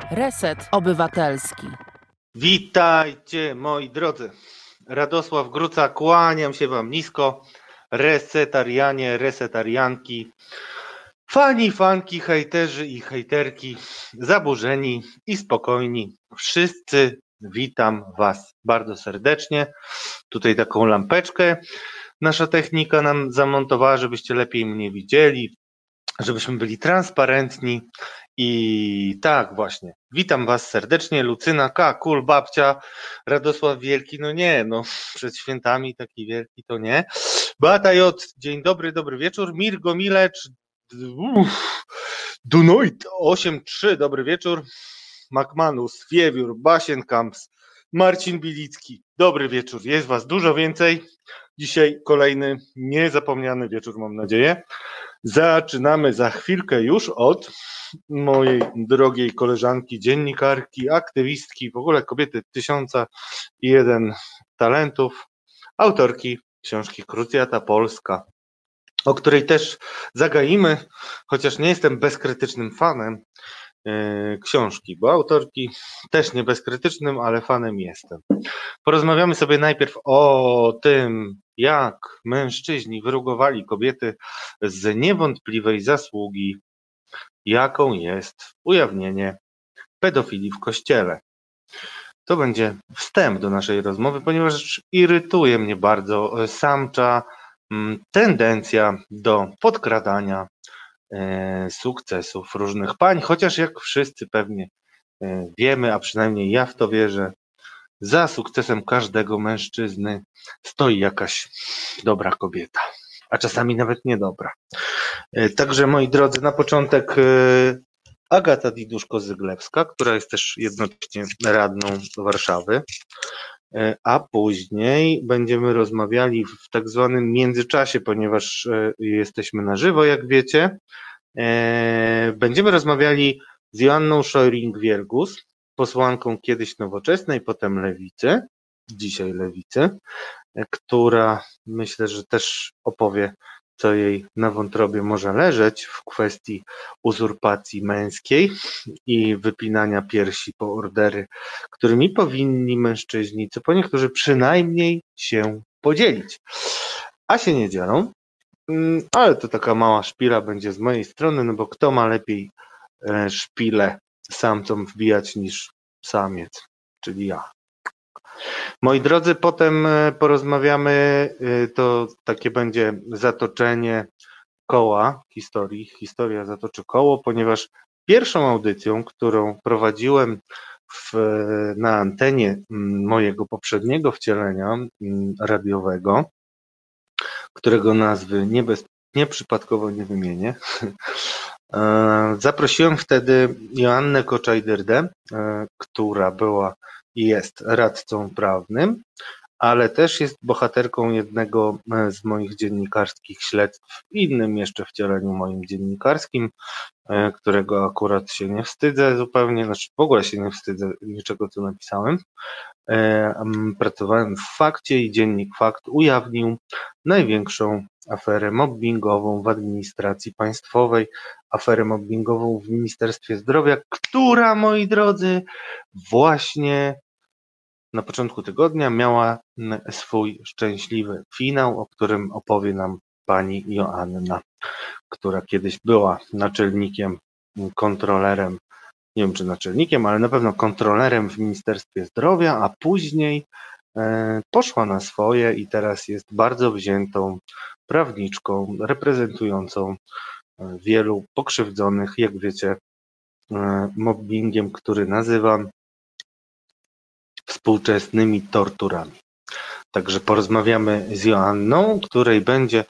Reset Obywatelski. Witajcie moi drodzy. Radosław Gruca, kłaniam się wam nisko. Resetarianie, resetarianki, fani, fanki, hejterzy i hejterki, zaburzeni i spokojni. Wszyscy witam was bardzo serdecznie. Tutaj taką lampeczkę nasza technika nam zamontowała, żebyście lepiej mnie widzieli, żebyśmy byli transparentni. I tak właśnie, witam was serdecznie, Lucyna K, Kul, Babcia, Radosław Wielki, no nie, no przed świętami taki wielki to nie. Beata J, dzień dobry, dobry wieczór, Mirgo Milecz, Dunoit 8-3, dobry wieczór, Macmanus, Wiewiór, Basienkamps, Marcin Bilicki, dobry wieczór, jest was dużo więcej, dzisiaj kolejny niezapomniany wieczór, mam nadzieję. Zaczynamy za chwilkę już od mojej drogiej koleżanki, dziennikarki, aktywistki, w ogóle kobiety 1001 talentów, autorki książki Krucjata Polska, o której też zagaimy, chociaż nie jestem bezkrytycznym fanem książki, bo autorki też nie bezkrytycznym, ale fanem jestem. Porozmawiamy sobie najpierw o tym, jak mężczyźni wyrugowali kobiety z niewątpliwej zasługi, jaką jest ujawnienie pedofilii w Kościele. To będzie wstęp do naszej rozmowy, ponieważ irytuje mnie bardzo samcza tendencja do podkradania sukcesów różnych pań, chociaż jak wszyscy pewnie wiemy, a przynajmniej ja w to wierzę, za sukcesem każdego mężczyzny stoi jakaś dobra kobieta, a czasami nawet niedobra. Także moi drodzy, na początek Agata Diduszko-Zyglewska, która jest też jednocześnie radną Warszawy, a później będziemy rozmawiali w tak zwanym międzyczasie, ponieważ jesteśmy na żywo, jak wiecie. Będziemy rozmawiali z Joanną Scheuring-Wielgus, posłanką kiedyś Nowoczesnej, potem Lewicy, dzisiaj Lewicy, która myślę, że też opowie, co jej na wątrobie może leżeć w kwestii uzurpacji męskiej i wypinania piersi po ordery, którymi powinni mężczyźni, co po niektórzy przynajmniej się podzielić. A się nie dzielą, ale to taka mała szpila będzie z mojej strony, no bo kto ma lepiej szpilę samcom wbijać niż samiec, czyli ja. Moi drodzy, potem porozmawiamy, to takie będzie zatoczenie koła historii, historia zatoczy koło, ponieważ pierwszą audycją, którą prowadziłem na antenie mojego poprzedniego wcielenia radiowego, którego nazwy nieprzypadkowo nie wymienię, zaprosiłem wtedy Joannę Koczaj-Dyrdę, która była i jest radcą prawnym, ale też jest bohaterką jednego z moich dziennikarskich śledztw w innym jeszcze wcieleniu moim dziennikarskim, którego akurat się nie wstydzę zupełnie, znaczy w ogóle się nie wstydzę niczego, co napisałem. Pracowałem w Fakcie i Dziennik Fakt ujawnił największą aferę mobbingową w administracji państwowej, aferę mobbingową w Ministerstwie Zdrowia, która, moi drodzy, właśnie na początku tygodnia miała swój szczęśliwy finał, o którym opowie nam pani Joanna, która kiedyś była naczelnikiem, kontrolerem, nie wiem czy naczelnikiem, ale na pewno kontrolerem w Ministerstwie Zdrowia, a później poszła na swoje i teraz jest bardzo wziętą prawniczką reprezentującą wielu pokrzywdzonych, jak wiecie, mobbingiem, który nazywam współczesnymi torturami. Także porozmawiamy z Joanną, której będzie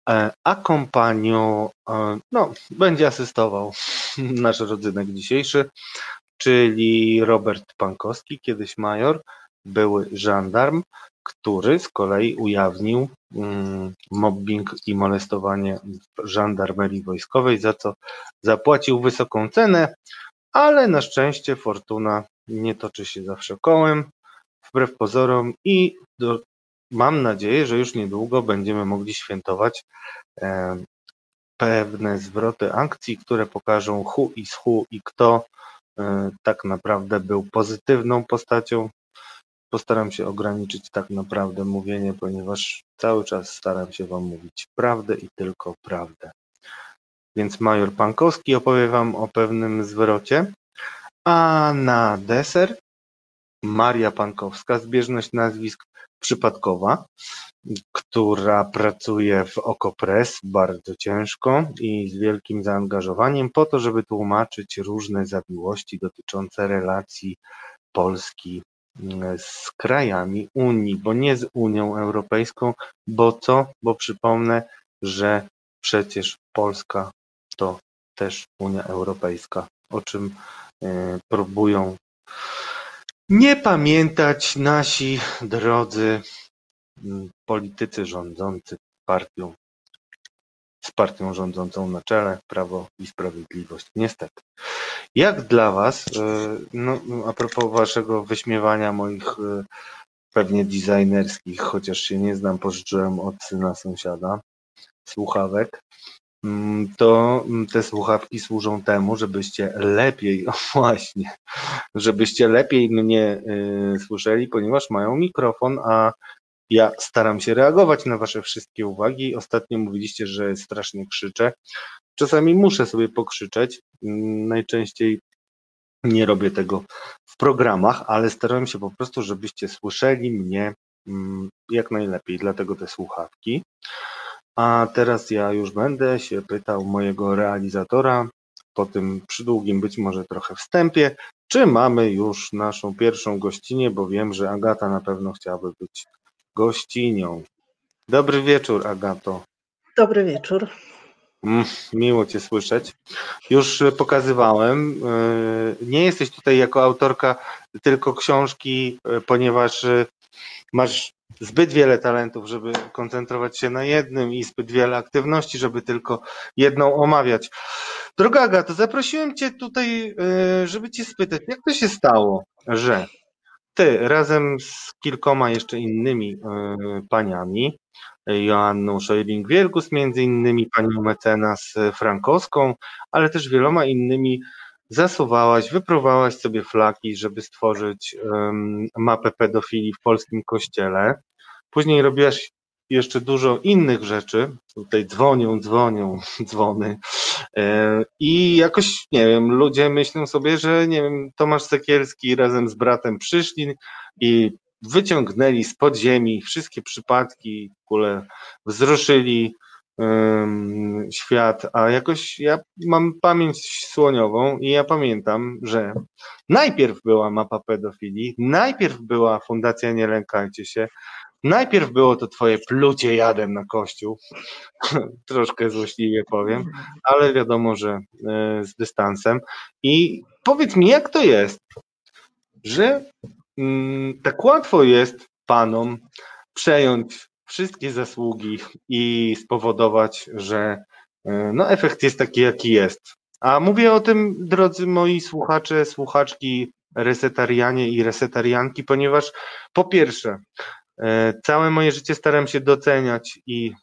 akompanią, będzie asystował nasz rodzynek dzisiejszy, czyli Robert Pankowski, kiedyś major, były żandarm, który z kolei ujawnił mobbing i molestowanie w żandarmerii wojskowej, za co zapłacił wysoką cenę, ale na szczęście fortuna nie toczy się zawsze kołem, wbrew pozorom, i mam nadzieję, że już niedługo będziemy mogli świętować pewne zwroty akcji, które pokażą who is who i kto tak naprawdę był pozytywną postacią. Postaram się ograniczyć tak naprawdę mówienie, ponieważ cały czas staram się wam mówić prawdę i tylko prawdę. Więc major Pankowski opowie wam o pewnym zwrocie, a na deser Maria Pankowska, zbieżność nazwisk przypadkowa, która pracuje w Okopres bardzo ciężko i z wielkim zaangażowaniem po to, żeby tłumaczyć różne zawiłości dotyczące relacji Polski z krajami Unii, bo nie z Unią Europejską, bo co? Bo przypomnę, że przecież Polska to też Unia Europejska, o czym próbują nie pamiętać nasi drodzy politycy rządzący z partią rządzącą na czele, Prawo i Sprawiedliwość. Niestety. Jak dla was, no, a propos waszego wyśmiewania moich pewnie designerskich, chociaż się nie znam, pożyczyłem od syna sąsiada słuchawek, to te słuchawki służą temu, żebyście lepiej, o właśnie, żebyście lepiej mnie słyszeli, ponieważ mają mikrofon, a ja staram się reagować na wasze wszystkie uwagi. Ostatnio mówiliście, że strasznie krzyczę. Czasami muszę sobie pokrzyczeć. Najczęściej nie robię tego w programach, ale staram się po prostu, żebyście słyszeli mnie jak najlepiej, dlatego te słuchawki. A teraz ja już będę się pytał mojego realizatora po tym przydługim być może trochę wstępie, czy mamy już naszą pierwszą gościnię, bo wiem, że Agata na pewno chciałaby być gościnią. Dobry wieczór, Agato. Dobry wieczór. Miło cię słyszeć. Już pokazywałem. Nie jesteś tutaj jako autorka tylko książki, ponieważ masz zbyt wiele talentów, żeby koncentrować się na jednym i zbyt wiele aktywności, żeby tylko jedną omawiać. Droga Agato, zaprosiłem cię tutaj, żeby cię spytać, jak to się stało, że ty razem z kilkoma jeszcze innymi paniami, Joanną Szojring-Wielgus, między innymi panią mecenas Frankowską, ale też wieloma innymi zasuwałaś, wypróbowałaś sobie flaki, żeby stworzyć mapę pedofilii w polskim kościele. Później robiłaś jeszcze dużo innych rzeczy. Tutaj dzwonią dzwony. I jakoś, nie wiem, ludzie myślą sobie, że nie wiem, Tomasz Sekielski razem z bratem przyszli i wyciągnęli z podziemi wszystkie przypadki, w ogóle wzruszyli świat, a jakoś ja mam pamięć słoniową i ja pamiętam, że najpierw była mapa pedofilii, najpierw była Fundacja Nie Lękajcie Się, najpierw było to twoje plucie jadem na kościół, troszkę złośliwie powiem, ale wiadomo, że z dystansem. I powiedz mi, jak to jest, że tak łatwo jest panom przejąć wszystkie zasługi i spowodować, że no, efekt jest taki, jaki jest. A mówię o tym, drodzy moi słuchacze, słuchaczki, resetarianie i resetarianki, ponieważ po pierwsze, całe moje życie staram się doceniać i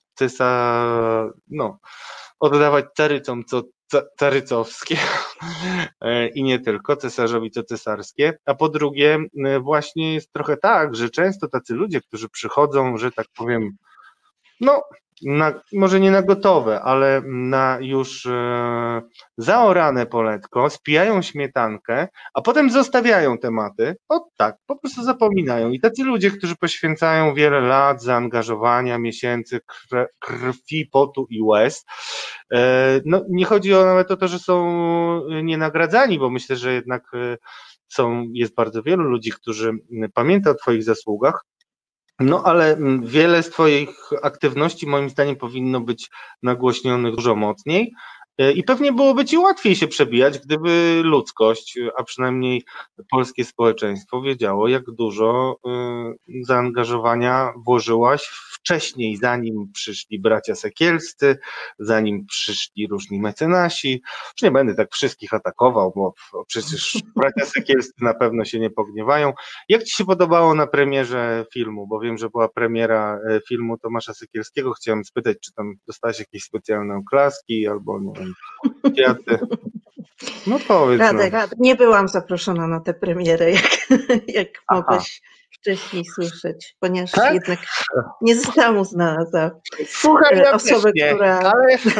oddawać carycom co carycowskie i nie tylko, cesarzowi co cesarskie, a po drugie właśnie jest trochę tak, że często tacy ludzie, którzy przychodzą, że tak powiem, no może nie na gotowe, ale na już zaorane poletko, spijają śmietankę, a potem zostawiają tematy. O tak, po prostu zapominają. I tacy ludzie, którzy poświęcają wiele lat, zaangażowania, miesięcy, krwi, potu i łez, no nie chodzi nawet o to, że są nienagradzani, bo myślę, że jednak jest bardzo wielu ludzi, którzy pamięta o twoich zasługach. No ale wiele z twoich aktywności moim zdaniem powinno być nagłośnionych dużo mocniej i pewnie byłoby ci łatwiej się przebijać, gdyby ludzkość, a przynajmniej polskie społeczeństwo wiedziało, jak dużo zaangażowania włożyłaś wcześniej, zanim przyszli bracia Sekielscy, zanim przyszli różni mecenasi. Już nie będę tak wszystkich atakował, bo przecież bracia Sekielscy na pewno się nie pogniewają. Jak ci się podobało na premierze filmu? Bo wiem, że była premiera filmu Tomasza Sekielskiego. Chciałem spytać, czy tam dostałeś jakieś specjalne oklaski albo nie wiem, kwiaty. No powiedz no. Radek, nie byłam zaproszona na tę premierę, jak Aha. mogłeś wcześniej słyszeć, ponieważ Tak? jednak nie zostałam uznana za Słuchaj, ja osobę, też nie, która...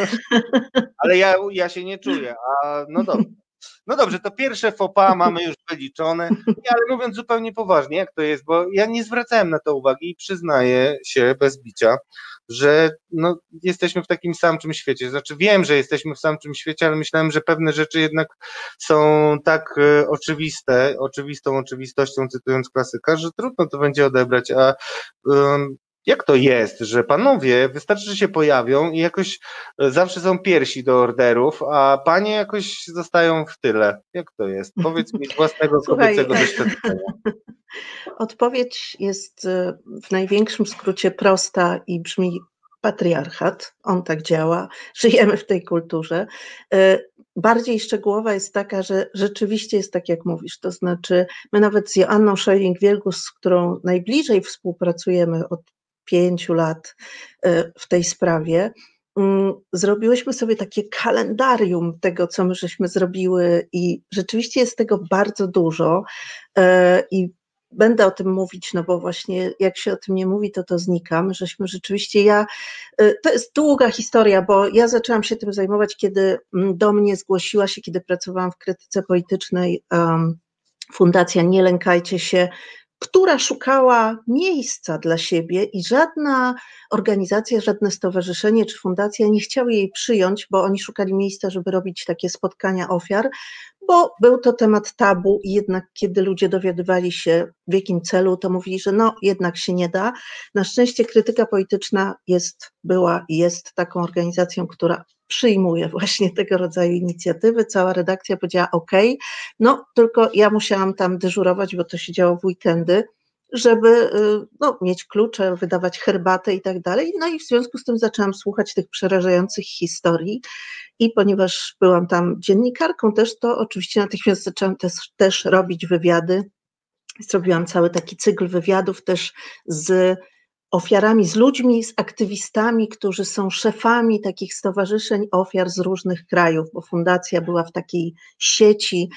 ale ja się nie czuję, a no dobrze. No dobrze, to pierwsze faux pas mamy już wyliczone, nie, ale mówiąc zupełnie poważnie, jak to jest, bo ja nie zwracałem na to uwagi i przyznaję się bez bicia, że no, jesteśmy w takim samym świecie, znaczy wiem, że jesteśmy w samym świecie, ale myślałem, że pewne rzeczy jednak są tak oczywistą oczywistością, cytując klasyka, że trudno to będzie odebrać, a jak to jest, że panowie wystarczy, że się pojawią i jakoś zawsze są pierwsi do orderów, a panie jakoś zostają w tyle? Jak to jest? Powiedz mi z własnego kobiecego doświadczenia. Odpowiedź jest w największym skrócie prosta i brzmi patriarchat. On tak działa, żyjemy w tej kulturze. Bardziej szczegółowa jest taka, że rzeczywiście jest tak, jak mówisz, to znaczy my nawet z Joanną Scheuring-Wielgus, z którą najbliżej współpracujemy od 5 lat w tej sprawie, zrobiłyśmy sobie takie kalendarium tego, co my żeśmy zrobiły i rzeczywiście jest tego bardzo dużo i będę o tym mówić, no bo właśnie jak się o tym nie mówi, to znikam, żeśmy rzeczywiście to jest długa historia, bo ja zaczęłam się tym zajmować, kiedy do mnie zgłosiła się, kiedy pracowałam w krytyce politycznej Fundacja Nie lękajcie się, która szukała miejsca dla siebie i żadna organizacja, żadne stowarzyszenie czy fundacja nie chciały jej przyjąć, bo oni szukali miejsca, żeby robić takie spotkania ofiar, bo był to temat tabu i jednak kiedy ludzie dowiadywali się w jakim celu, to mówili, że no jednak się nie da. Na szczęście krytyka polityczna była i jest taką organizacją, która przyjmuje właśnie tego rodzaju inicjatywy. Cała redakcja powiedziała OK, no tylko ja musiałam tam dyżurować, bo to się działo w weekendy, żeby mieć klucze, wydawać herbatę i tak dalej. No i w związku z tym zaczęłam słuchać tych przerażających historii i ponieważ byłam tam dziennikarką też, to oczywiście natychmiast zaczęłam też robić wywiady. Zrobiłam cały taki cykl wywiadów też z ofiarami, z ludźmi, z aktywistami, którzy są szefami takich stowarzyszeń ofiar z różnych krajów, bo fundacja była w takiej sieci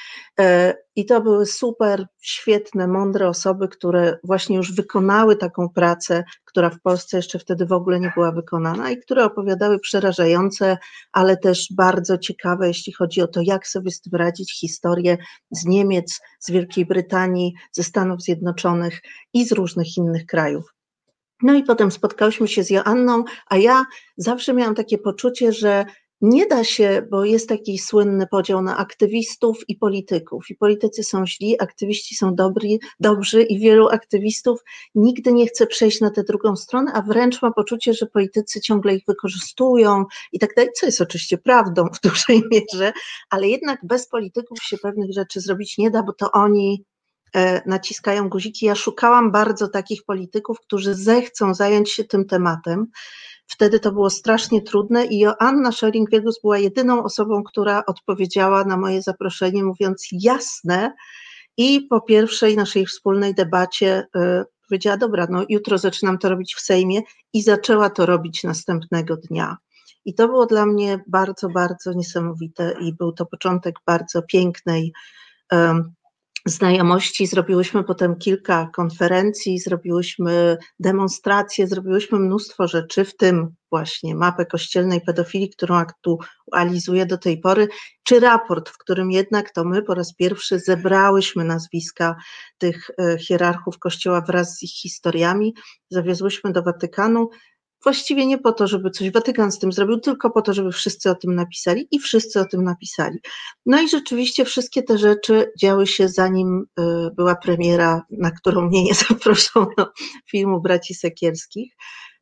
i to były super, świetne, mądre osoby, które właśnie już wykonały taką pracę, która w Polsce jeszcze wtedy w ogóle nie była wykonana i które opowiadały przerażające, ale też bardzo ciekawe, jeśli chodzi o to, jak sobie z tym radzić, historie z Niemiec, z Wielkiej Brytanii, ze Stanów Zjednoczonych i z różnych innych krajów. No i potem spotkałyśmy się z Joanną, a ja zawsze miałam takie poczucie, że nie da się, bo jest taki słynny podział na aktywistów i polityków. I politycy są źli, aktywiści są dobrzy i wielu aktywistów nigdy nie chce przejść na tę drugą stronę, a wręcz ma poczucie, że politycy ciągle ich wykorzystują i tak dalej, co jest oczywiście prawdą w dużej mierze, ale jednak bez polityków się pewnych rzeczy zrobić nie da, bo to oni naciskają guziki. Ja szukałam bardzo takich polityków, którzy zechcą zająć się tym tematem. Wtedy to było strasznie trudne i Joanna Scheuring-Wielgus była jedyną osobą, która odpowiedziała na moje zaproszenie, mówiąc jasne i po pierwszej naszej wspólnej debacie powiedziała, dobra, no jutro zaczynam to robić w Sejmie i zaczęła to robić następnego dnia. I to było dla mnie bardzo, bardzo niesamowite i był to początek bardzo pięknej znajomości, zrobiłyśmy potem kilka konferencji, zrobiłyśmy demonstracje, zrobiłyśmy mnóstwo rzeczy, w tym właśnie mapę kościelnej pedofilii, którą aktualizuję do tej pory, czy raport, w którym jednak to my po raz pierwszy zebrałyśmy nazwiska tych hierarchów Kościoła wraz z ich historiami, zawiozłyśmy do Watykanu, właściwie nie po to, żeby coś Watykan z tym zrobił, tylko po to, żeby wszyscy o tym napisali i wszyscy o tym napisali. No i rzeczywiście wszystkie te rzeczy działy się zanim była premiera, na którą mnie nie zaproszono, filmu Braci Sekierskich.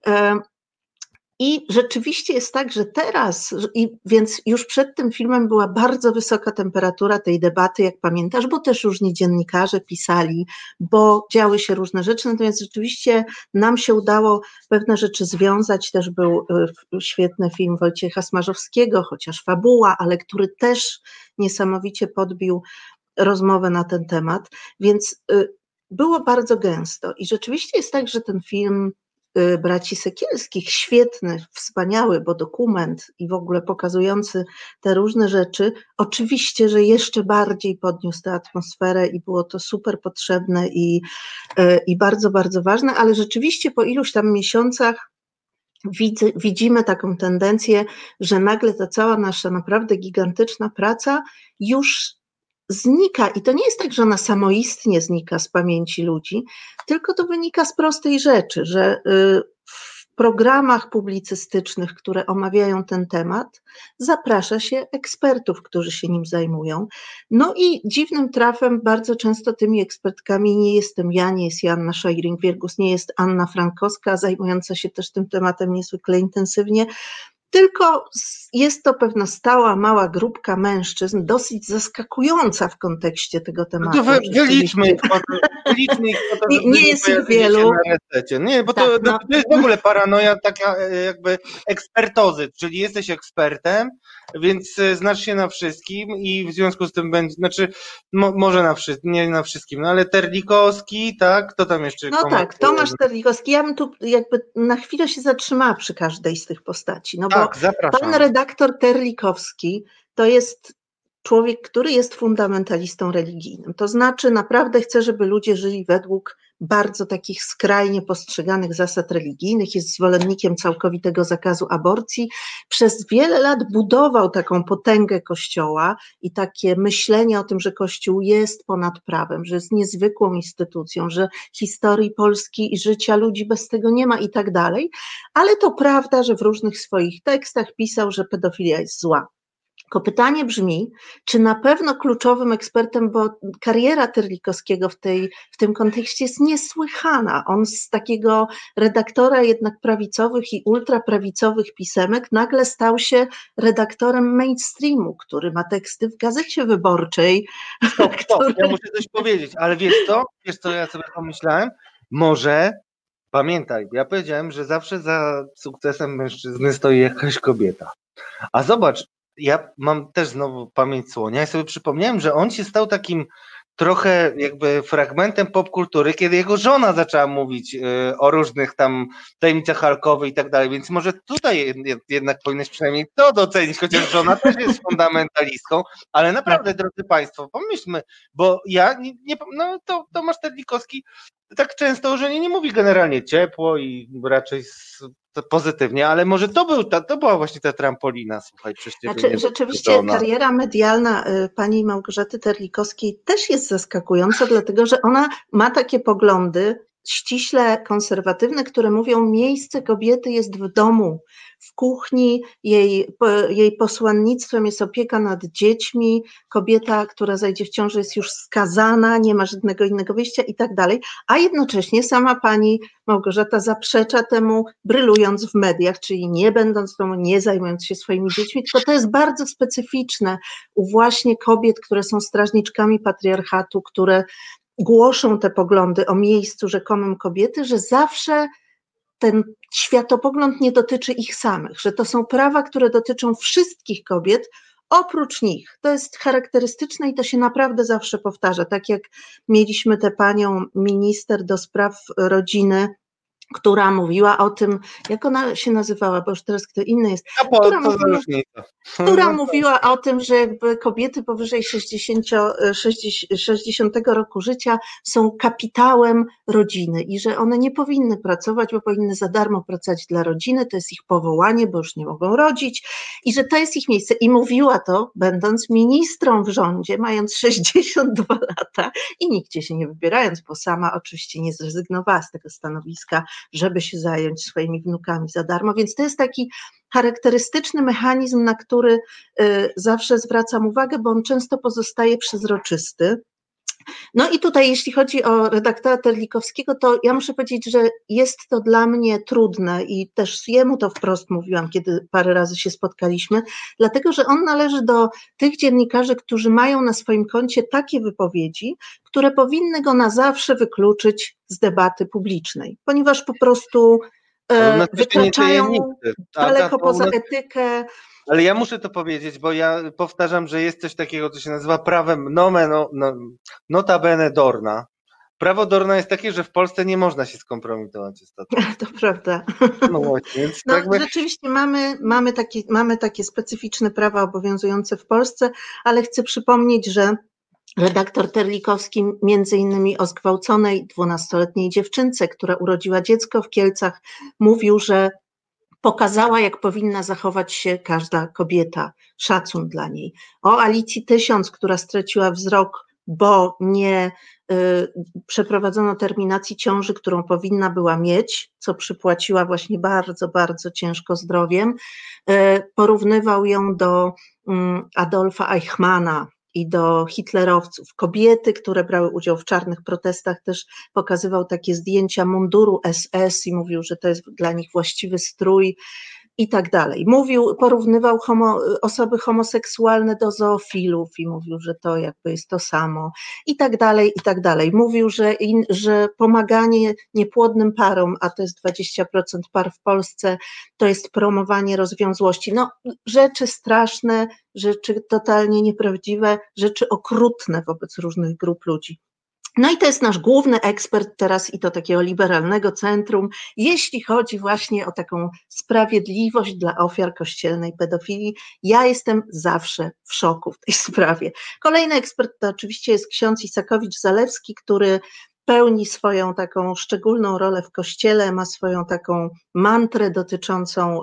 I rzeczywiście jest tak, że teraz, więc już przed tym filmem była bardzo wysoka temperatura tej debaty, jak pamiętasz, bo też różni dziennikarze pisali, bo działy się różne rzeczy, natomiast rzeczywiście nam się udało pewne rzeczy związać, też był świetny film Wojciecha Smarzowskiego, chociaż fabuła, ale który też niesamowicie podbił rozmowę na ten temat, więc było bardzo gęsto i rzeczywiście jest tak, że ten film braci Sekielskich, świetny, wspaniały, bo dokument i w ogóle pokazujący te różne rzeczy, oczywiście, że jeszcze bardziej podniósł tę atmosferę i było to super potrzebne i bardzo, bardzo ważne, ale rzeczywiście po iluś tam miesiącach widzimy taką tendencję, że nagle ta cała nasza naprawdę gigantyczna praca już znika i to nie jest tak, że ona samoistnie znika z pamięci ludzi, tylko to wynika z prostej rzeczy, że w programach publicystycznych, które omawiają ten temat, zaprasza się ekspertów, którzy się nim zajmują. No i dziwnym trafem bardzo często tymi ekspertkami nie jestem ja, nie jest Joanna Scheuring-Wielgus, nie jest Anna Frankowska, zajmująca się też tym tematem niezwykle intensywnie, tylko jest to pewna stała, mała grupka mężczyzn, dosyć zaskakująca w kontekście tego tematu. No to wyliczmy ich po to, żeby nie jest ich wielu. Na resecie. Nie, bo Tak, to jest w ogóle paranoja taka jakby ekspertozy, czyli jesteś ekspertem, więc znasz się na wszystkim i w związku z tym będzie, znaczy może na wszystkim, nie na wszystkim, no ale Terlikowski, tak, kto tam jeszcze? No tak, Tomasz Terlikowski. Ja bym tu jakby na chwilę się zatrzymała przy każdej z tych postaci, no Tak, bo zapraszam. pan redaktor Terlikowski to jest człowiek, który jest fundamentalistą religijnym. To znaczy naprawdę chce, żeby ludzie żyli według bardzo takich skrajnie postrzeganych zasad religijnych, jest zwolennikiem całkowitego zakazu aborcji. Przez wiele lat budował taką potęgę Kościoła i takie myślenie o tym, że Kościół jest ponad prawem, że jest niezwykłą instytucją, że historii Polski i życia ludzi bez tego nie ma i tak dalej. Ale to prawda, że w różnych swoich tekstach pisał, że pedofilia jest zła. Tylko pytanie brzmi, czy na pewno kluczowym ekspertem, bo kariera Terlikowskiego w tym kontekście jest niesłychana. On z takiego redaktora jednak prawicowych i ultraprawicowych pisemek nagle stał się redaktorem mainstreamu, który ma teksty w Gazecie Wyborczej. Stop, ja muszę coś powiedzieć, ale wiesz co ja sobie pomyślałem? Może, pamiętaj, ja powiedziałem, że zawsze za sukcesem mężczyzny stoi jakaś kobieta. A zobacz, ja mam też znowu pamięć słonia i sobie przypomniałem, że on się stał takim trochę jakby fragmentem popkultury, kiedy jego żona zaczęła mówić o różnych tam tajemnicach alkowy i tak dalej, więc może tutaj jednak powinieneś przynajmniej to docenić, chociaż żona też jest fundamentalistką, ale naprawdę, drodzy Państwo, pomyślmy, bo ja no to Tomasz Terlikowski tak często, że nie mówi generalnie ciepło i raczej pozytywnie, ale może to była właśnie ta trampolina, słuchaj, przez ciebie. Znaczy, rzeczywiście kariera medialna pani Małgorzaty Terlikowskiej też jest zaskakująca, dlatego że ona ma takie poglądy ściśle konserwatywne, które mówią, miejsce kobiety jest w domu, w kuchni, jej posłannictwem jest opieka nad dziećmi, kobieta, która zajdzie w ciążę jest już skazana, nie ma żadnego innego wyjścia i tak dalej, a jednocześnie sama pani Małgorzata zaprzecza temu, brylując w mediach, czyli nie będąc w domu, nie zajmując się swoimi dziećmi, tylko to jest bardzo specyficzne u właśnie kobiet, które są strażniczkami patriarchatu, które głoszą te poglądy o miejscu rzekomym kobiety, że zawsze ten światopogląd nie dotyczy ich samych, że to są prawa, które dotyczą wszystkich kobiet, oprócz nich. To jest charakterystyczne i to się naprawdę zawsze powtarza. Tak jak mieliśmy tę panią minister do spraw rodziny, która mówiła o tym, jak ona się nazywała, bo już teraz kto inny jest, która mówiła o tym, że jakby kobiety powyżej 60 roku życia są kapitałem rodziny i że one nie powinny pracować, bo powinny za darmo pracować dla rodziny, to jest ich powołanie, bo już nie mogą rodzić i że to jest ich miejsce. I mówiła to, będąc ministrą w rządzie, mając 62 lata i nigdzie się nie wybierając, bo sama oczywiście nie zrezygnowała z tego stanowiska, żeby się zająć swoimi wnukami za darmo, więc to jest taki charakterystyczny mechanizm, na który zawsze zwracam uwagę, bo on często pozostaje przezroczysty. No i tutaj jeśli chodzi o redaktora Terlikowskiego, to ja muszę powiedzieć, że jest to dla mnie trudne i też jemu to wprost mówiłam, kiedy parę razy się spotkaliśmy, dlatego że on należy do tych dziennikarzy, którzy mają na swoim koncie takie wypowiedzi, które powinny go na zawsze wykluczyć z debaty publicznej, ponieważ po prostu wykraczają daleko poza etykę. Ale ja muszę to powiedzieć, bo ja powtarzam, że jest coś takiego, co się nazywa prawem notabene Dorna, prawo Dorna jest takie, że w Polsce nie można się skompromitować ostatnio. To prawda. No właśnie, więc No, jakby... rzeczywiście mamy takie specyficzne prawa obowiązujące w Polsce, ale chcę przypomnieć, że redaktor Terlikowski między innymi o zgwałconej 12-letniej dziewczynce, która urodziła dziecko w Kielcach, mówił, że pokazała, jak powinna zachować się każda kobieta, szacun dla niej. O Alicji Tysiąc, która straciła wzrok, bo nie przeprowadzono terminacji ciąży, którą powinna była mieć, co przypłaciła właśnie bardzo, bardzo ciężko zdrowiem. Porównywał ją do Adolfa Eichmana i do hitlerowców. Kobiety, które brały udział w czarnych protestach, też pokazywał takie zdjęcia munduru SS i mówił, że to jest dla nich właściwy strój i tak dalej. Porównywał osoby homoseksualne do zoofilów i mówił, że to jakby jest to samo i tak dalej, i tak dalej. Mówił, że pomaganie niepłodnym parom, a to jest 20% par w Polsce, to jest promowanie rozwiązłości. No, rzeczy straszne, rzeczy totalnie nieprawdziwe, rzeczy okrutne wobec różnych grup ludzi. No i to jest nasz główny ekspert teraz i to takiego liberalnego centrum, jeśli chodzi właśnie o taką sprawiedliwość dla ofiar kościelnej pedofilii. Ja jestem zawsze w szoku w tej sprawie. Kolejny ekspert to oczywiście jest ksiądz Isakowicz-Zalewski, który pełni swoją taką szczególną rolę w Kościele, ma swoją taką mantrę dotyczącą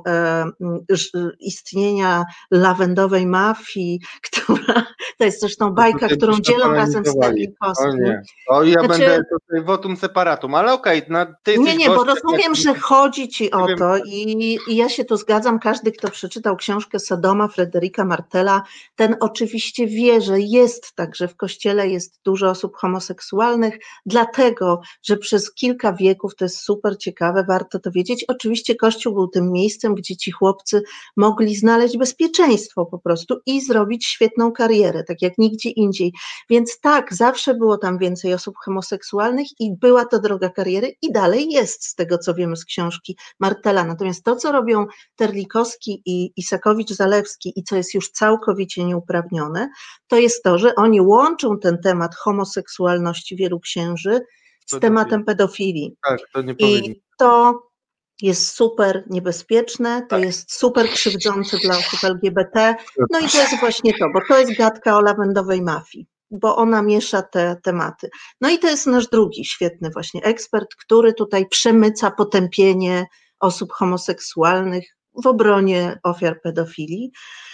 istnienia lawendowej mafii, która, to jest zresztą bajka, którą dzielą razem z Terlikowskim. O nie, ja Znaczy, będę tutaj votum separatum, ale okej, ty jesteś nie, bo gościem, rozumiem, że chodzi ci o wiem, to i ja się tu zgadzam, każdy, kto przeczytał książkę Sodoma Fryderyka Martela, ten oczywiście wie, że jest tak, że w Kościele jest dużo osób homoseksualnych, dlatego, że przez kilka wieków, to jest super ciekawe, warto to wiedzieć, oczywiście Kościół był tym miejscem, gdzie ci chłopcy mogli znaleźć bezpieczeństwo po prostu i zrobić świetną karierę, tak jak nigdzie indziej, więc tak, zawsze było tam więcej osób homoseksualnych i była to droga kariery i dalej jest, z tego co wiemy z książki Martela. Natomiast to, co robią Terlikowski i Isakowicz-Zalewski i co jest już całkowicie nieuprawnione, to jest to, że oni łączą ten temat homoseksualności wielu księży z tematem pedofilii. Tak, to nie powinno. I to jest super niebezpieczne, to jest super krzywdzące dla osób LGBT, no i to jest właśnie to, bo to jest gadka o lawendowej mafii, bo ona miesza te tematy. No i to jest nasz drugi świetny właśnie ekspert, który tutaj przemyca potępienie osób homoseksualnych w obronie ofiar pedofilii.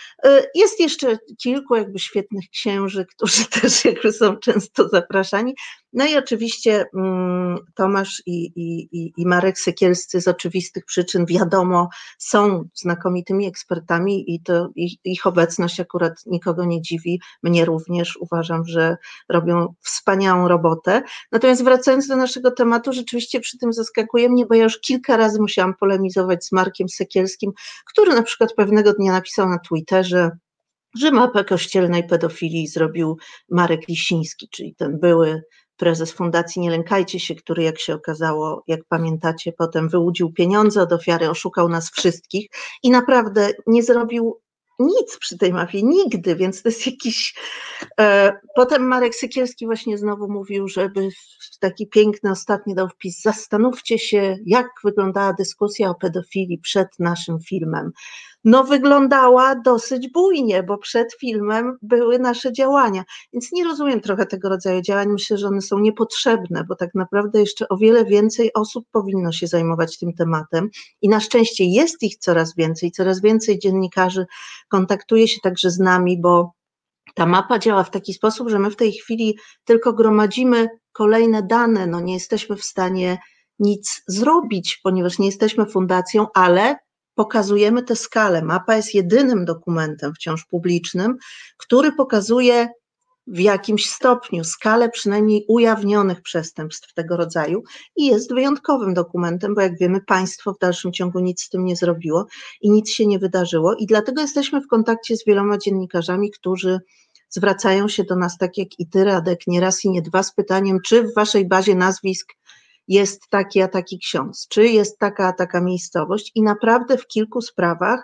Jest jeszcze kilku jakby świetnych księży, którzy też jakby są często zapraszani. No i oczywiście Tomasz i Marek Sekielscy z oczywistych przyczyn wiadomo są znakomitymi ekspertami i to ich obecność akurat nikogo nie dziwi, mnie również, uważam, że robią wspaniałą robotę. Natomiast wracając do naszego tematu, rzeczywiście przy tym zaskakuje mnie, bo ja już kilka razy musiałam polemizować z Markiem Sekielskim, który na przykład pewnego dnia napisał na Twitterze, że mapę kościelnej pedofilii zrobił Marek Lisiński, czyli ten były prezes Fundacji Nie Lękajcie się, który jak się okazało, jak pamiętacie, potem wyłudził pieniądze od ofiary, oszukał nas wszystkich i naprawdę nie zrobił nic przy tej mafii, nigdy, więc to jest jakiś... Potem Marek Sekielski właśnie znowu mówił, żeby taki piękny ostatni dał wpis, zastanówcie się, jak wyglądała dyskusja o pedofilii przed naszym filmem. No wyglądała dosyć bujnie, bo przed filmem były nasze działania, więc nie rozumiem trochę tego rodzaju działań, myślę, że one są niepotrzebne, bo tak naprawdę jeszcze o wiele więcej osób powinno się zajmować tym tematem i na szczęście jest ich coraz więcej dziennikarzy kontaktuje się także z nami, bo ta mapa działa w taki sposób, że my w tej chwili tylko gromadzimy kolejne dane, no nie jesteśmy w stanie nic zrobić, ponieważ nie jesteśmy fundacją, ale pokazujemy tę skalę. Mapa jest jedynym dokumentem wciąż publicznym, który pokazuje w jakimś stopniu skalę przynajmniej ujawnionych przestępstw tego rodzaju i jest wyjątkowym dokumentem, bo jak wiemy państwo w dalszym ciągu nic z tym nie zrobiło i nic się nie wydarzyło i dlatego jesteśmy w kontakcie z wieloma dziennikarzami, którzy zwracają się do nas tak jak i ty, Radek, nie raz i nie dwa z pytaniem, czy w waszej bazie nazwisk jest taki a taki ksiądz, czy jest taka a taka miejscowość i naprawdę w kilku sprawach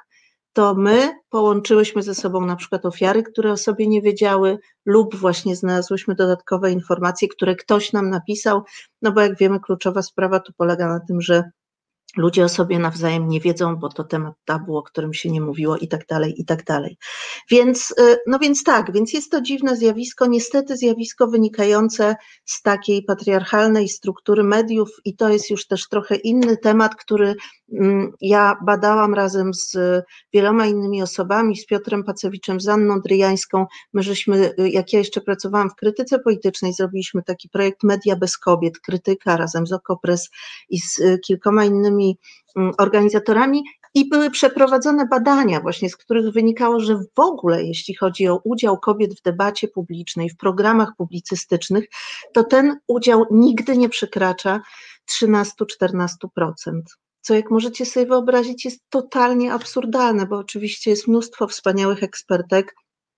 to my połączyłyśmy ze sobą na przykład ofiary, które o sobie nie wiedziały, lub właśnie znalazłyśmy dodatkowe informacje, które ktoś nam napisał, no bo jak wiemy, kluczowa sprawa tu polega na tym, że ludzie o sobie nawzajem nie wiedzą, bo to temat tabu, o którym się nie mówiło i tak dalej, i tak dalej. Więc, no więc tak, więc jest to dziwne zjawisko, niestety zjawisko wynikające z takiej patriarchalnej struktury mediów i to jest już też trochę inny temat, który ja badałam razem z wieloma innymi osobami, z Piotrem Pacewiczem, z Anną Dryjańską. My żeśmy, jak ja jeszcze pracowałam w krytyce politycznej, zrobiliśmy taki projekt Media bez kobiet, krytyka razem z Okopres i z kilkoma innymi organizatorami i były przeprowadzone badania właśnie, z których wynikało, że w ogóle jeśli chodzi o udział kobiet w debacie publicznej, w programach publicystycznych, to ten udział nigdy nie przekracza 13-14%. Co, jak możecie sobie wyobrazić, jest totalnie absurdalne, bo oczywiście jest mnóstwo wspaniałych ekspertek,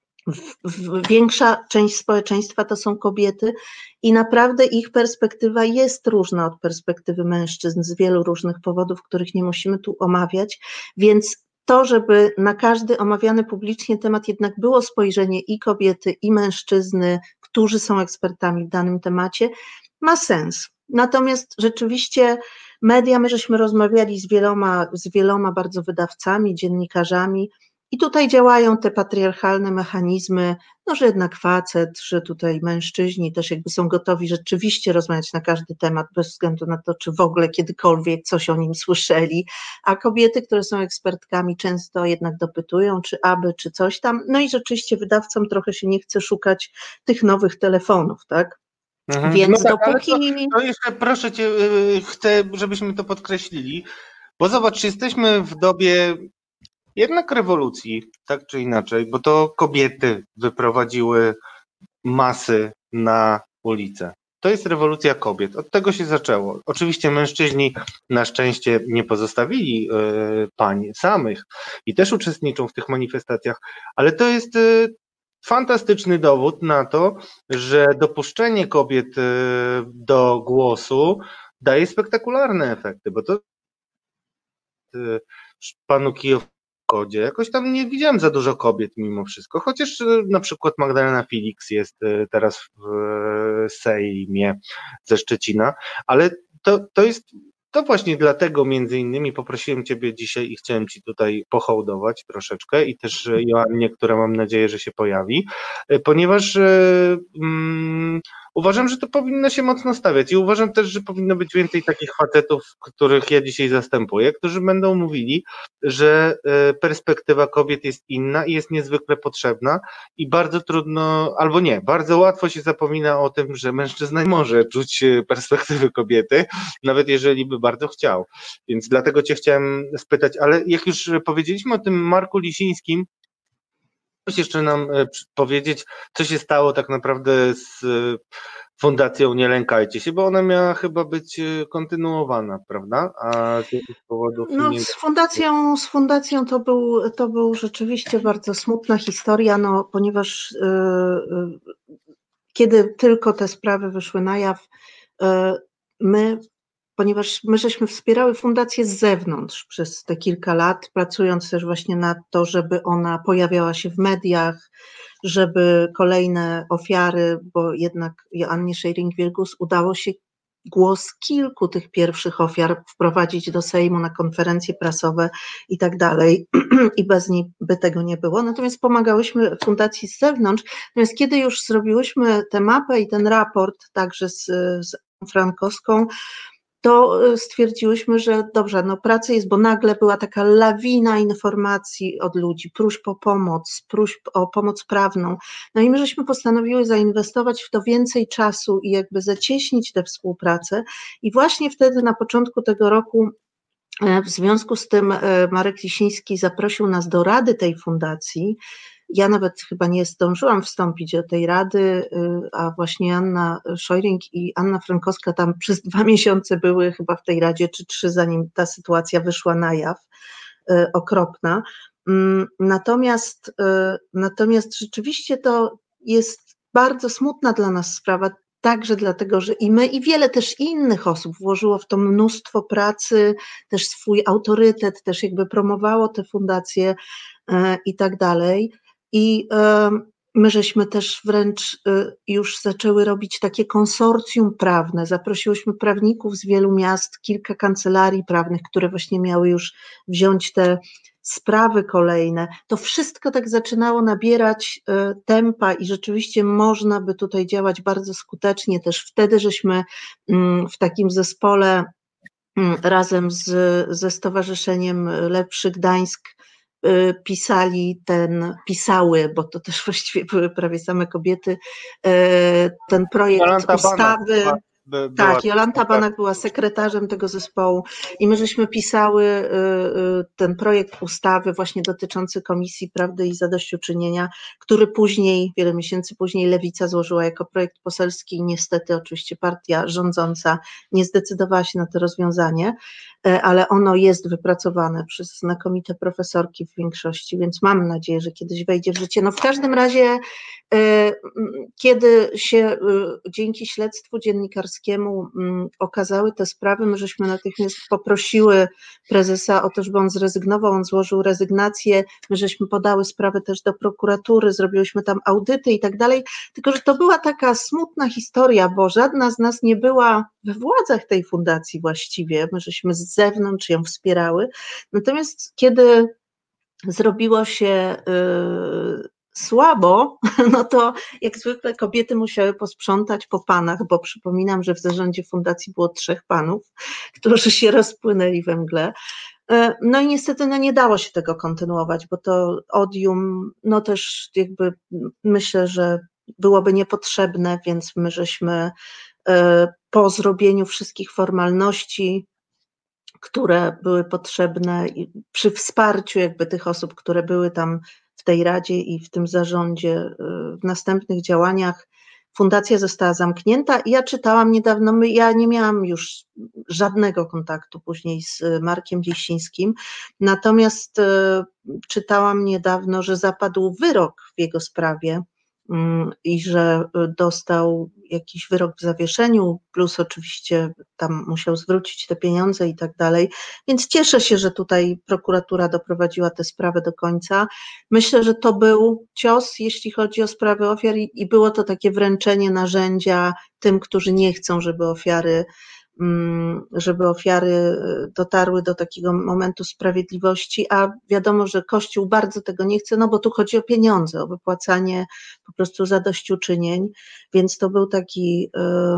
większa część społeczeństwa to są kobiety i naprawdę ich perspektywa jest różna od perspektywy mężczyzn z wielu różnych powodów, których nie musimy tu omawiać, więc to, żeby na każdy omawiany publicznie temat jednak było spojrzenie i kobiety, i mężczyzny, którzy są ekspertami w danym temacie, ma sens. Natomiast rzeczywiście media, my żeśmy rozmawiali z wieloma bardzo wydawcami, dziennikarzami i tutaj działają te patriarchalne mechanizmy, no, że jednak facet, że tutaj mężczyźni też jakby są gotowi rzeczywiście rozmawiać na każdy temat, bez względu na to, czy w ogóle kiedykolwiek coś o nim słyszeli, a kobiety, które są ekspertkami, często jednak dopytują, czy aby, czy coś tam, no i rzeczywiście wydawcom trochę się nie chce szukać tych nowych telefonów, tak? Więc No tak, ale dopóki... to jeszcze proszę cię, chcę, żebyśmy to podkreślili, bo zobacz, jesteśmy w dobie jednak rewolucji, tak czy inaczej, bo to kobiety wyprowadziły masy na ulicę. To jest rewolucja kobiet. Od tego się zaczęło. Oczywiście mężczyźni na szczęście nie pozostawili pań samych i też uczestniczą w tych manifestacjach, ale to jest fantastyczny dowód na to, że dopuszczenie kobiet do głosu daje spektakularne efekty, bo to panu Kijowskodzie jakoś tam nie widziałem za dużo kobiet mimo wszystko, chociaż na przykład Magdalena Felix jest teraz w Sejmie ze Szczecina, ale to jest to właśnie dlatego między innymi poprosiłem Ciebie dzisiaj i chciałem Ci tutaj pohołdować troszeczkę i też Joannie, która mam nadzieję, że się pojawi, ponieważ uważam, że to powinno się mocno stawiać i uważam też, że powinno być więcej takich facetów, których ja dzisiaj zastępuję, którzy będą mówili, że perspektywa kobiet jest inna i jest niezwykle potrzebna i bardzo trudno, albo nie, bardzo łatwo się zapomina o tym, że mężczyzna nie może czuć perspektywy kobiety, nawet jeżeli by bardzo chciał. Więc dlatego Cię chciałem spytać, ale jak już powiedzieliśmy o tym Marku Lisińskim, ktoś jeszcze nam powiedzieć, co się stało tak naprawdę z Fundacją Nie Lękajcie się, bo ona miała chyba być kontynuowana, prawda? A z jakich powodów No, nie... z fundacją to był rzeczywiście bardzo smutna historia, no, ponieważ kiedy tylko te sprawy wyszły na jaw, ponieważ my żeśmy wspierały fundację z zewnątrz przez te kilka lat, pracując też właśnie na to, żeby ona pojawiała się w mediach, żeby kolejne ofiary, bo jednak Joannie Scheuring-Wielgus udało się głos kilku tych pierwszych ofiar wprowadzić do Sejmu na konferencje prasowe i tak dalej i bez niej by tego nie było, natomiast pomagałyśmy fundacji z zewnątrz, natomiast kiedy już zrobiłyśmy tę mapę i ten raport także z Frankowską, to stwierdziłyśmy, że dobrze, no pracy jest, bo nagle była taka lawina informacji od ludzi, próśb o pomoc, próśb o pomoc prawną. No i my żeśmy postanowiły zainwestować w to więcej czasu i jakby zacieśnić tę współpracę i właśnie wtedy na początku tego roku w związku z tym Marek Lisiński zaprosił nas do rady tej fundacji. Ja nawet chyba nie zdążyłam wstąpić do tej rady, a właśnie Anna Scheuring i Anna Frankowska tam przez 2 miesiące były chyba w tej radzie, czy 3, zanim ta sytuacja wyszła na jaw, okropna. Natomiast rzeczywiście to jest bardzo smutna dla nas sprawa, także dlatego, że i my, i wiele też innych osób włożyło w to mnóstwo pracy, też swój autorytet, też jakby promowało te fundacje i tak dalej. I my żeśmy też wręcz już zaczęły robić takie konsorcjum prawne. Zaprosiłyśmy prawników z wielu miast, kilka kancelarii prawnych, które właśnie miały już wziąć te sprawy kolejne. To wszystko tak zaczynało nabierać tempa i rzeczywiście można by tutaj działać bardzo skutecznie. Też wtedy żeśmy w takim zespole razem ze Stowarzyszeniem Lepszy Gdańsk pisały, bo to też właściwie były prawie same kobiety, ten projekt Jolanta ustawy. była Tak, Jolanta Banach była sekretarzem tego zespołu i my żeśmy pisały ten projekt ustawy właśnie dotyczący Komisji Prawdy i Zadośćuczynienia, który później, wiele miesięcy później Lewica złożyła jako projekt poselski i niestety oczywiście partia rządząca nie zdecydowała się na to rozwiązanie, ale ono jest wypracowane przez znakomite profesorki w większości, więc mam nadzieję, że kiedyś wejdzie w życie. No w każdym razie kiedy się dzięki śledztwu dziennikarskiemu okazały te sprawy, my żeśmy natychmiast poprosiły prezesa o to, żeby on zrezygnował, on złożył rezygnację, my żeśmy podały sprawę też do prokuratury, zrobiłyśmy tam audyty i tak dalej, tylko że to była taka smutna historia, bo żadna z nas nie była we władzach tej fundacji właściwie, my żeśmy z zewnątrz ją wspierały, natomiast kiedy zrobiło się słabo, no to jak zwykle kobiety musiały posprzątać po panach, bo przypominam, że w zarządzie fundacji było 3 panów, którzy się rozpłynęli we mgle. No i niestety nie dało się tego kontynuować, bo to odium, no też jakby myślę, że byłoby niepotrzebne, więc my żeśmy po zrobieniu wszystkich formalności, które były potrzebne i przy wsparciu jakby tych osób, które były tam w tej Radzie i w tym zarządzie, w następnych działaniach, fundacja została zamknięta i ja czytałam niedawno, ja nie miałam już żadnego kontaktu później z Markiem Lieścińskim, natomiast czytałam niedawno, że zapadł wyrok w jego sprawie i że dostał jakiś wyrok w zawieszeniu, plus oczywiście tam musiał zwrócić te pieniądze i tak dalej, więc cieszę się, że tutaj prokuratura doprowadziła tę sprawę do końca. Myślę, że to był cios, jeśli chodzi o sprawy ofiar i było to takie wręczenie narzędzia tym, którzy nie chcą, żeby ofiary dotarły do takiego momentu sprawiedliwości, a wiadomo, że Kościół bardzo tego nie chce, no bo tu chodzi o pieniądze, o wypłacanie po prostu zadośćuczynień, więc to był taki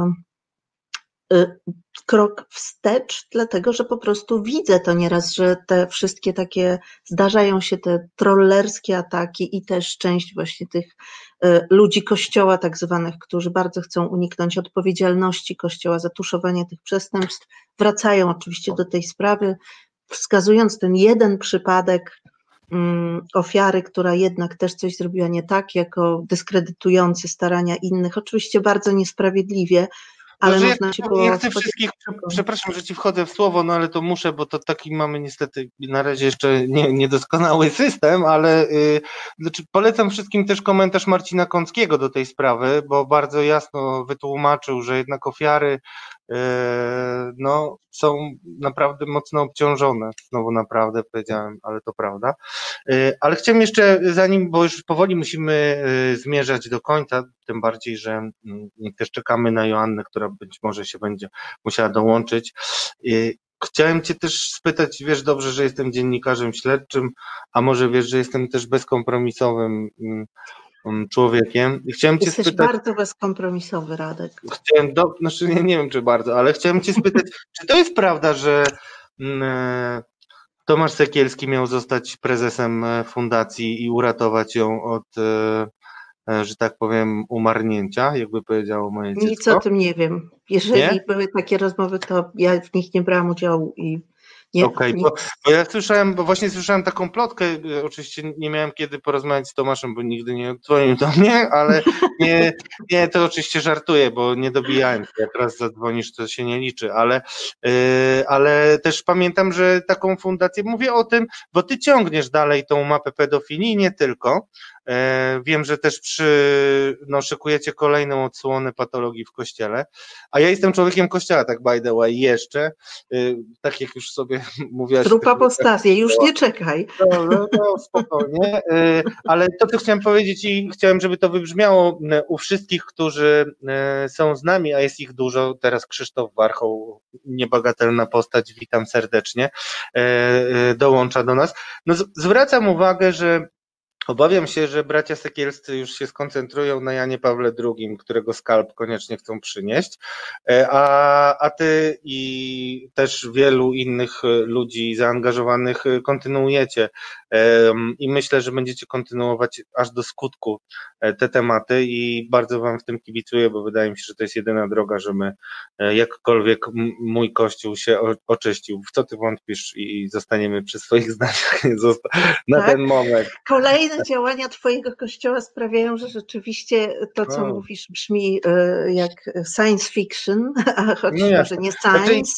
krok wstecz, dlatego że po prostu widzę to nieraz, że te wszystkie takie, zdarzają się te trollerskie ataki i też część właśnie tych ludzi Kościoła tak zwanych, którzy bardzo chcą uniknąć odpowiedzialności Kościoła za tuszowanie tych przestępstw, wracają oczywiście do tej sprawy, wskazując ten jeden przypadek ofiary, która jednak też coś zrobiła nie tak, jako dyskredytujący starania innych, oczywiście bardzo niesprawiedliwie, ale Może można się było ja chcę wszystkich, przepraszam, że ci wchodzę w słowo, no ale to muszę, bo to taki mamy niestety na razie jeszcze niedoskonały system, ale znaczy polecam wszystkim też komentarz Marcina Kąckiego do tej sprawy, bo bardzo jasno wytłumaczył, że jednak ofiary no, są naprawdę mocno obciążone. Znowu naprawdę powiedziałem, ale to prawda. Ale chciałem jeszcze, zanim, bo już powoli musimy zmierzać do końca, tym bardziej, że też czekamy na Joannę, która być może się będzie musiała dołączyć. Chciałem cię też spytać, wiesz dobrze, że jestem dziennikarzem śledczym, a może wiesz, że jestem też bezkompromisowym człowiekiem. Chciałem cię Jesteś spytać, bardzo bezkompromisowy, Radek. znaczy nie wiem czy bardzo, ale chciałem cię spytać, czy to jest prawda, że Tomasz Sekielski miał zostać prezesem fundacji i uratować ją od, że tak powiem, umarnięcia, jakby powiedziało moje Nic dziecko? o tym nie wiem. Jeżeli były takie rozmowy, to ja w nich nie brałam udziału i Nie, Okej, bo ja słyszałem, bo właśnie słyszałem taką plotkę, oczywiście nie miałem kiedy porozmawiać z Tomaszem, bo nigdy nie dzwonił do mnie, ale nie, to oczywiście żartuję, bo nie dobijałem się, jak raz zadzwonisz, to się nie liczy, ale też pamiętam, że taką fundację, mówię o tym, bo ty ciągniesz dalej tą mapę pedofilii, nie tylko. Wiem, że też szykujecie kolejną odsłonę patologii w Kościele, a ja jestem człowiekiem Kościoła, tak by the way, jeszcze, tak jak już sobie mówiłaś. Zrób apostazję, już nie czekaj. No, spokojnie, ale to, co chciałem powiedzieć i chciałem, żeby to wybrzmiało u wszystkich, którzy są z nami, a jest ich dużo, teraz Krzysztof Warchoł, niebagatelna postać, witam serdecznie, dołącza do nas. No, zwracam uwagę, że obawiam się, że bracia Sekielscy już się skoncentrują na Janie Pawle II, którego skalp koniecznie chcą przynieść, a ty i też wielu innych ludzi zaangażowanych kontynuujecie i myślę, że będziecie kontynuować aż do skutku te tematy i bardzo wam w tym kibicuję, bo wydaje mi się, że to jest jedyna droga, żeby jakkolwiek mój Kościół się oczyścił. W co ty wątpisz i zostaniemy przy swoich zdaniach na ten moment. Kolejne działania twojego kościoła sprawiają, że rzeczywiście to, co mówisz, brzmi jak science fiction, a choć może nie science.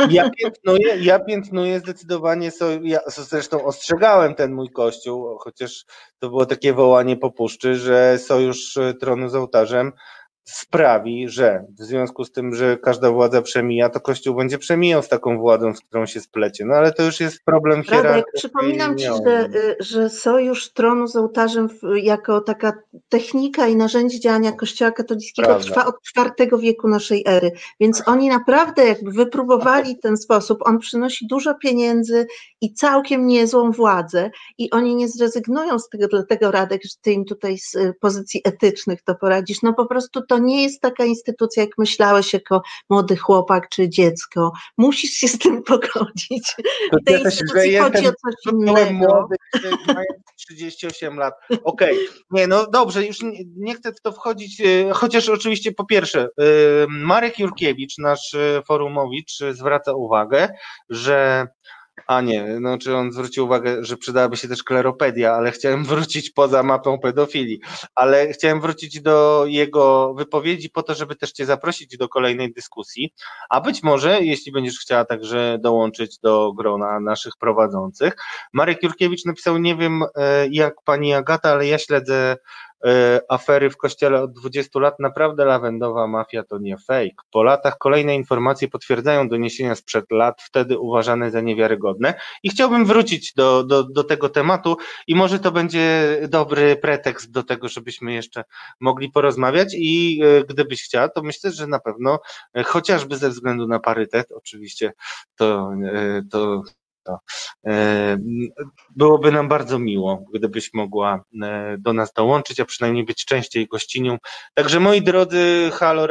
Ja piętnuję zdecydowanie, zresztą ostrzegałem ten mój kościół, chociaż to było takie wołanie po puszczy, że sojusz tronu z ołtarzem sprawi, że w związku z tym, że każda władza przemija, to Kościół będzie przemijał z taką władzą, z którą się splecie. No ale to już jest problem hierarchii. Radek, przypominam ci, że sojusz tronu z ołtarzem jako taka technika i narzędzie działania Kościoła katolickiego trwa od IV wieku naszej ery, więc oni naprawdę jakby wypróbowali ten sposób, on przynosi dużo pieniędzy i całkiem niezłą władzę i oni nie zrezygnują z tego, dlatego Radek, że ty im tutaj z pozycji etycznych to poradzisz, no po prostu to nie jest taka instytucja, jak myślałeś jako młody chłopak czy dziecko, musisz się z tym pogodzić. W tej instytucji chodzi o coś innego. Młody, mając 38 lat. Okej. Nie, no dobrze, już nie chcę w to wchodzić, chociaż oczywiście po pierwsze, Marek Jurkiewicz, nasz forumowicz, zwraca uwagę, że czy on zwrócił uwagę, że przydałaby się też kleropedia, ale chciałem wrócić poza mapą pedofilii, ale chciałem wrócić do jego wypowiedzi po to, żeby też cię zaprosić do kolejnej dyskusji, a być może, jeśli będziesz chciała także dołączyć do grona naszych prowadzących. Marek Jurkiewicz napisał, nie wiem jak pani Agata, ale ja śledzę afery w Kościele od 20 lat, naprawdę lawendowa mafia to nie fake. Po latach kolejne informacje potwierdzają doniesienia sprzed lat, wtedy uważane za niewiarygodne i chciałbym wrócić do tego tematu i może to będzie dobry pretekst do tego, żebyśmy jeszcze mogli porozmawiać i gdybyś chciała, to myślę, że na pewno chociażby ze względu na parytet, oczywiście to byłoby nam bardzo miło, gdybyś mogła do nas dołączyć, a przynajmniej być częściej gościnią. Także moi drodzy, halo,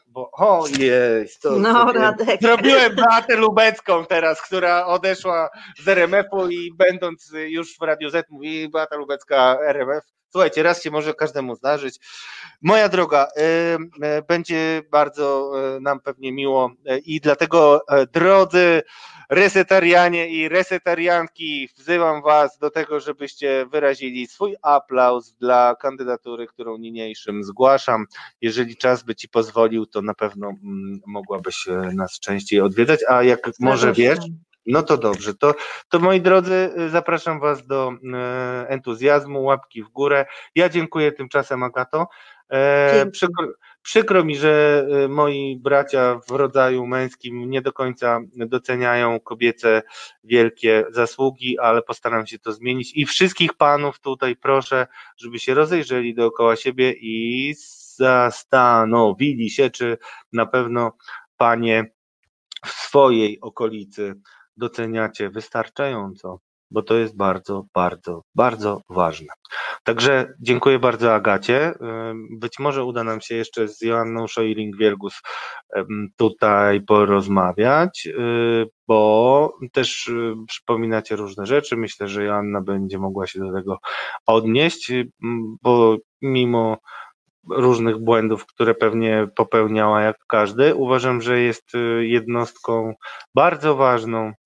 Radek. Zrobiłem Beatę Lubecką teraz, która odeszła z RMF-u i będąc już w Radiu Z mówi Beata Lubecka RMF. Słuchajcie, raz się może każdemu zdarzyć. Moja droga, będzie bardzo nam pewnie miło i dlatego drodzy resetarianie i resetarianki, wzywam was do tego, żebyście wyrazili swój aplauz dla kandydatury, którą niniejszym zgłaszam. Jeżeli czas by ci pozwolił, to na pewno mogłabyś nas częściej odwiedzać, a jak może wiesz, no to dobrze, to moi drodzy, zapraszam was do entuzjazmu, łapki w górę. Ja dziękuję tymczasem, Agato. Przykro mi, że moi bracia w rodzaju męskim nie do końca doceniają kobiece wielkie zasługi, ale postaram się to zmienić i wszystkich panów tutaj proszę, żeby się rozejrzeli dookoła siebie i zastanowili się, czy na pewno panie w swojej okolicy doceniacie wystarczająco, bo to jest bardzo, bardzo, bardzo ważne. Także dziękuję bardzo Agacie. Być może uda nam się jeszcze z Joanną Szojring-Wielgus tutaj porozmawiać, bo też przypominacie różne rzeczy. Myślę, że Joanna będzie mogła się do tego odnieść, bo mimo różnych błędów, które pewnie popełniała jak każdy, uważam, że jest jednostką bardzo ważną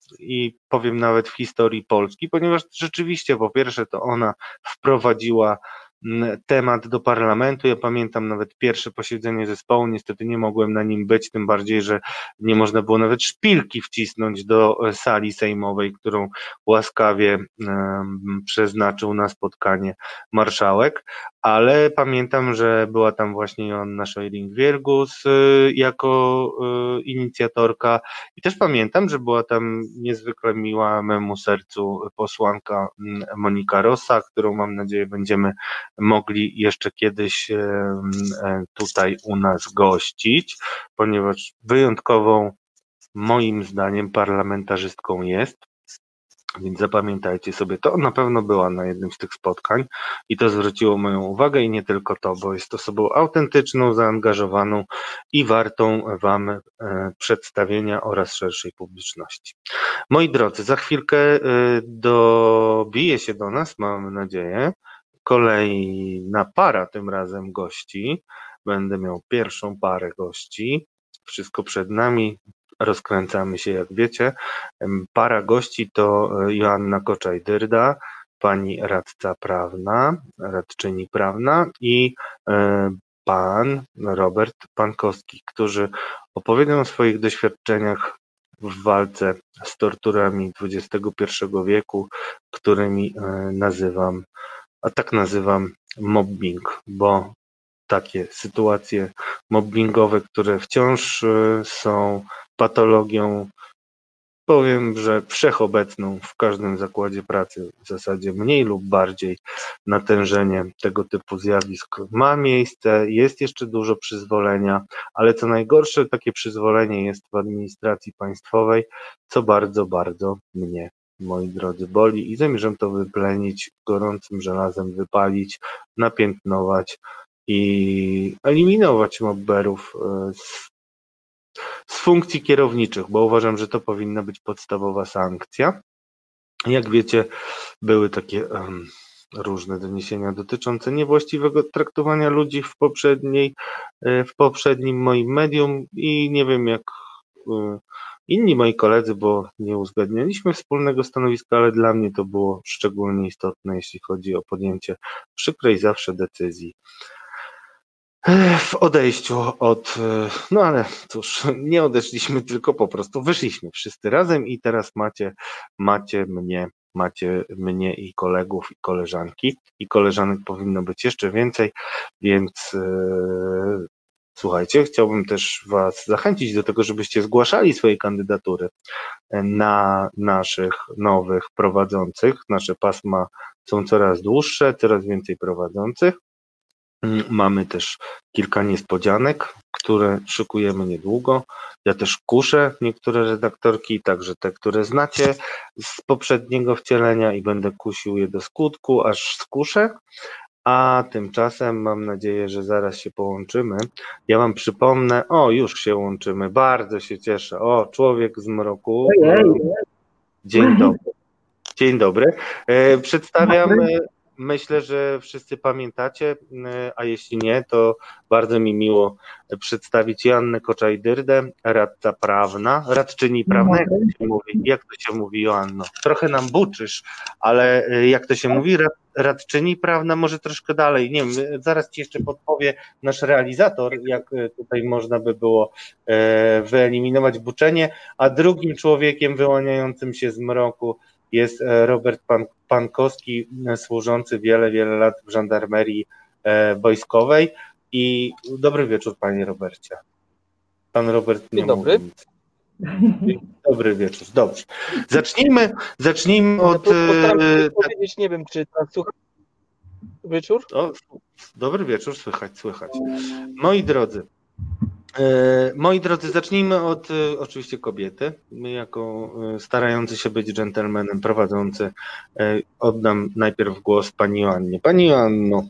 i powiem nawet w historii Polski, ponieważ rzeczywiście po pierwsze to ona wprowadziła temat do parlamentu. Ja pamiętam nawet pierwsze posiedzenie zespołu, niestety nie mogłem na nim być, tym bardziej, że nie można było nawet szpilki wcisnąć do sali sejmowej, którą łaskawie przeznaczył na spotkanie marszałek, ale pamiętam, że była tam właśnie Joanna Scheuring-Wielgus jako inicjatorka i też pamiętam, że była tam niezwykle miła memu sercu posłanka Monika Rosa, którą mam nadzieję będziemy mogli jeszcze kiedyś tutaj u nas gościć, ponieważ wyjątkową moim zdaniem parlamentarzystką jest, więc zapamiętajcie sobie, to na pewno była na jednym z tych spotkań i to zwróciło moją uwagę i nie tylko to, bo jest osobą autentyczną, zaangażowaną i wartą Wam przedstawienia oraz szerszej publiczności. Moi drodzy, za chwilkę dobije się do nas, mam nadzieję, kolejna para tym razem gości. Będę miał pierwszą parę gości. Wszystko przed nami. Rozkręcamy się, jak wiecie. Para gości to Joanna Koczaj-Dyrda, pani radca prawna, radczyni prawna i pan Robert Pankowski, którzy opowiedzą o swoich doświadczeniach w walce z torturami XXI wieku, którymi nazywam mobbing, bo takie sytuacje mobbingowe, które wciąż są patologią, powiem, że wszechobecną w każdym zakładzie pracy, w zasadzie mniej lub bardziej natężenie tego typu zjawisk ma miejsce, jest jeszcze dużo przyzwolenia, ale co najgorsze, takie przyzwolenie jest w administracji państwowej, co bardzo, bardzo mnie, moi drodzy, boli i zamierzam to wyplenić, gorącym żelazem wypalić, napiętnować i eliminować mobberów z funkcji kierowniczych, bo uważam, że to powinna być podstawowa sankcja. Jak wiecie, były takie różne doniesienia dotyczące niewłaściwego traktowania ludzi w poprzednim moim medium i nie wiem jak inni moi koledzy, bo nie uzgadnialiśmy wspólnego stanowiska, ale dla mnie to było szczególnie istotne, jeśli chodzi o podjęcie przykrej zawsze decyzji w odejściu od, no ale cóż, nie odeszliśmy, tylko po prostu wyszliśmy wszyscy razem i teraz macie mnie i kolegów i koleżanki i koleżanek powinno być jeszcze więcej, więc słuchajcie, chciałbym też Was zachęcić do tego, żebyście zgłaszali swoje kandydatury na naszych nowych prowadzących. Nasze pasma są coraz dłuższe, coraz więcej prowadzących. Mamy też kilka niespodzianek, które szykujemy niedługo. Ja też kuszę niektóre redaktorki, także te, które znacie z poprzedniego wcielenia i będę kusił je do skutku, aż skuszę. A tymczasem mam nadzieję, że zaraz się połączymy. Ja wam przypomnę, już się łączymy, bardzo się cieszę. Człowiek z mroku. Dzień dobry. Dzień dobry. Przedstawiam, myślę, że wszyscy pamiętacie, a jeśli nie, to bardzo mi miło przedstawić Joannę Koczaj-Dyrdę, radca prawna, radczyni prawna, jak to się mówi, Joanno? Trochę nam buczysz, ale jak to się mówi, radczyni prawna, może troszkę dalej, nie wiem, zaraz ci jeszcze podpowie nasz realizator, jak tutaj można by było wyeliminować buczenie, a drugim człowiekiem wyłaniającym się z mroku jest Robert Pankowski, służący wiele lat w żandarmerii wojskowej. I dobry wieczór, panie Robercie. Pan Robert nie mówi nic. Dobry wieczór, dobrze. Zacznijmy od... Postaram się powiedzieć, nie wiem, czy pan słucha. Wieczór? Dobry wieczór, słychać. Moi drodzy, zacznijmy od oczywiście kobiety. My jako starający się być dżentelmenem prowadzący oddam najpierw głos pani Joannie. Pani Joanno,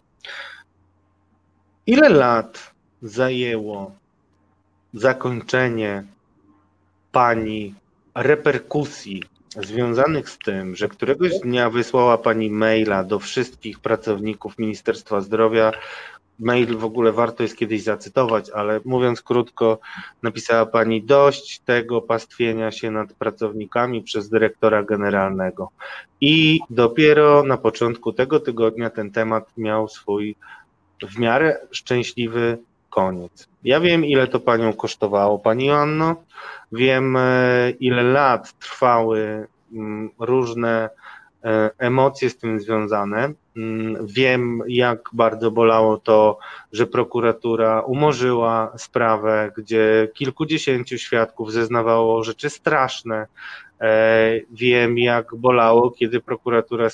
ile lat zajęło zakończenie pani reperkusji związanych z tym, że któregoś dnia wysłała pani maila do wszystkich pracowników Ministerstwa Zdrowia, mail w ogóle warto jest kiedyś zacytować, ale mówiąc krótko, napisała pani: dość tego pastwienia się nad pracownikami przez dyrektora generalnego. I dopiero na początku tego tygodnia ten temat miał swój w miarę szczęśliwy koniec. Ja wiem, ile to panią kosztowało, pani Joanno, wiem, ile lat trwały różne emocje z tym związane. Wiem, jak bardzo bolało to, że prokuratura umorzyła sprawę, gdzie kilkudziesięciu świadków zeznawało rzeczy straszne. Wiem, jak bolało, kiedy prokuratura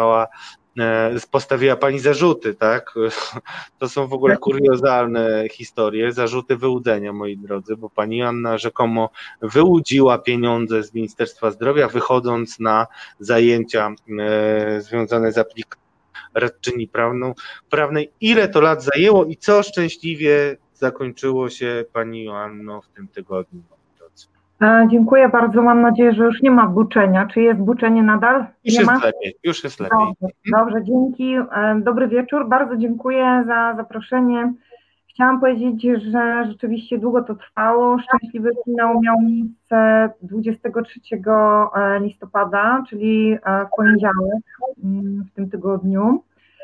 postawiła pani zarzuty, tak? To są w ogóle kuriozalne historie, zarzuty wyłudzenia, moi drodzy, bo pani Joanna rzekomo wyłudziła pieniądze z Ministerstwa Zdrowia, wychodząc na zajęcia związane z aplikacją radczyni prawnej. Ile to lat zajęło i co szczęśliwie zakończyło się, pani Joanno, w tym tygodniu, moi drodzy? Dziękuję bardzo. Mam nadzieję, że już nie ma buczenia. Czy jest buczenie nadal? Już jest lepiej. Dobrze, dzięki. Dobry wieczór. Bardzo dziękuję za zaproszenie. Chciałam powiedzieć, że rzeczywiście długo to trwało. Szczęśliwy finał miał miejsce 23 listopada, czyli w poniedziałek w tym tygodniu.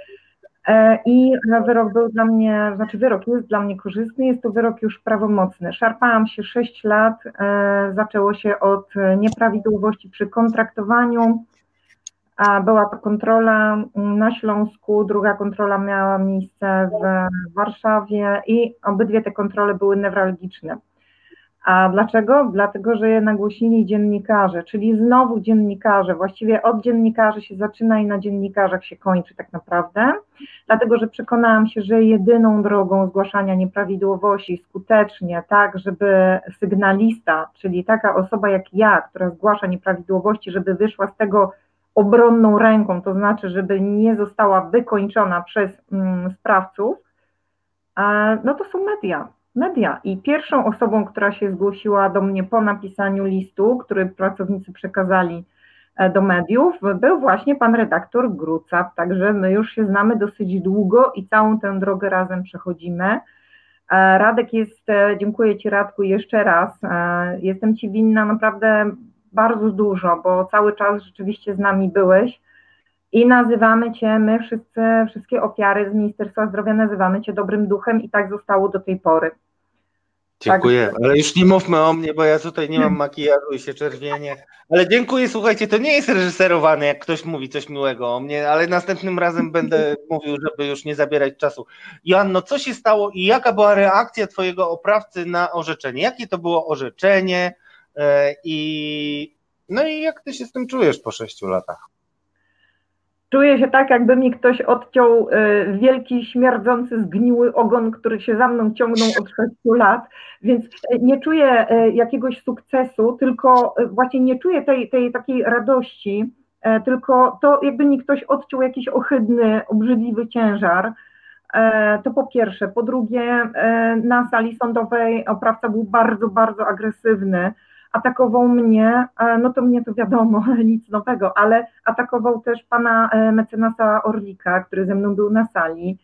I wyrok był dla mnie, wyrok jest dla mnie korzystny, jest to wyrok już prawomocny. Szarpałam się 6 lat, zaczęło się od nieprawidłowości przy kontraktowaniu, a była to kontrola na Śląsku, druga kontrola miała miejsce w Warszawie i obydwie te kontrole były newralgiczne. A dlaczego? Dlatego, że je nagłosili dziennikarze, czyli znowu dziennikarze, właściwie od dziennikarzy się zaczyna i na dziennikarzach się kończy tak naprawdę, dlatego, że przekonałam się, że jedyną drogą zgłaszania nieprawidłowości skutecznie, tak, żeby sygnalista, czyli taka osoba jak ja, która zgłasza nieprawidłowości, żeby wyszła z tego obronną ręką, to znaczy, żeby nie została wykończona przez sprawców, no to są media. I pierwszą osobą, która się zgłosiła do mnie po napisaniu listu, który pracownicy przekazali do mediów, był właśnie pan redaktor Grucap, także my już się znamy dosyć długo i całą tę drogę razem przechodzimy. Radek jest, dziękuję Ci Radku jeszcze raz, jestem Ci winna naprawdę bardzo dużo, bo cały czas rzeczywiście z nami byłeś i nazywamy Cię, my wszystkie ofiary z Ministerstwa Zdrowia nazywamy Cię dobrym duchem i tak zostało do tej pory. Dziękuję, ale już nie mówmy o mnie, bo ja tutaj nie mam makijażu i się czerwienię, ale dziękuję, słuchajcie, to nie jest reżyserowane, jak ktoś mówi coś miłego o mnie, ale następnym razem będę mówił, żeby już nie zabierać czasu. Joanno, co się stało i jaka była reakcja twojego oprawcy na orzeczenie? Jakie to było orzeczenie i jak ty się z tym czujesz po 6 latach? Czuję się tak, jakby mi ktoś odciął wielki, śmierdzący, zgniły ogon, który się za mną ciągnął od 6 lat, więc nie czuję jakiegoś sukcesu, tylko właśnie nie czuję tej takiej radości, tylko to jakby mi ktoś odciął jakiś ohydny, obrzydliwy ciężar. To po pierwsze. Po drugie, na sali sądowej oprawca był bardzo, bardzo agresywny. Atakował mnie, no to mnie to wiadomo, nic nowego, ale atakował też pana mecenasa Orlika, który ze mną był na sali,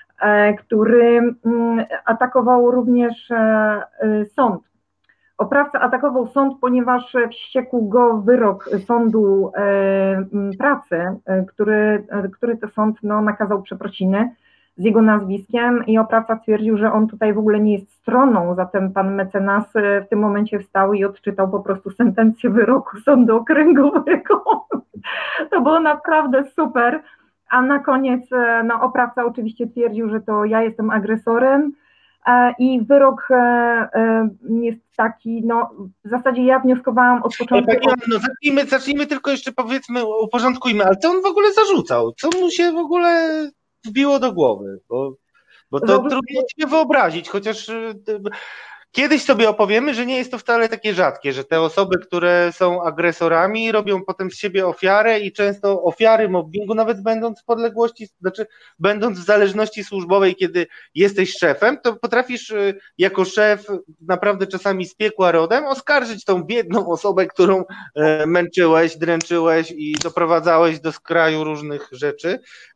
który atakował również sąd. Oprawca atakował sąd, ponieważ wściekł go wyrok sądu pracy, który to sąd nakazał przeprosiny z jego nazwiskiem i oprawca stwierdził, że on tutaj w ogóle nie jest stroną, zatem pan mecenas w tym momencie wstał i odczytał po prostu sentencję wyroku sądu okręgowego. To było naprawdę super, a na koniec oprawca oczywiście twierdził, że to ja jestem agresorem i wyrok jest taki, w zasadzie ja wnioskowałam od początku... Zacznijmy tylko jeszcze, powiedzmy, uporządkujmy, ale co on w ogóle zarzucał? Co mu się w ogóle wbiło do głowy? Bo to trudno sobie wyobrazić, chociaż kiedyś sobie opowiemy, że nie jest to wcale takie rzadkie, że te osoby, które są agresorami, robią potem z siebie ofiarę i często ofiary mobbingu, nawet będąc w podległości, znaczy będąc w zależności służbowej, kiedy jesteś szefem, to potrafisz jako szef naprawdę czasami z piekła rodem oskarżyć tą biedną osobę, którą męczyłeś, dręczyłeś i doprowadzałeś do skraju różnych rzeczy.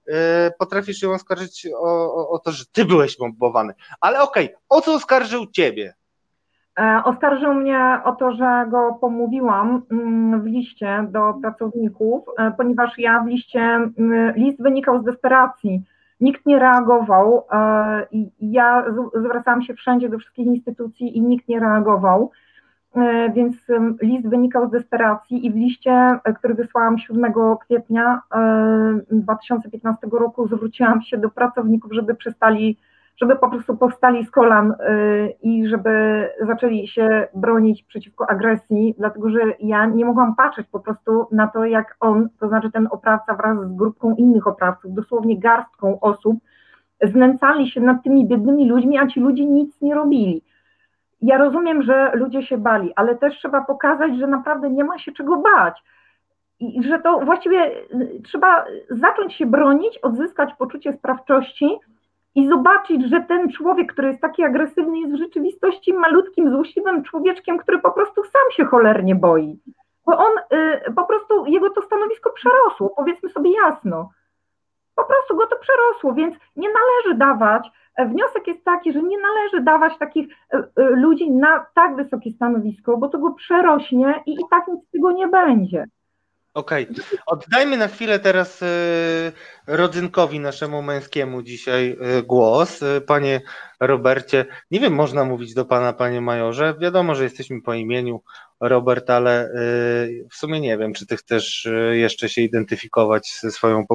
potrafisz ją oskarżyć o to, że ty byłeś mobbowany. Ale okej, o co oskarżył ciebie? Oskarżył mnie o to, że go pomówiłam w liście do pracowników, ponieważ ja w liście, list wynikał z desperacji. Nikt nie reagował i ja zwracałam się wszędzie do wszystkich instytucji i nikt nie reagował, więc list wynikał z desperacji i w liście, który wysłałam 7 kwietnia 2015 roku, zwróciłam się do pracowników, żeby po prostu powstali z kolan i żeby zaczęli się bronić przeciwko agresji, dlatego że ja nie mogłam patrzeć po prostu na to, jak on, to znaczy ten oprawca wraz z grupką innych oprawców, dosłownie garstką osób, znęcali się nad tymi biednymi ludźmi, a ci ludzie nic nie robili. Ja rozumiem, że ludzie się bali, ale też trzeba pokazać, że naprawdę nie ma się czego bać. I że to właściwie trzeba zacząć się bronić, odzyskać poczucie sprawczości i zobaczyć, że ten człowiek, który jest taki agresywny, jest w rzeczywistości malutkim, złośliwym człowieczkiem, który po prostu sam się cholernie boi. Bo on po prostu, jego to stanowisko przerosło, powiedzmy sobie jasno. Po prostu go to przerosło, więc nie należy dawać, wniosek jest taki, że nie należy dawać takich ludzi na tak wysokie stanowisko, bo to go przerośnie i tak nic z tego nie będzie. Okej, oddajmy na chwilę teraz rodzynkowi naszemu męskiemu dzisiaj głos. Panie Robercie, nie wiem, można mówić do pana, panie majorze, wiadomo, że jesteśmy po imieniu Robert, ale w sumie nie wiem, czy ty chcesz jeszcze się identyfikować ze swoją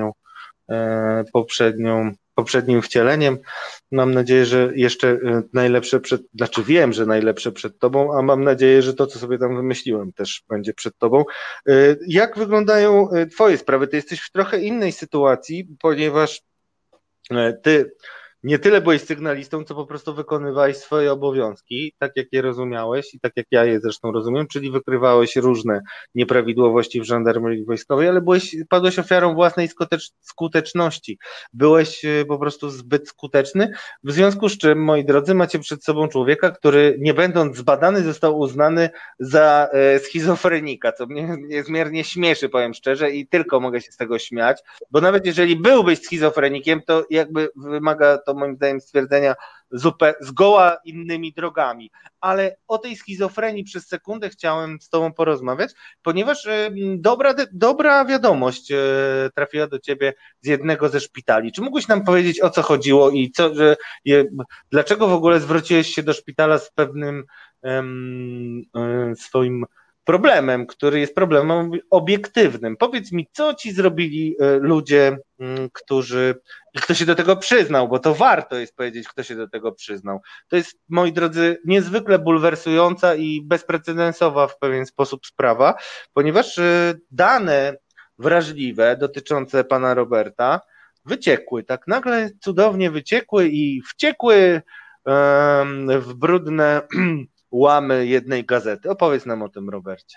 poprzednim wcieleniem. Mam nadzieję, że jeszcze wiem, że najlepsze przed tobą, a mam nadzieję, że to, co sobie tam wymyśliłem, też będzie przed tobą. Jak wyglądają twoje sprawy? Ty jesteś w trochę innej sytuacji, ponieważ ty nie tyle byłeś sygnalistą, co po prostu wykonywałeś swoje obowiązki, tak jak je rozumiałeś i tak jak ja je zresztą rozumiem, czyli wykrywałeś różne nieprawidłowości w żandarmerii wojskowej, ale padłeś ofiarą własnej skuteczności. Byłeś po prostu zbyt skuteczny, w związku z czym, moi drodzy, macie przed sobą człowieka, który nie będąc zbadany, został uznany za schizofrenika, co mnie niezmiernie śmieszy, powiem szczerze, i tylko mogę się z tego śmiać, bo nawet jeżeli byłbyś schizofrenikiem, to jakby wymaga to moim zdaniem stwierdzenia zgoła innymi drogami, ale o tej schizofrenii przez sekundę chciałem z tobą porozmawiać, ponieważ dobra wiadomość trafiła do ciebie z jednego ze szpitali. Czy mógłbyś nam powiedzieć, o co chodziło i dlaczego w ogóle zwróciłeś się do szpitala z pewnym swoim problemem, który jest problemem obiektywnym? Powiedz mi, co ci zrobili ludzie, kto się do tego przyznał, bo to warto jest powiedzieć, kto się do tego przyznał. To jest, moi drodzy, niezwykle bulwersująca i bezprecedensowa w pewien sposób sprawa, ponieważ dane wrażliwe dotyczące pana Roberta wyciekły, tak nagle cudownie wyciekły i wciekły w brudne łamy jednej gazety. Opowiedz nam o tym, Robercie.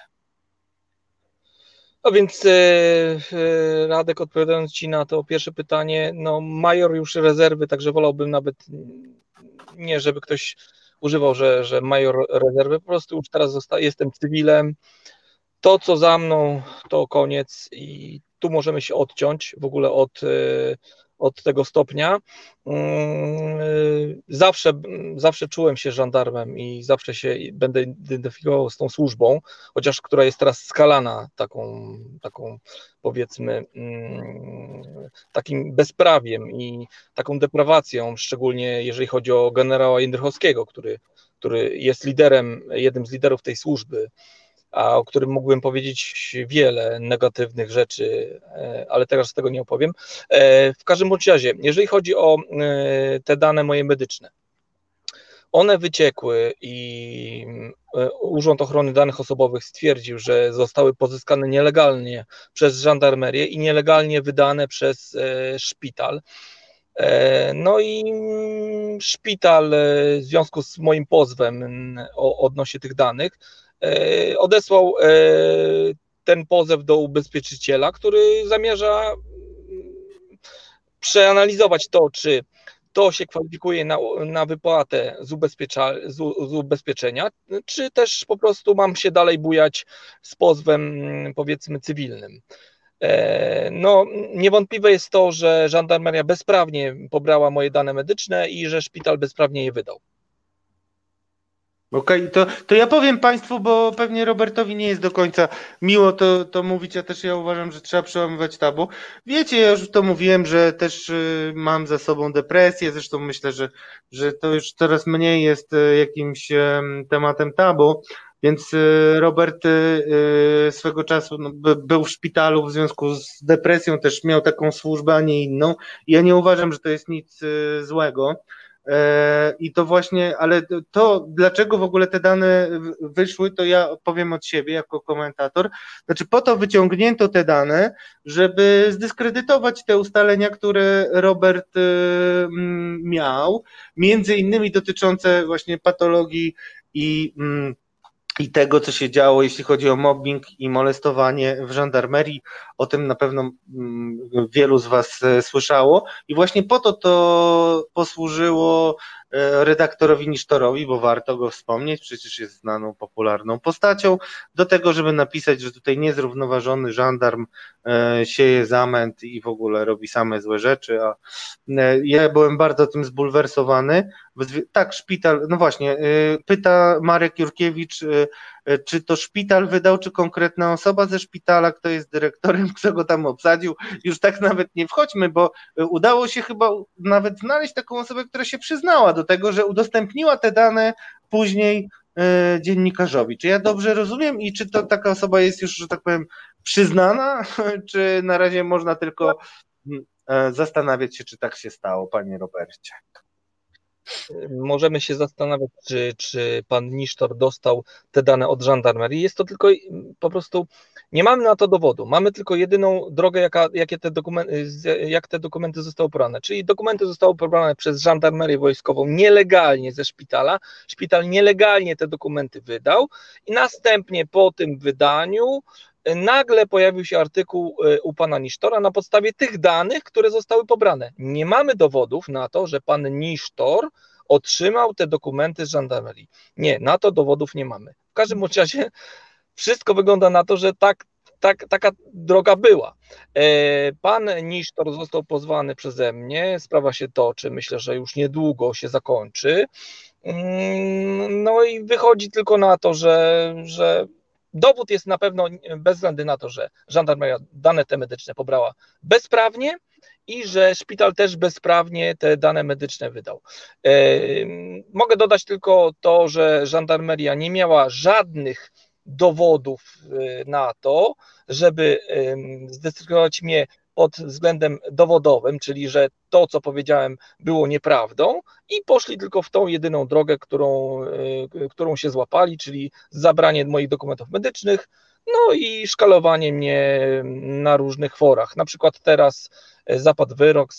No więc Radek, odpowiadając ci na to pierwsze pytanie, no major już rezerwy, także wolałbym nawet nie, żeby ktoś używał, że major rezerwy, po prostu już teraz jestem cywilem, to co za mną to koniec i tu możemy się odciąć w ogóle od tego stopnia. Zawsze czułem się żandarmem i zawsze się będę identyfikował z tą służbą, chociaż która jest teraz skalana taką powiedzmy takim bezprawiem i taką deprawacją, szczególnie jeżeli chodzi o generała Jędrychowskiego, który jest jednym z liderów tej służby, a o którym mógłbym powiedzieć wiele negatywnych rzeczy, ale teraz z tego nie opowiem. W każdym bądź razie, jeżeli chodzi o te dane moje medyczne, one wyciekły i Urząd Ochrony Danych Osobowych stwierdził, że zostały pozyskane nielegalnie przez żandarmerię i nielegalnie wydane przez szpital. No i szpital w związku z moim pozwem odnośnie tych danych odesłał ten pozew do ubezpieczyciela, który zamierza przeanalizować to, czy to się kwalifikuje na wypłatę z ubezpieczenia, czy też po prostu mam się dalej bujać z pozwem, powiedzmy, cywilnym. No, niewątpliwe jest to, że żandarmeria bezprawnie pobrała moje dane medyczne i że szpital bezprawnie je wydał. Okej, to ja powiem Państwu, bo pewnie Robertowi nie jest do końca miło to mówić, ja uważam, że trzeba przełamywać tabu. Wiecie, ja już to mówiłem, że też mam za sobą depresję, zresztą myślę, że to już coraz mniej jest jakimś tematem tabu, więc Robert swego czasu był w szpitalu w związku z depresją, też miał taką służbę, a nie inną. Ja nie uważam, że to jest nic złego. I to właśnie, ale to dlaczego w ogóle te dane wyszły, to ja powiem od siebie jako komentator. Znaczy po to wyciągnięto te dane, żeby zdyskredytować te ustalenia, które Robert miał, między innymi dotyczące właśnie patologii i tego, co się działo, jeśli chodzi o mobbing i molestowanie w żandarmerii. O tym na pewno wielu z Was słyszało i właśnie po to posłużyło redaktorowi Nisztorowi, bo warto go wspomnieć, przecież jest znaną, popularną postacią, do tego, żeby napisać, że tutaj niezrównoważony żandarm sieje zamęt i w ogóle robi same złe rzeczy, a ja byłem bardzo tym zbulwersowany. Tak, szpital, no właśnie, pyta Marek Jurkiewicz, czy to szpital wydał, czy konkretna osoba ze szpitala, kto jest dyrektorem, kto go tam obsadził. Już tak nawet nie wchodźmy, bo udało się chyba nawet znaleźć taką osobę, która się przyznała do tego, że udostępniła te dane później dziennikarzowi. Czy ja dobrze rozumiem i czy to taka osoba jest już, że tak powiem, przyznana, czy na razie można tylko zastanawiać się, czy tak się stało, panie Robercie? Możemy się zastanawiać, czy pan Nisztor dostał te dane od żandarmerii. Jest to tylko po prostu, nie mamy na to dowodu. Mamy tylko jedyną drogę, jak te dokumenty zostały pobrane. Czyli dokumenty zostały pobrane przez żandarmerię wojskową nielegalnie ze szpitala. Szpital nielegalnie te dokumenty wydał i następnie po tym wydaniu nagle pojawił się artykuł u pana Nisztora na podstawie tych danych, które zostały pobrane. Nie mamy dowodów na to, że pan Nisztor otrzymał te dokumenty z żandarmerii. Nie, na to dowodów nie mamy. W każdym razie wszystko wygląda na to, że taka droga była. Pan Nisztor został pozwany przeze mnie, sprawa się toczy, myślę, że już niedługo się zakończy. No i wychodzi tylko na to, że dowód jest na pewno, bez względu na to, że żandarmeria dane te medyczne pobrała bezprawnie i że szpital też bezprawnie te dane medyczne wydał. Mogę dodać tylko to, że żandarmeria nie miała żadnych dowodów na to, żeby zdecydować mnie pod względem dowodowym, czyli że to, co powiedziałem, było nieprawdą i poszli tylko w tą jedyną drogę, którą się złapali, czyli zabranie moich dokumentów medycznych, no i szkalowanie mnie na różnych forach. Na przykład teraz zapadł wyrok w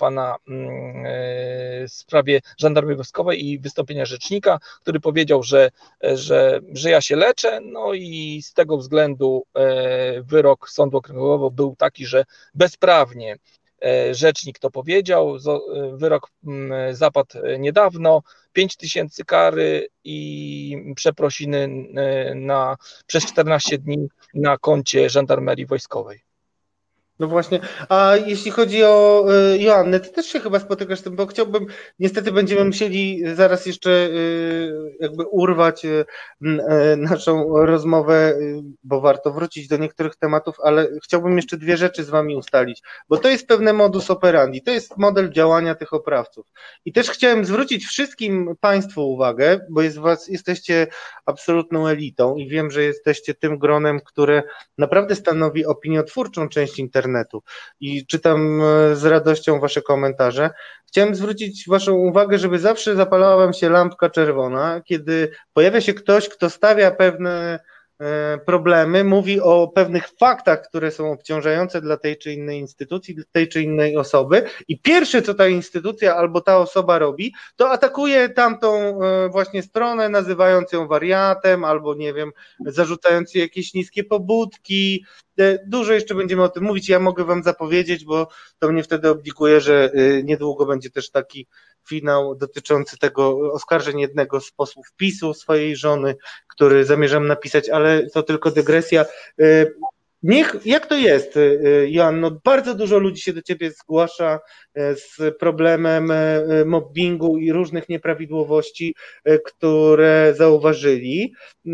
sprawie żandarmerii wojskowej i wystąpienia rzecznika, który powiedział, że ja się leczę, no i z tego względu wyrok sądu okręgowego był taki, że bezprawnie rzecznik to powiedział, wyrok zapadł niedawno, 5000 kary i przeprosiny przez 14 dni na koncie żandarmerii wojskowej. No właśnie, a jeśli chodzi o Joannę, ty też się chyba spotykasz z tym, bo chciałbym, niestety będziemy musieli zaraz jeszcze jakby urwać naszą rozmowę, bo warto wrócić do niektórych tematów, ale chciałbym jeszcze dwie rzeczy z wami ustalić, bo to jest pewne modus operandi, to jest model działania tych oprawców. I też chciałem zwrócić wszystkim państwu uwagę, bo jesteście absolutną elitą i wiem, że jesteście tym gronem, które naprawdę stanowi opiniotwórczą część internetu i czytam z radością wasze komentarze. Chciałem zwrócić waszą uwagę, żeby zawsze zapalała wam się lampka czerwona, kiedy pojawia się ktoś, kto stawia pewne problemy, mówi o pewnych faktach, które są obciążające dla tej czy innej instytucji, dla tej czy innej osoby i pierwsze, co ta instytucja albo ta osoba robi, to atakuje tamtą właśnie stronę, nazywając ją wariatem albo nie wiem, zarzucając jej jakieś niskie pobudki. Dużo jeszcze będziemy o tym mówić, ja mogę wam zapowiedzieć, bo to mnie wtedy obliguje, że niedługo będzie też taki finał dotyczący tego oskarżeń jednego z posłów PiS-u, swojej żony, który zamierzam napisać, ale to tylko dygresja. Jak to jest, Joanno? Bardzo dużo ludzi się do ciebie zgłasza z problemem mobbingu i różnych nieprawidłowości, które zauważyli.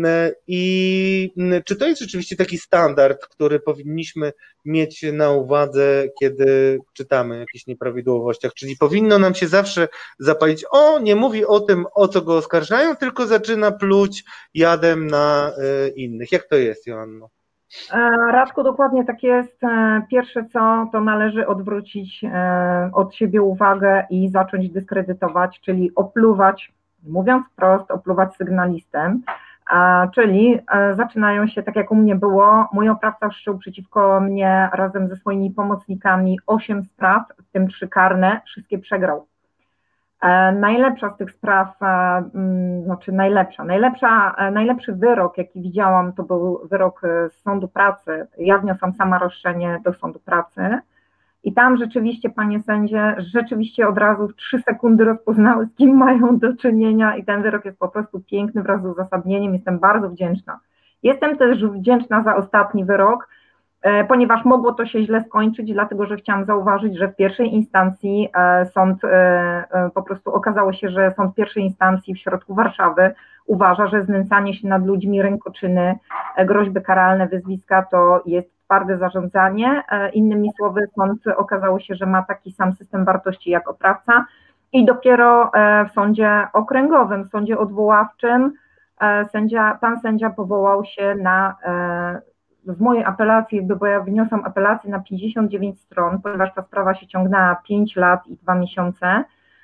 I czy to jest rzeczywiście taki standard, który powinniśmy mieć na uwadze, kiedy czytamy o jakichś nieprawidłowościach? Czyli powinno nam się zawsze zapalić, nie mówi o tym, o co go oskarżają, tylko zaczyna pluć jadem na innych. Jak to jest, Joanno? Radku, dokładnie tak jest. Pierwsze co, to należy odwrócić od siebie uwagę i zacząć dyskredytować, czyli opluwać, mówiąc wprost, opluwać sygnalistem, czyli zaczynają się, tak jak u mnie było, mój oprawca wszczął przeciwko mnie razem ze swoimi pomocnikami 8 spraw, w tym 3 karne, wszystkie przegrał. Najlepsza z tych spraw, znaczy najlepszy wyrok, jaki widziałam, to był wyrok z Sądu Pracy. Ja wniosłam sama roszczenie do Sądu Pracy i tam rzeczywiście, panie sędzie, rzeczywiście od razu w 3 sekundy rozpoznały, z kim mają do czynienia i ten wyrok jest po prostu piękny wraz z uzasadnieniem. Jestem bardzo wdzięczna. Jestem też wdzięczna za ostatni wyrok, ponieważ mogło to się źle skończyć, dlatego że chciałam zauważyć, że w pierwszej instancji sąd, po prostu okazało się, że sąd pierwszej instancji w środku Warszawy uważa, że znęcanie się nad ludźmi, rękoczyny, groźby karalne, wyzwiska to jest twarde zarządzanie. Innymi słowy, sąd okazało się, że ma taki sam system wartości jak oprawca i dopiero w sądzie okręgowym, w sądzie odwoławczym pan sędzia powołał się na w mojej apelacji, bo ja wniosłam apelację na 59 stron, ponieważ ta sprawa się ciągnęła 5 lat i 2 miesiące,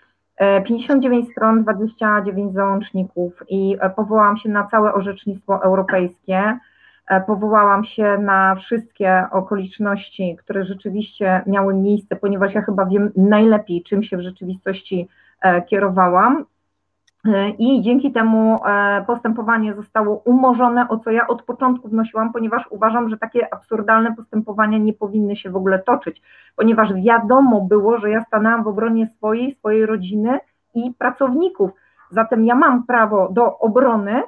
59 stron, 29 załączników i powołałam się na całe orzecznictwo europejskie, powołałam się na wszystkie okoliczności, które rzeczywiście miały miejsce, ponieważ ja chyba wiem najlepiej, czym się w rzeczywistości kierowałam. I dzięki temu postępowanie zostało umorzone, o co ja od początku wnosiłam, ponieważ uważam, że takie absurdalne postępowania nie powinny się w ogóle toczyć, ponieważ wiadomo było, że ja stanęłam w obronie swojej rodziny i pracowników. Zatem ja mam prawo do obrony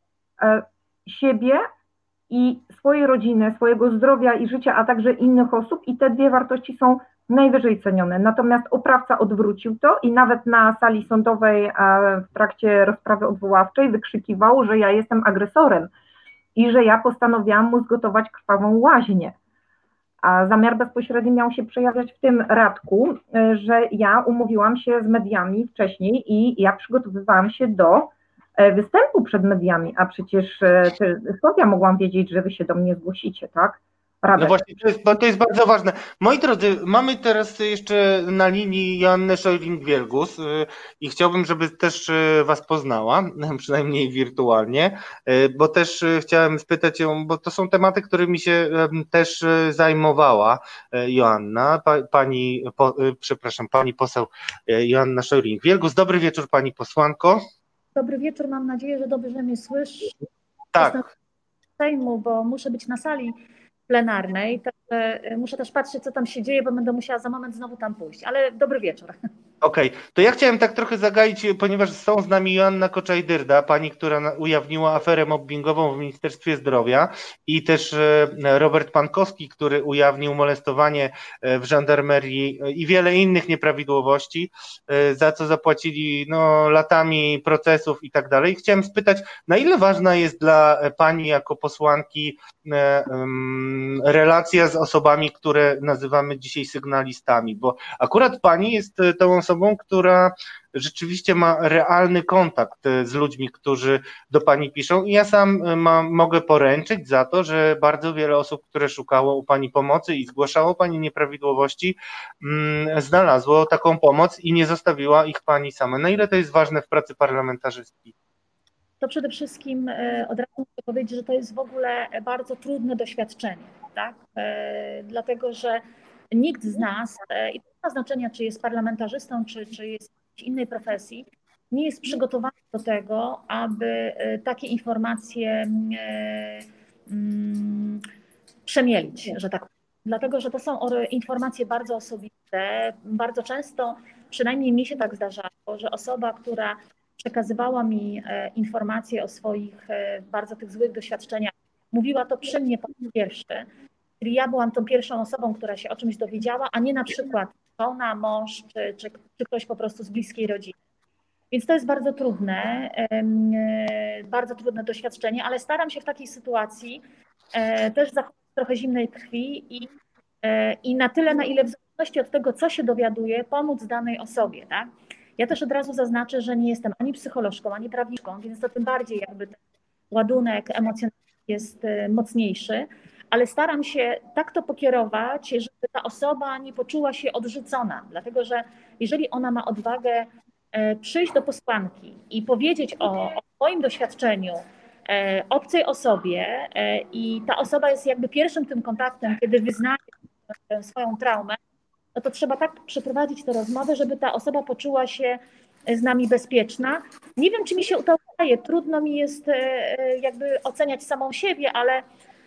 siebie i swojej rodziny, swojego zdrowia i życia, a także innych osób i te 2 wartości są najwyżej cenione. Natomiast oprawca odwrócił to i nawet na sali sądowej w trakcie rozprawy odwoławczej wykrzykiwał, że ja jestem agresorem i że ja postanowiłam mu zgotować krwawą łaźnię. A zamiar bezpośredni miał się przejawiać w tym, Radku, że ja umówiłam się z mediami wcześniej i ja przygotowywałam się do występu przed mediami, a przecież skąd ja mogłam wiedzieć, że wy się do mnie zgłosicie, tak? Radek. No właśnie, to jest bardzo ważne. Moi drodzy, mamy teraz jeszcze na linii Joannę Scheuring-Wielgus i chciałbym, żeby też was poznała, przynajmniej wirtualnie, bo też chciałem spytać ją, bo to są tematy, którymi się też zajmowała Joanna, pani poseł Joanna Scheuring-Wielgus. Dobry wieczór, pani posłanko. Dobry wieczór, mam nadzieję, że dobrze mnie słyszy. Tak. Jestem w Sejmu, bo muszę być na sali plenarnej, także muszę też patrzeć, co tam się dzieje, bo będę musiała za moment znowu tam pójść, ale dobry wieczór. Okej, to ja chciałem tak trochę zagaić, ponieważ są z nami Joanna Koczaj-Dyrda, pani, która ujawniła aferę mobbingową w Ministerstwie Zdrowia i też Robert Pankowski, który ujawnił molestowanie w żandarmerii i wiele innych nieprawidłowości, za co zapłacili latami procesów i tak dalej. Chciałem spytać, na ile ważna jest dla pani jako posłanki relacja z osobami, które nazywamy dzisiaj sygnalistami, bo akurat pani jest tą osobą, która rzeczywiście ma realny kontakt z ludźmi, którzy do pani piszą i ja sam mogę poręczyć za to, że bardzo wiele osób, które szukało u pani pomocy i zgłaszało pani nieprawidłowości, znalazło taką pomoc i nie zostawiła ich pani same. Na ile to jest ważne w pracy parlamentarzystki? To przede wszystkim od razu muszę powiedzieć, że to jest w ogóle bardzo trudne doświadczenie, tak? Dlatego, że nikt z nas, i to nie ma znaczenia, czy jest parlamentarzystą, czy jest w innej profesji, nie jest przygotowany do tego, aby takie informacje przemielić, że tak powiem. Dlatego, że to są informacje bardzo osobiste. Bardzo często, przynajmniej mi się tak zdarzało, że osoba, która przekazywała mi informacje o swoich bardzo tych złych doświadczeniach, mówiła to przy mnie po raz pierwszy Czyli ja byłam tą pierwszą osobą, która się o czymś dowiedziała, a nie na przykład żona, mąż czy ktoś po prostu z bliskiej rodziny. Więc to jest bardzo trudne doświadczenie, ale staram się w takiej sytuacji też zachować trochę zimnej krwi i na tyle, na ile w zależności od tego, co się dowiaduje, pomóc danej osobie. Tak? Ja też od razu zaznaczę, że nie jestem ani psycholożką, ani prawniczką, więc to tym bardziej jakby ten ładunek emocjonalny jest mocniejszy, ale staram się tak to pokierować, żeby ta osoba nie poczuła się odrzucona, dlatego że jeżeli ona ma odwagę przyjść do posłanki i powiedzieć o moim doświadczeniu obcej osobie i ta osoba jest jakby pierwszym tym kontaktem, kiedy wyznaje swoją traumę, no to trzeba tak przeprowadzić tę rozmowę, żeby ta osoba poczuła się z nami bezpieczna. Nie wiem, czy mi się to udaje, trudno mi jest jakby oceniać samą siebie, ale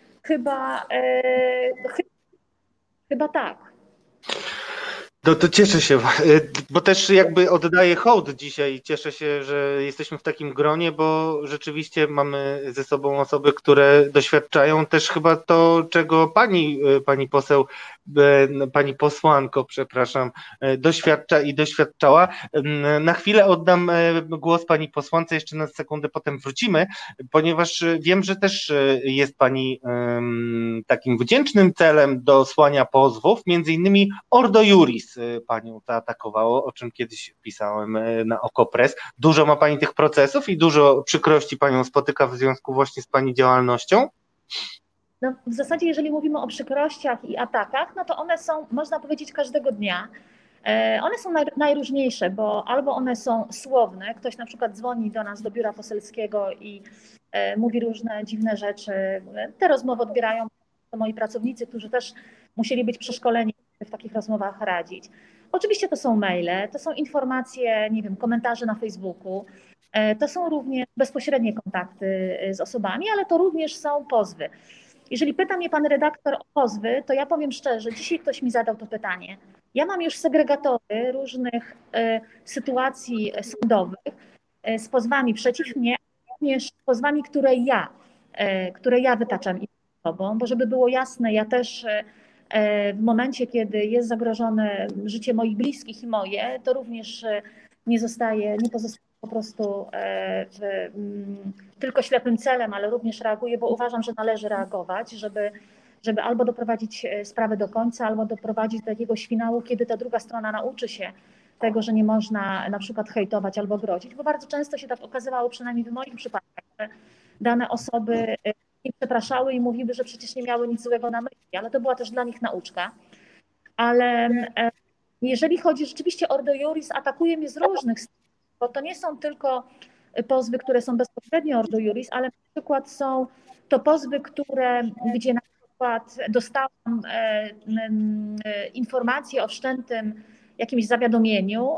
chyba tak. No to cieszę się, bo też jakby oddaję hołd dzisiaj. Cieszę się, że jesteśmy w takim gronie, bo rzeczywiście mamy ze sobą osoby, które doświadczają też chyba to, czego pani poseł, pani posłanko, przepraszam, doświadcza i doświadczała. Na chwilę oddam głos pani posłance, jeszcze na sekundę potem wrócimy, ponieważ wiem, że też jest pani takim wdzięcznym celem do słania pozwów, między innymi Ordo Iuris panią zaatakowało, o czym kiedyś pisałem na Okopres. Dużo ma pani tych procesów i dużo przykrości panią spotyka w związku właśnie z pani działalnością? No, w zasadzie, jeżeli mówimy o przykrościach i atakach, no to one są, można powiedzieć, każdego dnia. One są najróżniejsze, bo albo one są słowne, ktoś na przykład dzwoni do nas, do biura poselskiego i mówi różne dziwne rzeczy. Te rozmowy odbierają moi pracownicy, którzy też musieli być przeszkoleni, w takich rozmowach radzić. Oczywiście to są maile, to są informacje, nie wiem, komentarze na Facebooku, to są również bezpośrednie kontakty z osobami, ale to również są pozwy. Jeżeli pyta mnie pan redaktor o pozwy, to ja powiem szczerze, dzisiaj ktoś mi zadał to pytanie. Ja mam już segregatory różnych sytuacji sądowych z pozwami przeciw mnie, również z pozwami, które ja wytaczam osobom, bo żeby było jasne, ja też w momencie, kiedy jest zagrożone życie moich bliskich i moje, to również nie pozostaje po prostu tylko ślepym celem, ale również reaguję, bo uważam, że należy reagować, żeby albo doprowadzić sprawę do końca, albo doprowadzić do jakiegoś finału, kiedy ta druga strona nauczy się tego, że nie można na przykład hejtować albo grozić, bo bardzo często się tak okazywało, przynajmniej w moich przypadkach, że dane osoby nie przepraszały i mówiły, że przecież nie miały nic złego na myśli, ale to była też dla nich nauczka. Ale jeżeli chodzi rzeczywiście o Ordo Iuris, atakuje mnie z różnych stron, bo to nie są tylko pozwy, które są bezpośrednio Ordo Iuris, ale na przykład są to pozwy, gdzie na przykład dostałam informację o wszczętym jakimś zawiadomieniu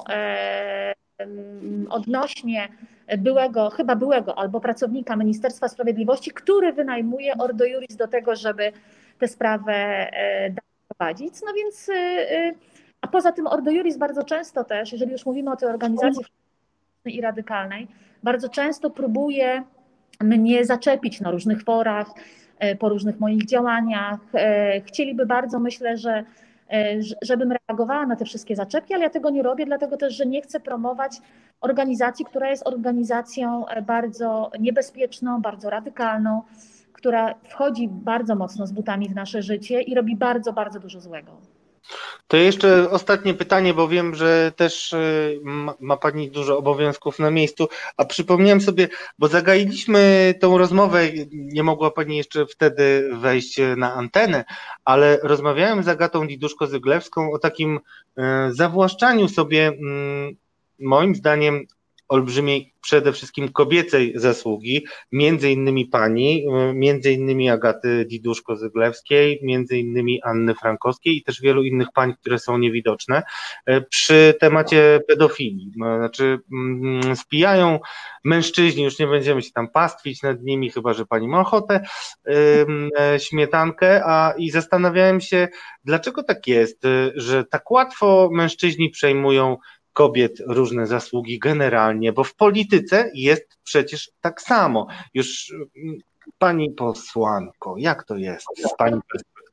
odnośnie chyba byłego albo pracownika Ministerstwa Sprawiedliwości, który wynajmuje Ordo Iuris do tego, żeby tę sprawę prowadzić. No więc, a poza tym Ordo Iuris bardzo często też, jeżeli już mówimy o tej organizacji i radykalnej, bardzo często próbuje mnie zaczepić na różnych forach, po różnych moich działaniach. Chcieliby bardzo, myślę, żebym reagowała na te wszystkie zaczepki, ale ja tego nie robię, dlatego też, że nie chcę promować organizacji, która jest organizacją bardzo niebezpieczną, bardzo radykalną, która wchodzi bardzo mocno z butami w nasze życie i robi bardzo, bardzo dużo złego. To jeszcze ostatnie pytanie, bo wiem, że też ma pani dużo obowiązków na miejscu, a przypomniałem sobie, bo zagailiśmy tą rozmowę, nie mogła pani jeszcze wtedy wejść na antenę, ale rozmawiałem z Agatą Diduszko-Zyglewską o takim zawłaszczaniu sobie, moim zdaniem, olbrzymiej przede wszystkim kobiecej zasługi, między innymi pani, między innymi Agaty Diduszko-Zyglewskiej, między innymi Anny Frankowskiej i też wielu innych pań, które są niewidoczne, przy temacie pedofilii. Znaczy spijają mężczyźni, już nie będziemy się tam pastwić nad nimi, chyba że pani ma ochotę, śmietankę, i zastanawiałem się, dlaczego tak jest, że tak łatwo mężczyźni przejmują kobiet różne zasługi generalnie, bo w polityce jest przecież tak samo. Już pani posłanko, jak to jest z pani perspektywy?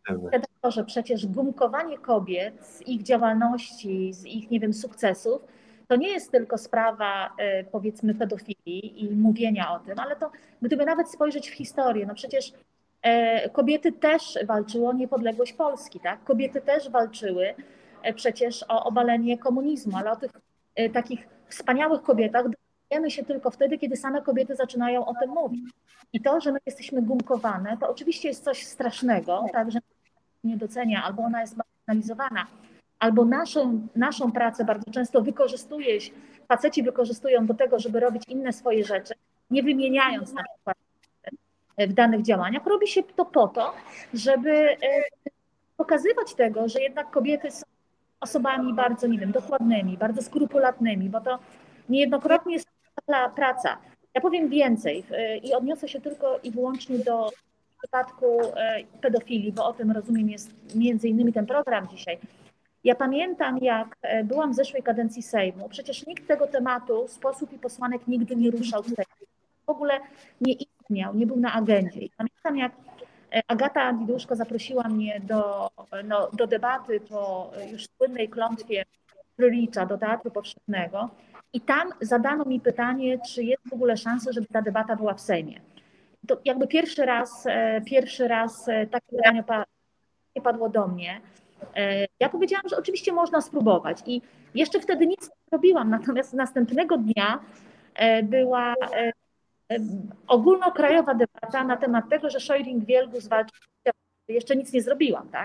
że przecież gumkowanie kobiet z ich działalności, z ich, nie wiem, sukcesów, to nie jest tylko sprawa, powiedzmy, pedofilii i mówienia o tym, ale to gdyby nawet spojrzeć w historię, no przecież kobiety też walczyły o niepodległość Polski, tak? Kobiety też walczyły przecież o obalenie komunizmu, ale o tych takich wspaniałych kobietach dowiadujemy się tylko wtedy, kiedy same kobiety zaczynają o tym mówić. I to, że my jesteśmy gumkowane, to oczywiście jest coś strasznego, tak, że nie docenia, albo ona jest marginalizowana, albo naszą pracę bardzo często faceci wykorzystują do tego, żeby robić inne swoje rzeczy, nie wymieniając na przykład w danych działaniach. Robi się to po to, żeby pokazywać tego, że jednak kobiety są osobami bardzo, nie wiem, dokładnymi, bardzo skrupulatnymi, bo to niejednokrotnie jest praca. Ja powiem więcej i odniosę się tylko i wyłącznie do przypadku pedofilii, bo o tym, rozumiem, jest między innymi ten program dzisiaj. Ja pamiętam, jak byłam w zeszłej kadencji Sejmu, przecież nikt tego tematu z posłów i posłanek nigdy nie ruszał w Sejmie. W ogóle nie istniał, nie był na agendzie. I pamiętam, jak Agata Diduszko zaprosiła mnie do debaty po już słynnej klątwie Krylicza do Teatru Powszechnego i tam zadano mi pytanie, czy jest w ogóle szansa, żeby ta debata była w Sejmie. To jakby pierwszy raz takie pytanie padło do mnie. Ja powiedziałam, że oczywiście można spróbować i jeszcze wtedy nic nie robiłam, natomiast następnego dnia była ogólnokrajowa debata na temat tego, że Szojring-Wielgus walczy. Jeszcze nic nie zrobiłam, tak?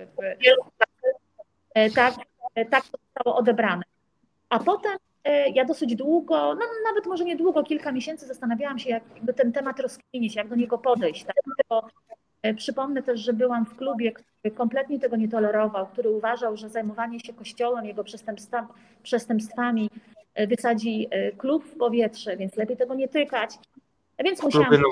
Tak to zostało odebrane. A potem ja dosyć długo, no nawet może nie długo, kilka miesięcy zastanawiałam się, jakby ten temat rozkminić, jak do niego podejść. Tak? Bo przypomnę też, że byłam w klubie, który kompletnie tego nie tolerował, który uważał, że zajmowanie się Kościołem, jego przestępstwami wysadzi klub w powietrze, więc lepiej tego nie tykać. Więc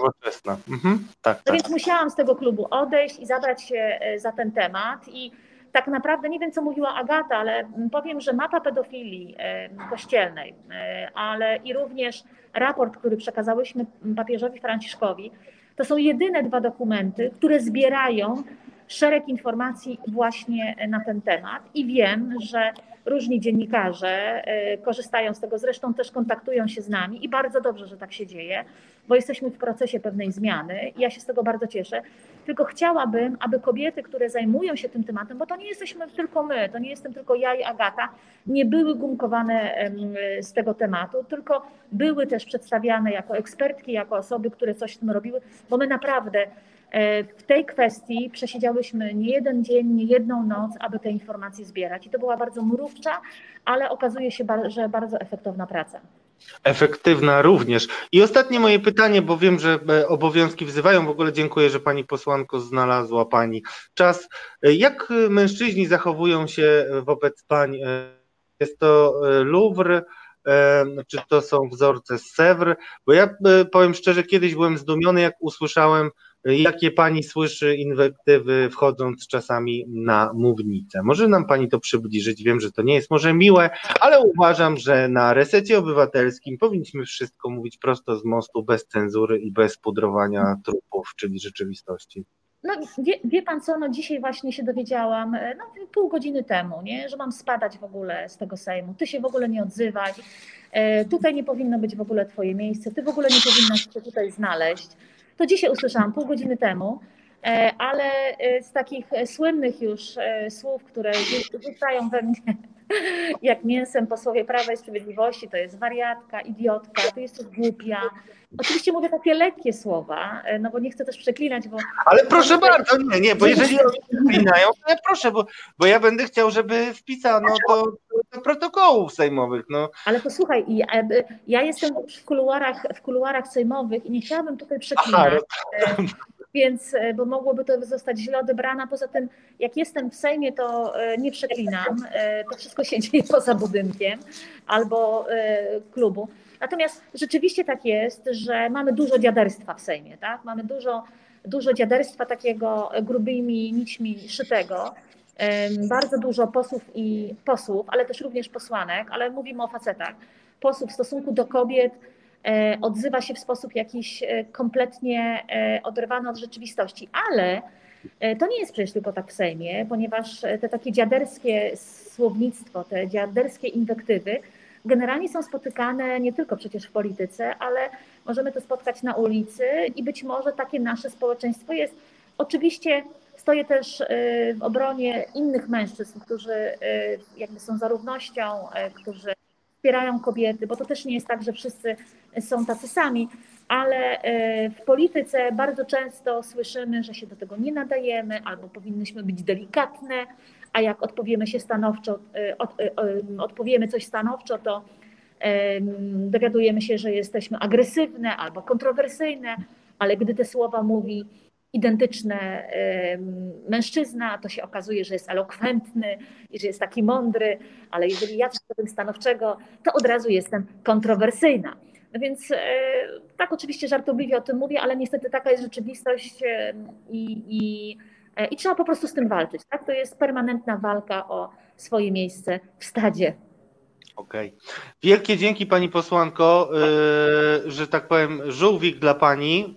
musiałam z tego klubu odejść i zabrać się za ten temat. I tak naprawdę nie wiem, co mówiła Agata, ale powiem, że mapa pedofilii kościelnej, ale i również raport, który przekazałyśmy papieżowi Franciszkowi, to są jedyne 2 dokumenty, które zbierają szereg informacji właśnie na ten temat i wiem, że różni dziennikarze korzystają z tego, zresztą też kontaktują się z nami i bardzo dobrze, że tak się dzieje, bo jesteśmy w procesie pewnej zmiany i ja się z tego bardzo cieszę. Tylko chciałabym, aby kobiety, które zajmują się tym tematem, bo to nie jesteśmy tylko my, to nie jestem tylko ja i Agata, nie były gumkowane z tego tematu, tylko były też przedstawiane jako ekspertki, jako osoby, które coś z tym robiły, bo my naprawdę w tej kwestii przesiedziałyśmy nie jeden dzień, nie jedną noc, aby te informacje zbierać. I to była bardzo mrówcza, ale okazuje się, że bardzo efektowna praca. Efektywna również. I ostatnie moje pytanie, bo wiem, że obowiązki wzywają. W ogóle dziękuję, że pani posłanko znalazła pani czas. Jak mężczyźni zachowują się wobec pań? Jest to Louvre, czy to są wzorce z Sèvres? Bo ja powiem szczerze, kiedyś byłem zdumiony, jak usłyszałem, jakie pani słyszy inwektywy, wchodząc czasami na mównicę. Może nam pani to przybliżyć? Wiem, że to nie jest może miłe, ale uważam, że na Resecie Obywatelskim powinniśmy wszystko mówić prosto z mostu, bez cenzury i bez pudrowania trupów, czyli rzeczywistości. No wie pan co, no dzisiaj właśnie się dowiedziałam, pół godziny temu, nie, że mam spadać w ogóle z tego Sejmu. Ty się w ogóle nie odzywaj, tutaj nie powinno być w ogóle twoje miejsce, ty w ogóle nie powinnaś się tutaj znaleźć. To dzisiaj usłyszałam pół godziny temu, ale z takich słynnych już słów, które rzucają we mnie jak mięsem posłowie Prawa i Sprawiedliwości, to jest wariatka, idiotka, ty jesteś głupia. Oczywiście mówię takie lekkie słowa, no bo nie chcę też przeklinać, bo... Ale proszę bardzo, nie, bo jeżeli oni przeklinają, to ja proszę, bo ja będę chciał, żeby wpisano to do protokołów sejmowych. No. Ale posłuchaj, ja jestem w kuluarach sejmowych i nie chciałabym tutaj przeklinać. Więc, bo mogłoby to zostać źle odebrane. Poza tym, jak jestem w Sejmie, to nie przeklinam. To wszystko się dzieje poza budynkiem albo klubu. Natomiast rzeczywiście tak jest, że mamy dużo dziaderstwa w Sejmie, tak? Mamy dużo dziaderstwa takiego grubymi nićmi szytego. Bardzo dużo posłów, ale też również posłanek, ale mówimy o facetach. Posłów w stosunku do kobiet odzywa się w sposób jakiś kompletnie oderwany od rzeczywistości, ale To nie jest przecież tylko tak w Sejmie, ponieważ te takie dziaderskie słownictwo, te dziaderskie inwektywy generalnie są spotykane nie tylko przecież w polityce, ale możemy to spotkać na ulicy i być może takie nasze społeczeństwo jest. Oczywiście stoję też w obronie innych mężczyzn, którzy jakby są za równością, którzy wspierają kobiety, bo to też nie jest tak, że wszyscy są tacy sami, ale w polityce bardzo często słyszymy, że się do tego nie nadajemy albo powinnyśmy być delikatne, a jak odpowiemy coś stanowczo, to dowiadujemy się, że jesteśmy agresywne albo kontrowersyjne, ale gdy te słowa mówi identyczne mężczyzna, to się okazuje, że jest elokwentny i że jest taki mądry, ale jeżeli ja coś powiem stanowczego, to od razu jestem kontrowersyjna. No więc tak oczywiście żartobliwie o tym mówię, ale niestety taka jest rzeczywistość i trzeba po prostu z tym walczyć. Tak? To jest permanentna walka o swoje miejsce w stadzie. Okej. Wielkie dzięki pani posłanko, że tak powiem, żółwik dla pani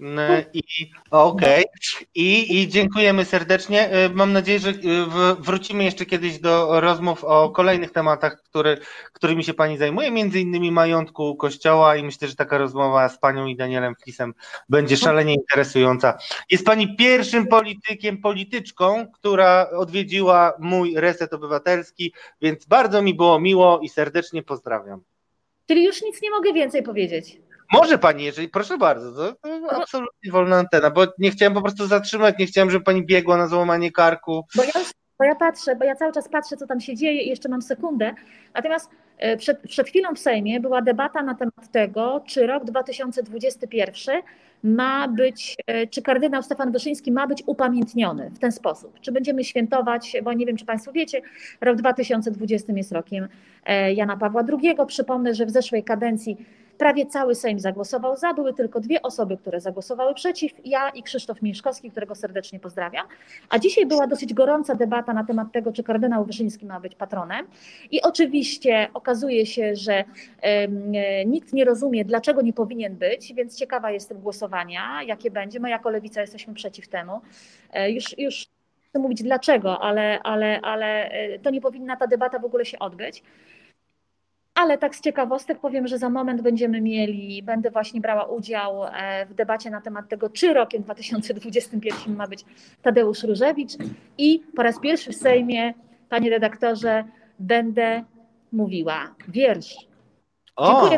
i dziękujemy serdecznie. Mam nadzieję, że wrócimy jeszcze kiedyś do rozmów o kolejnych tematach, którymi się pani zajmuje, między innymi majątku Kościoła i myślę, że taka rozmowa z panią i Danielem Flisem będzie szalenie interesująca. Jest pani pierwszym polityczką, która odwiedziła mój Reset Obywatelski, więc bardzo mi było miło i serdecznie pozdrawiam. Czyli już nic nie mogę więcej powiedzieć. Może pani, jeżeli, proszę bardzo, to absolutnie wolna antena, bo nie chciałem po prostu zatrzymać, nie chciałem, żeby pani biegła na złamanie karku. Bo ja cały czas patrzę, co tam się dzieje i jeszcze mam sekundę. Natomiast przed chwilą w Sejmie była debata na temat tego, czy rok 2021 ma być, czy kardynał Stefan Wyszyński ma być upamiętniony w ten sposób. Czy będziemy świętować, bo nie wiem, czy państwo wiecie, rok 2020 jest rokiem Jana Pawła II. Przypomnę, że w zeszłej kadencji prawie cały Sejm zagłosował za, były tylko 2 osoby, które zagłosowały przeciw, ja i Krzysztof Mieszkowski, którego serdecznie pozdrawiam. A dzisiaj była dosyć gorąca debata na temat tego, czy kardynał Wyszyński ma być patronem. I oczywiście okazuje się, że nikt nie rozumie, dlaczego nie powinien być, więc ciekawa jestem głosowania, jakie będzie. My jako Lewica jesteśmy przeciw temu. Już chcę mówić dlaczego, ale to nie powinna ta debata w ogóle się odbyć. Ale tak z ciekawostek powiem, że za moment będę właśnie brała udział w debacie na temat tego, czy rokiem 2021 ma być Tadeusz Różewicz i po raz pierwszy w Sejmie, panie redaktorze, będę mówiła wiersz. Dziękuję.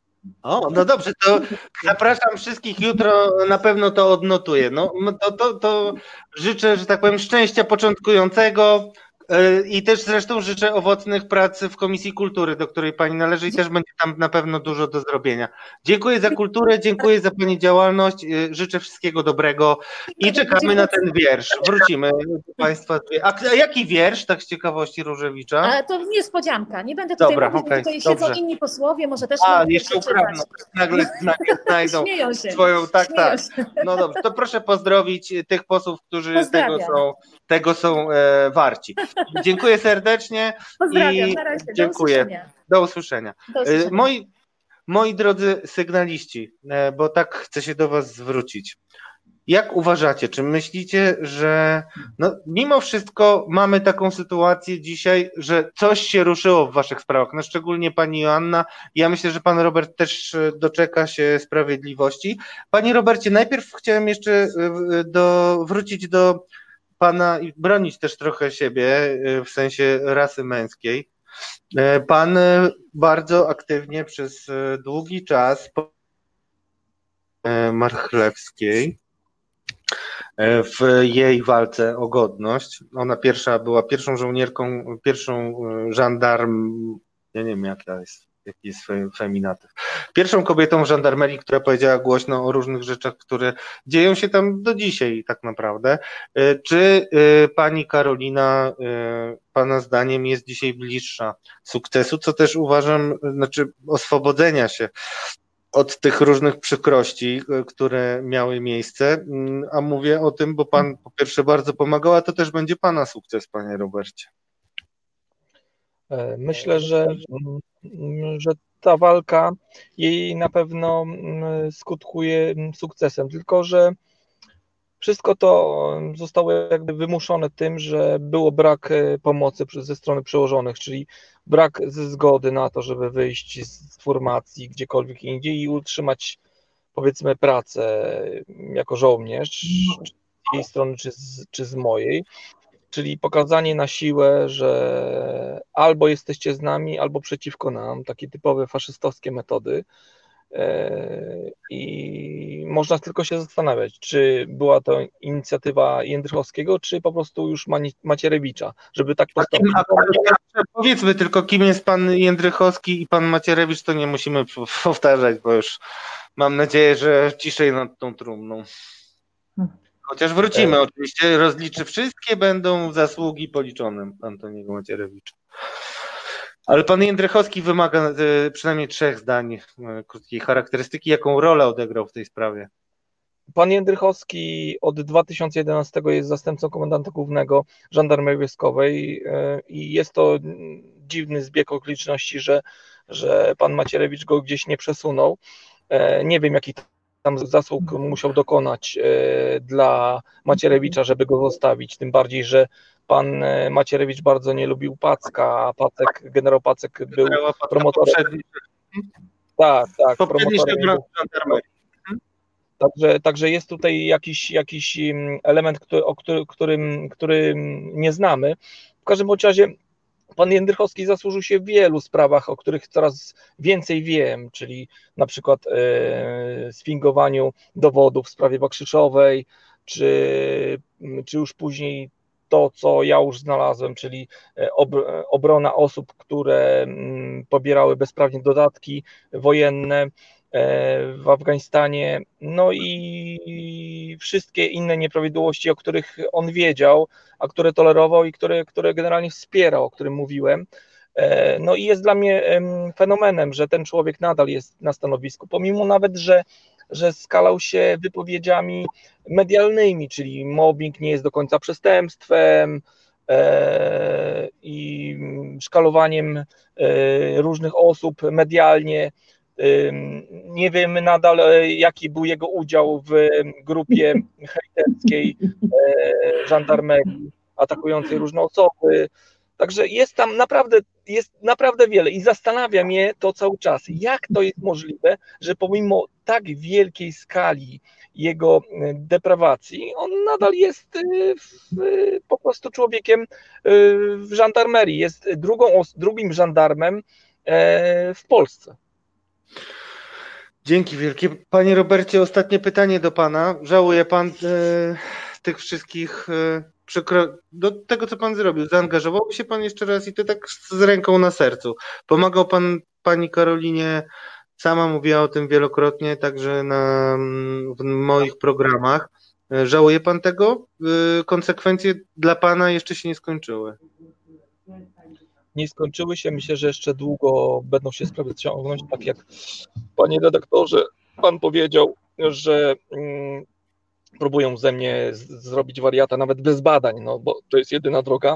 No dobrze, to zapraszam wszystkich jutro, na pewno to odnotuję. No, to życzę, że tak powiem, szczęścia początkującego. I też zresztą życzę owocnych prac w Komisji Kultury, do której pani należy i też będzie tam na pewno dużo do zrobienia. Dziękuję za kulturę, dziękuję za pani działalność, życzę wszystkiego dobrego i czekamy na ten wiersz. Wrócimy do państwa. A jaki wiersz, tak z ciekawości Różewicza? Ale to niespodzianka, nie będę tutaj mówić, bo tutaj siedzą inni posłowie, może też mogą jeszcze ukradną, nagle znajdą swoją, tak. No dobrze, to proszę pozdrowić tych posłów, którzy tego są warci. Dziękuję serdecznie. Pozdrawiam, na razie. Dziękuję. Do usłyszenia. Moi drodzy sygnaliści, bo tak chcę się do was zwrócić. Jak uważacie, czy myślicie, że mimo wszystko mamy taką sytuację dzisiaj, że coś się ruszyło w waszych sprawach, no szczególnie pani Joanna, ja myślę, że pan Robert też doczeka się sprawiedliwości. Panie Robercie, najpierw chciałem jeszcze wrócić do pana i bronić też trochę siebie w sensie rasy męskiej. Pan bardzo aktywnie przez długi czas Marchlewskiej w jej walce o godność. Ona była pierwszą żołnierką, pierwszą żandarm, ja nie wiem jaki jest feminatyw. Pierwszą kobietą w żandarmerii, która powiedziała głośno o różnych rzeczach, które dzieją się tam do dzisiaj tak naprawdę. Czy pani Karolina, pana zdaniem, jest dzisiaj bliższa sukcesu, co też uważam, znaczy oswobodzenia się od tych różnych przykrości, które miały miejsce, a mówię o tym, bo pan po pierwsze bardzo pomagał, a to też będzie pana sukces, panie Robercie. Myślę, że ta walka jej na pewno skutkuje sukcesem, tylko że Wszystko to zostało jakby wymuszone tym, że było brak pomocy ze strony przełożonych, czyli brak zgody na to, żeby wyjść z formacji gdziekolwiek indziej i utrzymać, powiedzmy, pracę jako żołnierz, czy z jej strony, czy z mojej. Czyli pokazanie na siłę, że albo jesteście z nami, albo przeciwko nam, takie typowe faszystowskie metody. I można tylko się zastanawiać, czy była to inicjatywa Jędrychowskiego, czy po prostu już Macierewicza, żeby tak postąpić. Powiedzmy tylko, kim jest pan Jędrychowski i pan Macierewicz, to nie musimy powtarzać, bo już mam nadzieję, że ciszej nad tą trumną. Chociaż wrócimy oczywiście, rozliczy, wszystkie będą zasługi policzone Antoniego Macierewicza. Ale pan Jędrychowski wymaga przynajmniej 3 zdań krótkiej charakterystyki. Jaką rolę odegrał w tej sprawie? Pan Jędrychowski od 2011 jest zastępcą komendanta głównego Żandarmerii Wojskowej i jest to dziwny zbieg okoliczności, że pan Macierewicz go gdzieś nie przesunął. Nie wiem, jaki tam zasług musiał dokonać dla Macierewicza, żeby go zostawić, tym bardziej, że pan Macierewicz bardzo nie lubił Packa, a Pacek, generał Pacek był promotorem. Tak, promotorem. Także jest tutaj jakiś element, który nie znamy. W każdym razie pan Jędrychowski zasłużył się w wielu sprawach, o których coraz więcej wiem, czyli na przykład sfingowaniu dowodów w sprawie Bakrzyszowej, czy już później to, co ja już znalazłem, czyli obrona osób, które pobierały bezprawnie dodatki wojenne w Afganistanie, no i wszystkie inne nieprawidłowości, o których on wiedział, a które tolerował i które generalnie wspierał, o którym mówiłem. No i jest dla mnie fenomenem, że ten człowiek nadal jest na stanowisku, pomimo nawet, że skalał się wypowiedziami medialnymi, czyli mobbing nie jest do końca przestępstwem i szkalowaniem różnych osób medialnie. Nie wiemy nadal, jaki był jego udział w grupie hejterskiej żandarmerii atakującej różne osoby. Także jest tam naprawdę wiele i zastanawia mnie to cały czas, jak to jest możliwe, że pomimo tak wielkiej skali jego deprawacji, on nadal jest po prostu człowiekiem w żandarmerii, jest drugim żandarmem w Polsce. Dzięki wielkie. Panie Robercie, ostatnie pytanie do pana. Żałuje pan tych wszystkich do tego, co pan zrobił? Zaangażowałby się pan jeszcze raz i to tak z ręką na sercu. Pomagał pan pani Karolinie, sama mówiła o tym wielokrotnie, także w moich programach. Żałuje pan tego? Konsekwencje dla pana jeszcze się nie skończyły. Nie skończyły się, myślę, że jeszcze długo będą się sprawy ciągnąć, tak jak panie redaktorze, pan powiedział, że próbują ze mnie zrobić wariata nawet bez badań, no bo to jest jedyna droga.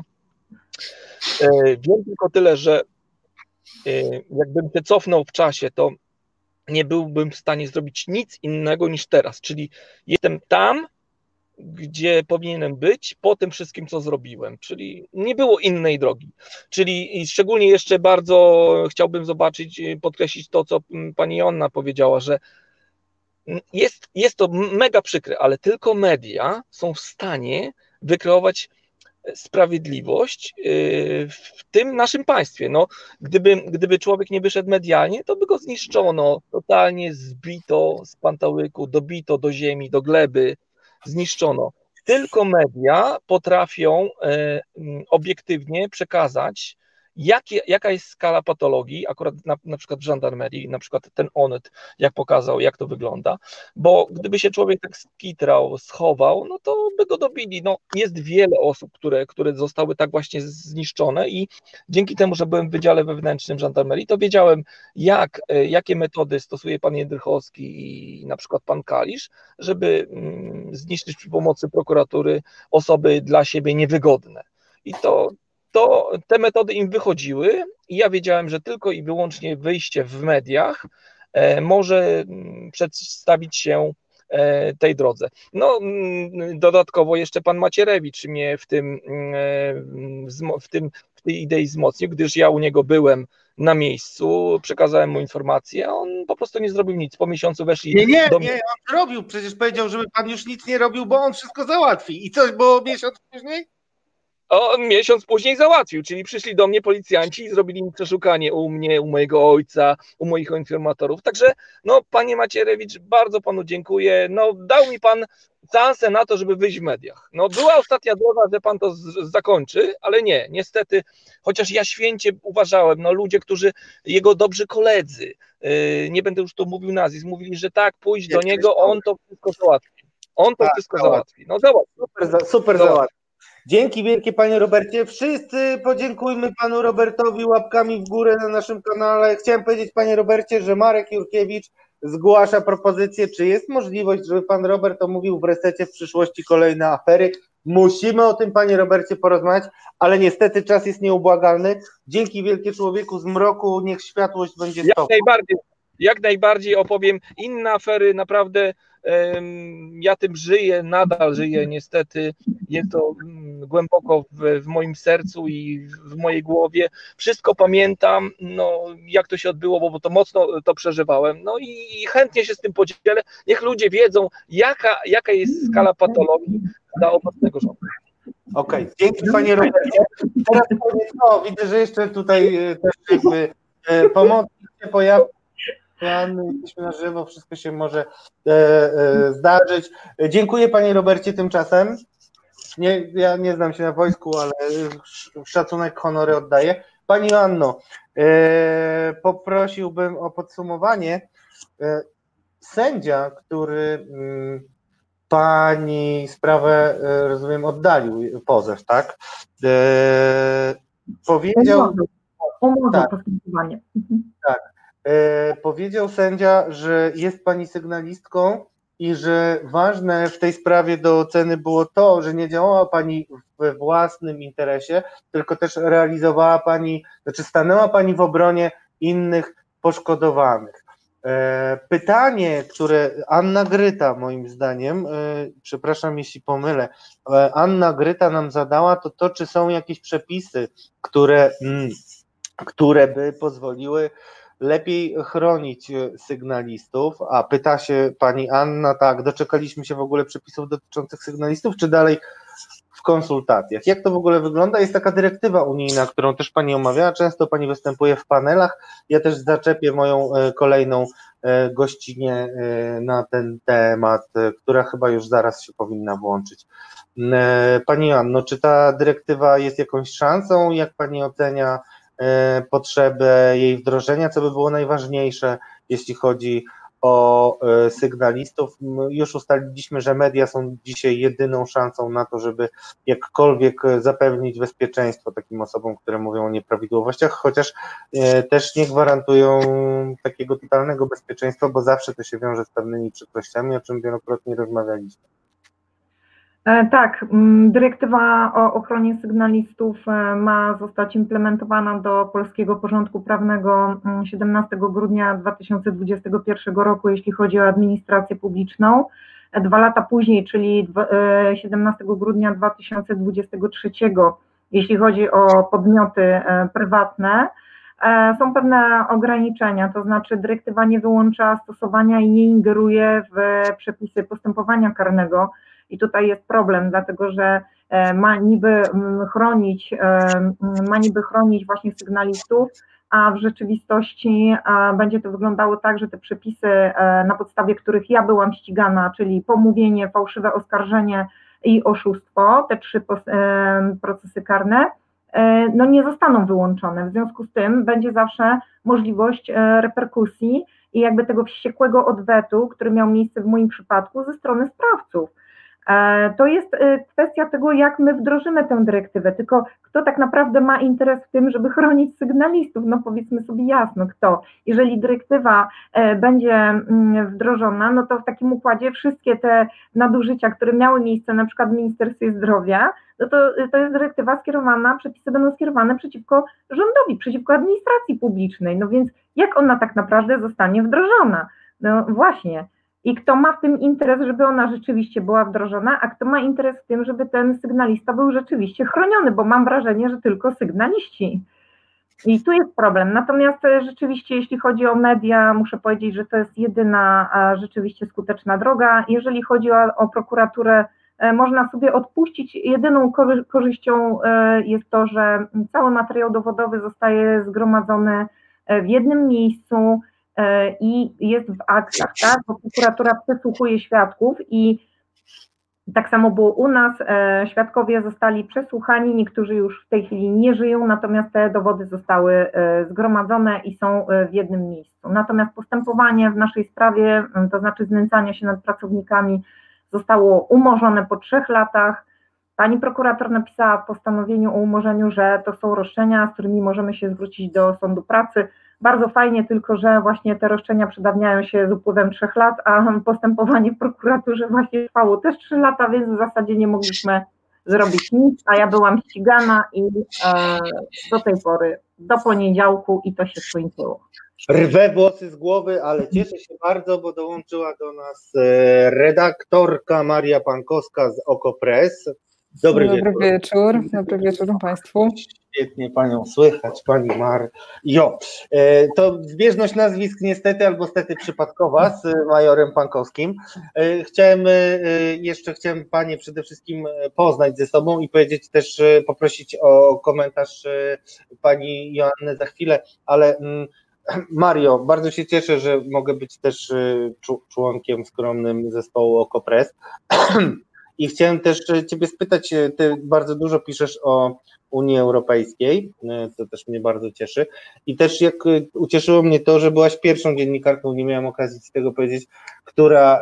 Wiem tylko tyle, że jakbym się cofnął w czasie, to nie byłbym w stanie zrobić nic innego niż teraz, czyli jestem tam, gdzie powinienem być po tym wszystkim, co zrobiłem, czyli nie było innej drogi. Czyli szczególnie jeszcze bardzo chciałbym podkreślić to, co pani Joanna powiedziała, że jest to mega przykre, ale tylko media są w stanie wykreować sprawiedliwość w tym naszym państwie. No, gdyby człowiek nie wyszedł medialnie, to by go zniszczono, totalnie zbito z pantałyku, dobito do ziemi, do gleby, zniszczono. Tylko media potrafią obiektywnie przekazać, jaka jest skala patologii, akurat na przykład w żandarmerii, na przykład ten Onet, jak pokazał, jak to wygląda, bo gdyby się człowiek tak skitrał, schował, no to by go dobili. No, jest wiele osób, które zostały tak właśnie zniszczone i dzięki temu, że byłem w Wydziale Wewnętrznym żandarmerii, to wiedziałem, jakie metody stosuje pan Jędrychowski i na przykład pan Kalisz, żeby zniszczyć przy pomocy prokuratury osoby dla siebie niewygodne. I te metody im wychodziły i ja wiedziałem, że tylko i wyłącznie wyjście w mediach może przedstawić się tej drodze. No, dodatkowo jeszcze pan Macierewicz mnie w tej idei wzmocnił, gdyż ja u niego byłem na miejscu, przekazałem mu informację, a on po prostu nie zrobił nic. Po miesiącu weszli do mnie. Nie, on robił, przecież powiedział, żeby pan już nic nie robił, bo on wszystko załatwi. I coś było miesiąc później? On miesiąc później załatwił, czyli przyszli do mnie policjanci i zrobili mi przeszukanie u mnie, u mojego ojca, u moich informatorów. Także, no, panie Macierewicz, bardzo panu dziękuję. No, dał mi pan szansę na to, żeby wyjść w mediach. No, była ostatnia droga, że pan to zakończy, ale nie, niestety, chociaż ja święcie uważałem, no, ludzie, którzy, jego dobrzy koledzy, nie będę już tu mówił nazwisk, mówili, że tak, pójdź do niego, on to wszystko załatwi. On to wszystko załatwi. No, załatwi. Super załatwi. Dzięki wielkie, panie Robercie. Wszyscy podziękujmy panu Robertowi łapkami w górę na naszym kanale. Chciałem powiedzieć, panie Robercie, że Marek Jurkiewicz zgłasza propozycję, czy jest możliwość, żeby pan Robert omówił w Resecie w przyszłości kolejne afery. Musimy o tym, panie Robercie, porozmawiać, ale niestety czas jest nieubłagalny. Dzięki wielkie, człowieku z mroku, niech światłość będzie z tobą. Jak najbardziej opowiem inne afery, naprawdę ja tym żyję, nadal żyję niestety, jest to głęboko w moim sercu i w mojej głowie, wszystko pamiętam, no jak to się odbyło, bo to mocno to przeżywałem, no i chętnie się z tym podzielę, niech ludzie wiedzą, jaka jest skala patologii dla obecnego rządu. Okej, dzięki panie Robercie. Teraz widzę, że jeszcze tutaj też jakby pomocnik się pojawił. Jesteśmy na żywo, wszystko się może zdarzyć. Dziękuję panie Robercie tymczasem. Ja nie znam się na wojsku, ale szacunek, honory oddaję. Pani Joanno, poprosiłbym o podsumowanie. Sędzia, który pani sprawę, rozumiem, oddalił pozew, tak? Powiedział... Umowa postępowanie. Tak. Powiedział sędzia, że jest pani sygnalistką i że ważne w tej sprawie do oceny było to, że nie działała pani we własnym interesie, tylko też realizowała pani, znaczy stanęła pani w obronie innych poszkodowanych. Pytanie, które Anna Gryta, moim zdaniem, przepraszam jeśli pomylę, Anna Gryta nam zadała, to czy są jakieś przepisy, które by pozwoliły lepiej chronić sygnalistów, a pyta się pani Anna, tak, doczekaliśmy się w ogóle przepisów dotyczących sygnalistów, czy dalej w konsultacjach? Jak to w ogóle wygląda? Jest taka dyrektywa unijna, którą też pani omawiała, często pani występuje w panelach, ja też zaczepię moją kolejną gościnę na ten temat, która chyba już zaraz się powinna włączyć. Pani Anno, czy ta dyrektywa jest jakąś szansą? Jak pani ocenia potrzebę jej wdrożenia, co by było najważniejsze, jeśli chodzi o sygnalistów? Już ustaliliśmy, że media są dzisiaj jedyną szansą na to, żeby jakkolwiek zapewnić bezpieczeństwo takim osobom, które mówią o nieprawidłowościach, chociaż też nie gwarantują takiego totalnego bezpieczeństwa, bo zawsze to się wiąże z pewnymi przykrościami, o czym wielokrotnie rozmawialiśmy. Tak, dyrektywa o ochronie sygnalistów ma zostać implementowana do polskiego porządku prawnego 17 grudnia 2021 roku, jeśli chodzi o administrację publiczną. 2 lata później, czyli 17 grudnia 2023, jeśli chodzi o podmioty prywatne, są pewne ograniczenia, to znaczy dyrektywa nie wyłącza stosowania i nie ingeruje w przepisy postępowania karnego. I tutaj jest problem, dlatego że ma niby chronić właśnie sygnalistów, a w rzeczywistości będzie to wyglądało tak, że te przepisy, na podstawie których ja byłam ścigana, czyli pomówienie, fałszywe oskarżenie i oszustwo, te 3 procesy karne, no nie zostaną wyłączone. W związku z tym będzie zawsze możliwość reperkusji i jakby tego wściekłego odwetu, który miał miejsce w moim przypadku ze strony sprawców. To jest kwestia tego, jak my wdrożymy tę dyrektywę, tylko kto tak naprawdę ma interes w tym, żeby chronić sygnalistów, no powiedzmy sobie jasno, kto. Jeżeli dyrektywa będzie wdrożona, no to w takim układzie wszystkie te nadużycia, które miały miejsce na przykład w Ministerstwie Zdrowia, no to jest dyrektywa skierowana, przepisy będą skierowane przeciwko rządowi, przeciwko administracji publicznej, no więc jak ona tak naprawdę zostanie wdrożona? No właśnie. i kto ma w tym interes, żeby ona rzeczywiście była wdrożona, a kto ma interes w tym, żeby ten sygnalista był rzeczywiście chroniony, bo mam wrażenie, że tylko sygnaliści. I tu jest problem. Natomiast rzeczywiście, jeśli chodzi o media, muszę powiedzieć, że to jest jedyna rzeczywiście skuteczna droga. Jeżeli chodzi o prokuraturę, można sobie odpuścić. Jedyną korzyścią jest to, że cały materiał dowodowy zostaje zgromadzony w jednym miejscu i jest w aktach, tak? Bo prokuratura przesłuchuje świadków i tak samo było u nas, świadkowie zostali przesłuchani, niektórzy już w tej chwili nie żyją, natomiast te dowody zostały zgromadzone i są w jednym miejscu. Natomiast postępowanie w naszej sprawie, to znaczy znęcanie się nad pracownikami, zostało umorzone po 3 latach. Pani prokurator napisała w postanowieniu o umorzeniu, że to są roszczenia, z którymi możemy się zwrócić do sądu pracy. Bardzo fajnie, tylko że właśnie te roszczenia przedawniają się z upływem 3 lat, a postępowanie w prokuraturze właśnie trwało też 3 lata, więc w zasadzie nie mogliśmy zrobić nic, a ja byłam ścigana i do tej pory, do poniedziałku i to się skończyło. Rwę włosy z głowy, ale cieszę się bardzo, bo dołączyła do nas redaktorka Maria Pankowska z OKO.press. Dobry wieczór. Dobry wieczór Państwu. Świetnie Panią słychać, Pani Jo, to zbieżność nazwisk niestety albo stety przypadkowa z majorem Pankowskim. Chciałem Panie przede wszystkim poznać ze sobą i powiedzieć też, poprosić o komentarz Pani Joanny za chwilę, ale Mario, bardzo się cieszę, że mogę być też członkiem skromnym zespołu OKO.press. I chciałem też Ciebie spytać, Ty bardzo dużo piszesz o Unii Europejskiej, co też mnie bardzo cieszy. I też jak ucieszyło mnie to, że byłaś pierwszą dziennikarką, nie miałem okazji z tego powiedzieć, która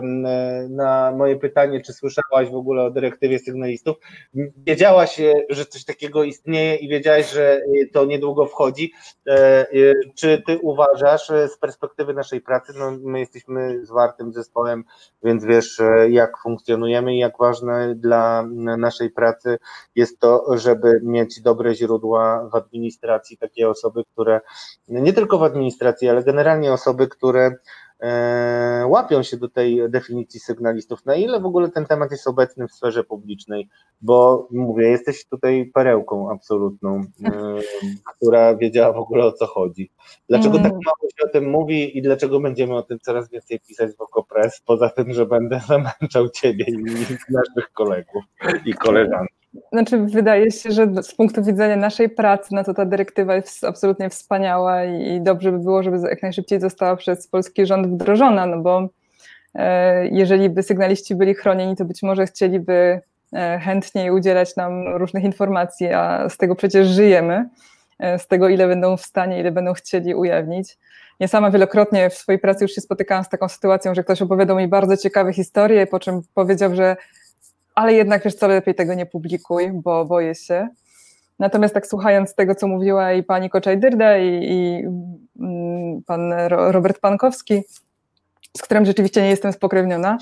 na moje pytanie, czy słyszałaś w ogóle o dyrektywie sygnalistów, wiedziałaś, że coś takiego istnieje i wiedziałaś, że to niedługo wchodzi. Czy Ty uważasz z perspektywy naszej pracy, no my jesteśmy zwartym zespołem, więc wiesz, jak funkcjonujemy i jak ważne dla naszej pracy jest to, żeby mieć dobre źródła w administracji, takie osoby, które, nie tylko w administracji, ale generalnie osoby, które łapią się do tej definicji sygnalistów. Na ile w ogóle ten temat jest obecny w sferze publicznej, bo mówię, jesteś tutaj perełką absolutną, która wiedziała w ogóle o co chodzi. Dlaczego tak mało się o tym mówi i dlaczego będziemy o tym coraz więcej pisać w OKO.press, poza tym, że będę zamęczał Ciebie i naszych kolegów i koleżanki. Znaczy, wydaje się, że z punktu widzenia naszej pracy, no to ta dyrektywa jest absolutnie wspaniała i dobrze by było, żeby jak najszybciej została przez polski rząd wdrożona, no bo jeżeli by sygnaliści byli chronieni, to być może chcieliby chętniej udzielać nam różnych informacji, a z tego przecież żyjemy, z tego ile będą w stanie, ile będą chcieli ujawnić. Ja sama wielokrotnie w swojej pracy już się spotykałam z taką sytuacją, że ktoś opowiadał mi bardzo ciekawe historie, po czym powiedział, że ale jednak wiesz co, lepiej tego nie publikuj, bo boję się. Natomiast tak słuchając tego, co mówiła i pani Koczaj-Dyrda i pan Robert Pankowski, z którym rzeczywiście nie jestem spokrewniona,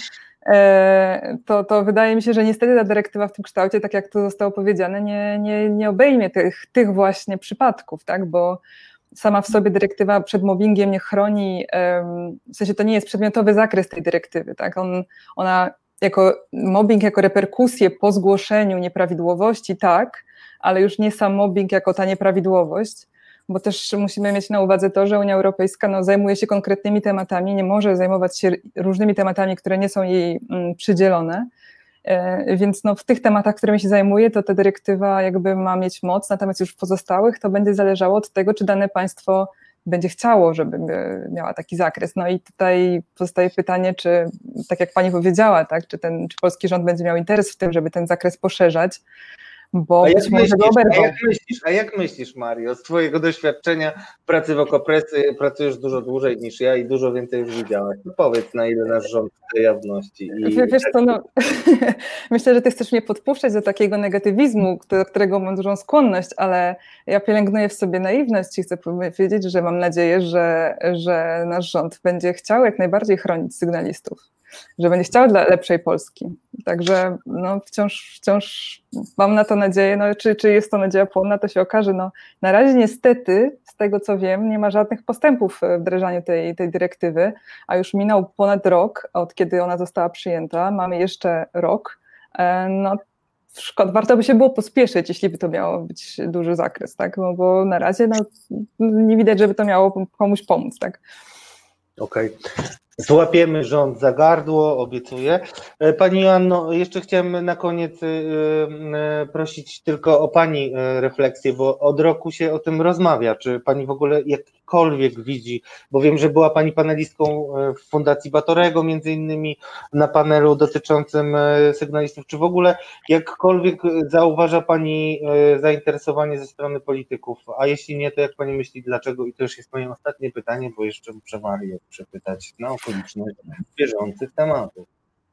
to wydaje mi się, że niestety ta dyrektywa w tym kształcie, tak jak to zostało powiedziane, nie obejmie tych właśnie przypadków, tak? Bo sama w sobie dyrektywa przed mobbingiem nie chroni, w sensie to nie jest przedmiotowy zakres tej dyrektywy, tak? Ona mobbing jako reperkusję po zgłoszeniu nieprawidłowości, tak, ale już nie sam mobbing jako ta nieprawidłowość, bo też musimy mieć na uwadze to, że Unia Europejska zajmuje się konkretnymi tematami, nie może zajmować się różnymi tematami, które nie są jej przydzielone, więc w tych tematach, którymi się zajmuje, to ta dyrektywa jakby ma mieć moc, natomiast już w pozostałych to będzie zależało od tego, czy dane państwo będzie chciało, żeby miała taki zakres. No i tutaj pozostaje pytanie, czy tak jak pani powiedziała, tak, czy polski rząd będzie miał interes w tym, żeby ten zakres poszerzać, bo być może go oberwał. A jak myślisz, Mario, z twojego doświadczenia pracy w OKO.press, pracujesz dużo dłużej niż ja i dużo więcej już widziałaś. No powiedz, na ile nasz rząd chce jawności. Wiesz co, myślę, że ty chcesz mnie podpuszczać do takiego negatywizmu, do którego mam dużą skłonność, ale ja pielęgnuję w sobie naiwność i chcę powiedzieć, że mam nadzieję, że nasz rząd będzie chciał jak najbardziej chronić sygnalistów. że będzie chciała dla lepszej Polski. Także no, wciąż mam na to nadzieję, no, czy jest to nadzieja płonna, to się okaże. No, na razie niestety, z tego co wiem, nie ma żadnych postępów w wdrażaniu tej dyrektywy, a już minął ponad rok, od kiedy ona została przyjęta, mamy jeszcze rok. No, szkoda, warto by się było pospieszyć, jeśli by to miało być duży zakres, tak? No, bo na razie no, nie widać, żeby to miało komuś pomóc, tak? Okej. Złapiemy rząd za gardło, obiecuję. Pani Joanno, jeszcze chciałem na koniec prosić tylko o Pani refleksję, bo od roku się o tym rozmawia. Czy Pani w ogóle jakkolwiek widzi, bo wiem, że była Pani panelistką w Fundacji Batorego, między innymi na panelu dotyczącym sygnalistów. Czy w ogóle jakkolwiek zauważa Pani zainteresowanie ze strony polityków? A jeśli nie, to jak Pani myśli, dlaczego? I to już jest moje ostatnie pytanie, bo jeszcze muszę Marię przepytać na okoliczność bieżących tematów.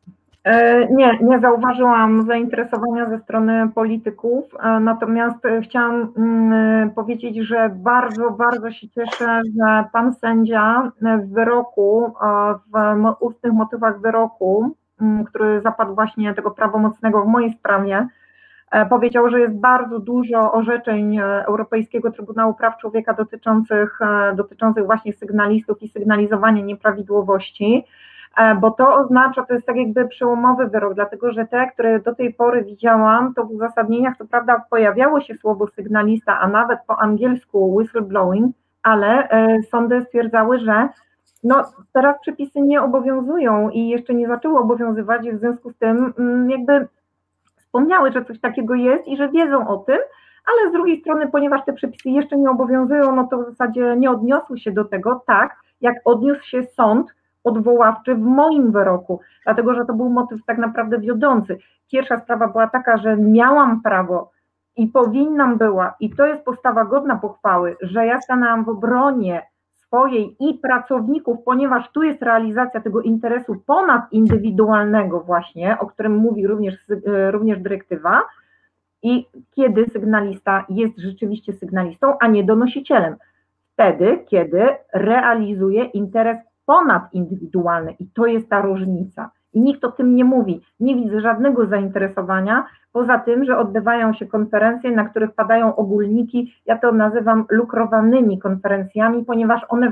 Nie zauważyłam zainteresowania ze strony polityków, natomiast chciałam powiedzieć, że bardzo, bardzo się cieszę, że pan sędzia w wyroku, w ustnych motywach wyroku, który zapadł właśnie tego prawomocnego w mojej sprawie, powiedział, że jest bardzo dużo orzeczeń Europejskiego Trybunału Praw Człowieka dotyczących właśnie sygnalistów i sygnalizowania nieprawidłowości, bo to oznacza, to jest tak jakby przełomowy wyrok, dlatego że te, które do tej pory widziałam, to w uzasadnieniach co prawda pojawiało się słowo sygnalista, a nawet po angielsku whistleblowing, ale sądy stwierdzały, że no, teraz przepisy nie obowiązują i jeszcze nie zaczęły obowiązywać, w związku z tym jakby wspomniały, że coś takiego jest i że wiedzą o tym, ale z drugiej strony, ponieważ te przepisy jeszcze nie obowiązują, no to w zasadzie nie odniosły się do tego tak, jak odniósł się sąd odwoławczy w moim wyroku, dlatego że to był motyw tak naprawdę wiodący. Pierwsza sprawa była taka, że miałam prawo i powinnam była, i to jest postawa godna pochwały, że ja stanęłam w obronie swojej i pracowników, ponieważ tu jest realizacja tego interesu ponadindywidualnego właśnie, o którym mówi również dyrektywa, i kiedy sygnalista jest rzeczywiście sygnalistą, a nie donosicielem. Wtedy, kiedy realizuje interes ponadindywidualny i to jest ta różnica. I nikt o tym nie mówi. Nie widzę żadnego zainteresowania, poza tym, że odbywają się konferencje, na których padają ogólniki, ja to nazywam lukrowanymi konferencjami, ponieważ one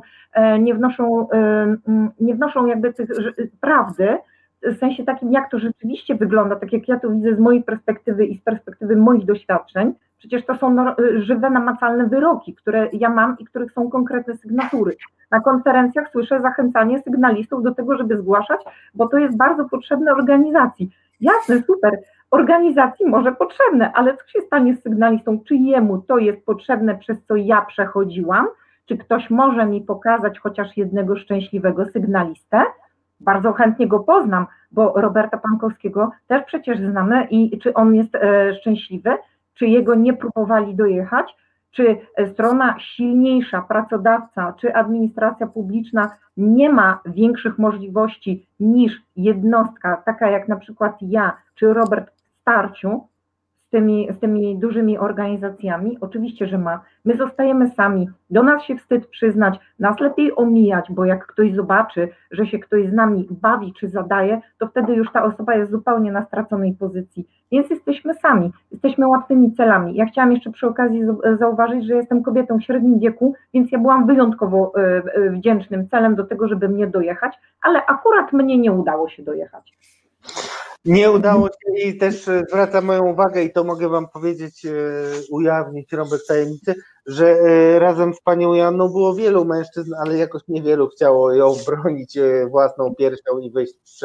nie wnoszą jakby tych prawdy, w sensie takim, jak to rzeczywiście wygląda, tak jak ja to widzę z mojej perspektywy i z perspektywy moich doświadczeń. Przecież to są żywe, namacalne wyroki, które ja mam i których są konkretne sygnatury. Na konferencjach słyszę zachęcanie sygnalistów do tego, żeby zgłaszać, bo to jest bardzo potrzebne organizacji. Jasne, super, organizacji może potrzebne, ale co się stanie z sygnalistą? Czy jemu to jest potrzebne, przez co ja przechodziłam? Czy ktoś może mi pokazać chociaż jednego szczęśliwego sygnalistę? Bardzo chętnie go poznam, bo Roberta Pankowskiego też przecież znamy i czy on jest szczęśliwy, czy jego nie próbowali dojechać, czy strona silniejsza, pracodawca, czy administracja publiczna nie ma większych możliwości niż jednostka, taka jak na przykład ja, czy Robert w starciu z tymi dużymi organizacjami? Oczywiście, że ma. My zostajemy sami, do nas się wstyd przyznać, nas lepiej omijać, bo jak ktoś zobaczy, że się ktoś z nami bawi czy zadaje, to wtedy już ta osoba jest zupełnie na straconej pozycji. Więc jesteśmy sami, jesteśmy łatwymi celami. Ja chciałam jeszcze przy okazji zauważyć, że jestem kobietą w średnim wieku, więc ja byłam wyjątkowo wdzięcznym celem do tego, żeby mnie dojechać, ale akurat mnie nie udało się dojechać. Nie udało się i też zwraca moją uwagę i to mogę Wam powiedzieć, ujawnić rąbek tajemnicy, że razem z Panią Joanną było wielu mężczyzn, ale jakoś niewielu chciało ją bronić własną piersią i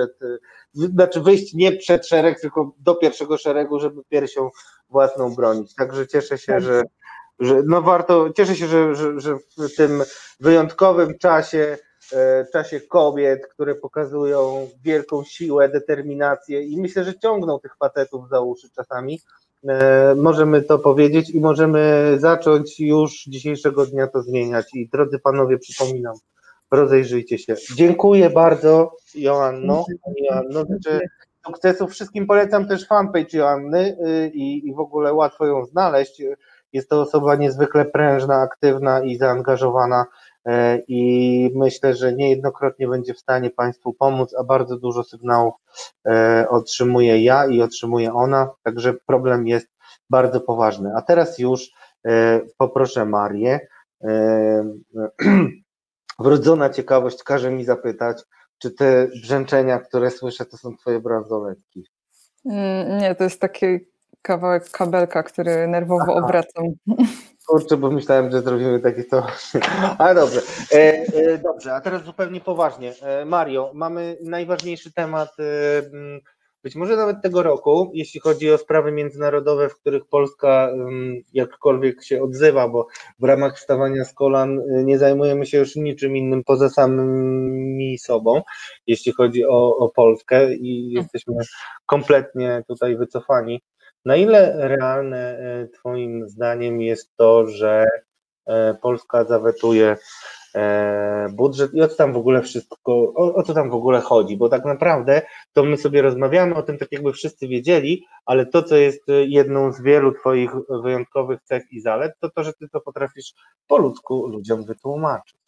wyjść nie przed szereg, tylko do pierwszego szeregu, żeby piersią własną bronić. Także cieszę się, cieszę się, że w tym wyjątkowym czasie kobiet, które pokazują wielką siłę, determinację i myślę, że ciągną tych facetów za uszy czasami. Możemy to powiedzieć i możemy zacząć już dzisiejszego dnia to zmieniać. I drodzy panowie, przypominam, rozejrzyjcie się. Dziękuję bardzo, Joanno. Życzę sukcesów. Wszystkim polecam też fanpage Joanny i w ogóle łatwo ją znaleźć. Jest to osoba niezwykle prężna, aktywna i zaangażowana i myślę, że niejednokrotnie będzie w stanie Państwu pomóc, a bardzo dużo sygnałów otrzymuję ja i otrzymuje ona, także problem jest bardzo poważny. A teraz już poproszę Marię. Wrodzona ciekawość każe mi zapytać, czy te brzęczenia, które słyszę, to są twoje bransoletki? Nie, to jest taki kawałek kabelka, który nerwowo obracam. Kurczę, bo myślałem, że zrobimy takie to. Ale dobrze. Dobrze, a teraz zupełnie poważnie. Mario, mamy najważniejszy temat, być może nawet tego roku, jeśli chodzi o sprawy międzynarodowe, w których Polska jakkolwiek się odzywa, bo w ramach wstawania z kolan nie zajmujemy się już niczym innym poza samymi sobą, jeśli chodzi o Polskę i jesteśmy kompletnie tutaj wycofani. Na ile realne Twoim zdaniem jest to, że Polska zawetuje budżet i o co tam w ogóle wszystko, o co tam w ogóle chodzi, bo tak naprawdę to my sobie rozmawiamy o tym tak jakby wszyscy wiedzieli, ale to, co jest jedną z wielu Twoich wyjątkowych cech i zalet, to to, że Ty to potrafisz po ludzku ludziom wytłumaczyć.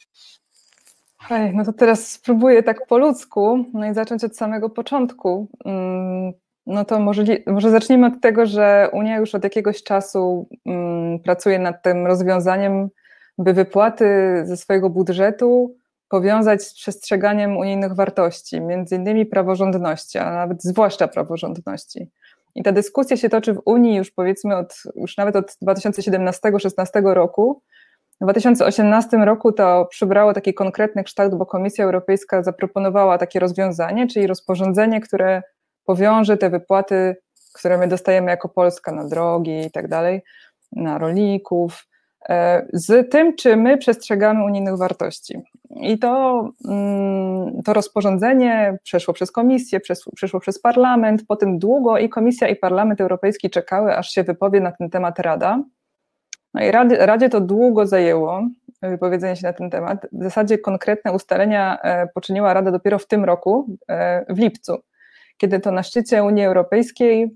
No to teraz spróbuję tak po ludzku, no i zacząć od samego początku. No to może zacznijmy od tego, że Unia już od jakiegoś czasu pracuje nad tym rozwiązaniem, by wypłaty ze swojego budżetu powiązać z przestrzeganiem unijnych wartości, między innymi praworządności, a nawet zwłaszcza praworządności. I ta dyskusja się toczy w Unii już powiedzmy już nawet od 2017-2016 roku. W 2018 roku to przybrało taki konkretny kształt, bo Komisja Europejska zaproponowała takie rozwiązanie, czyli rozporządzenie, które powiąże te wypłaty, które my dostajemy jako Polska na drogi i tak dalej, na rolników, z tym, czy my przestrzegamy unijnych wartości. I to rozporządzenie przeszło przez Komisję, przeszło przez Parlament, potem długo i Komisja i Parlament Europejski czekały, aż się wypowie na ten temat Rada. No i Radzie to długo zajęło, wypowiedzenie się na ten temat. W zasadzie konkretne ustalenia poczyniła Rada dopiero w tym roku, w lipcu, kiedy to na szczycie Unii Europejskiej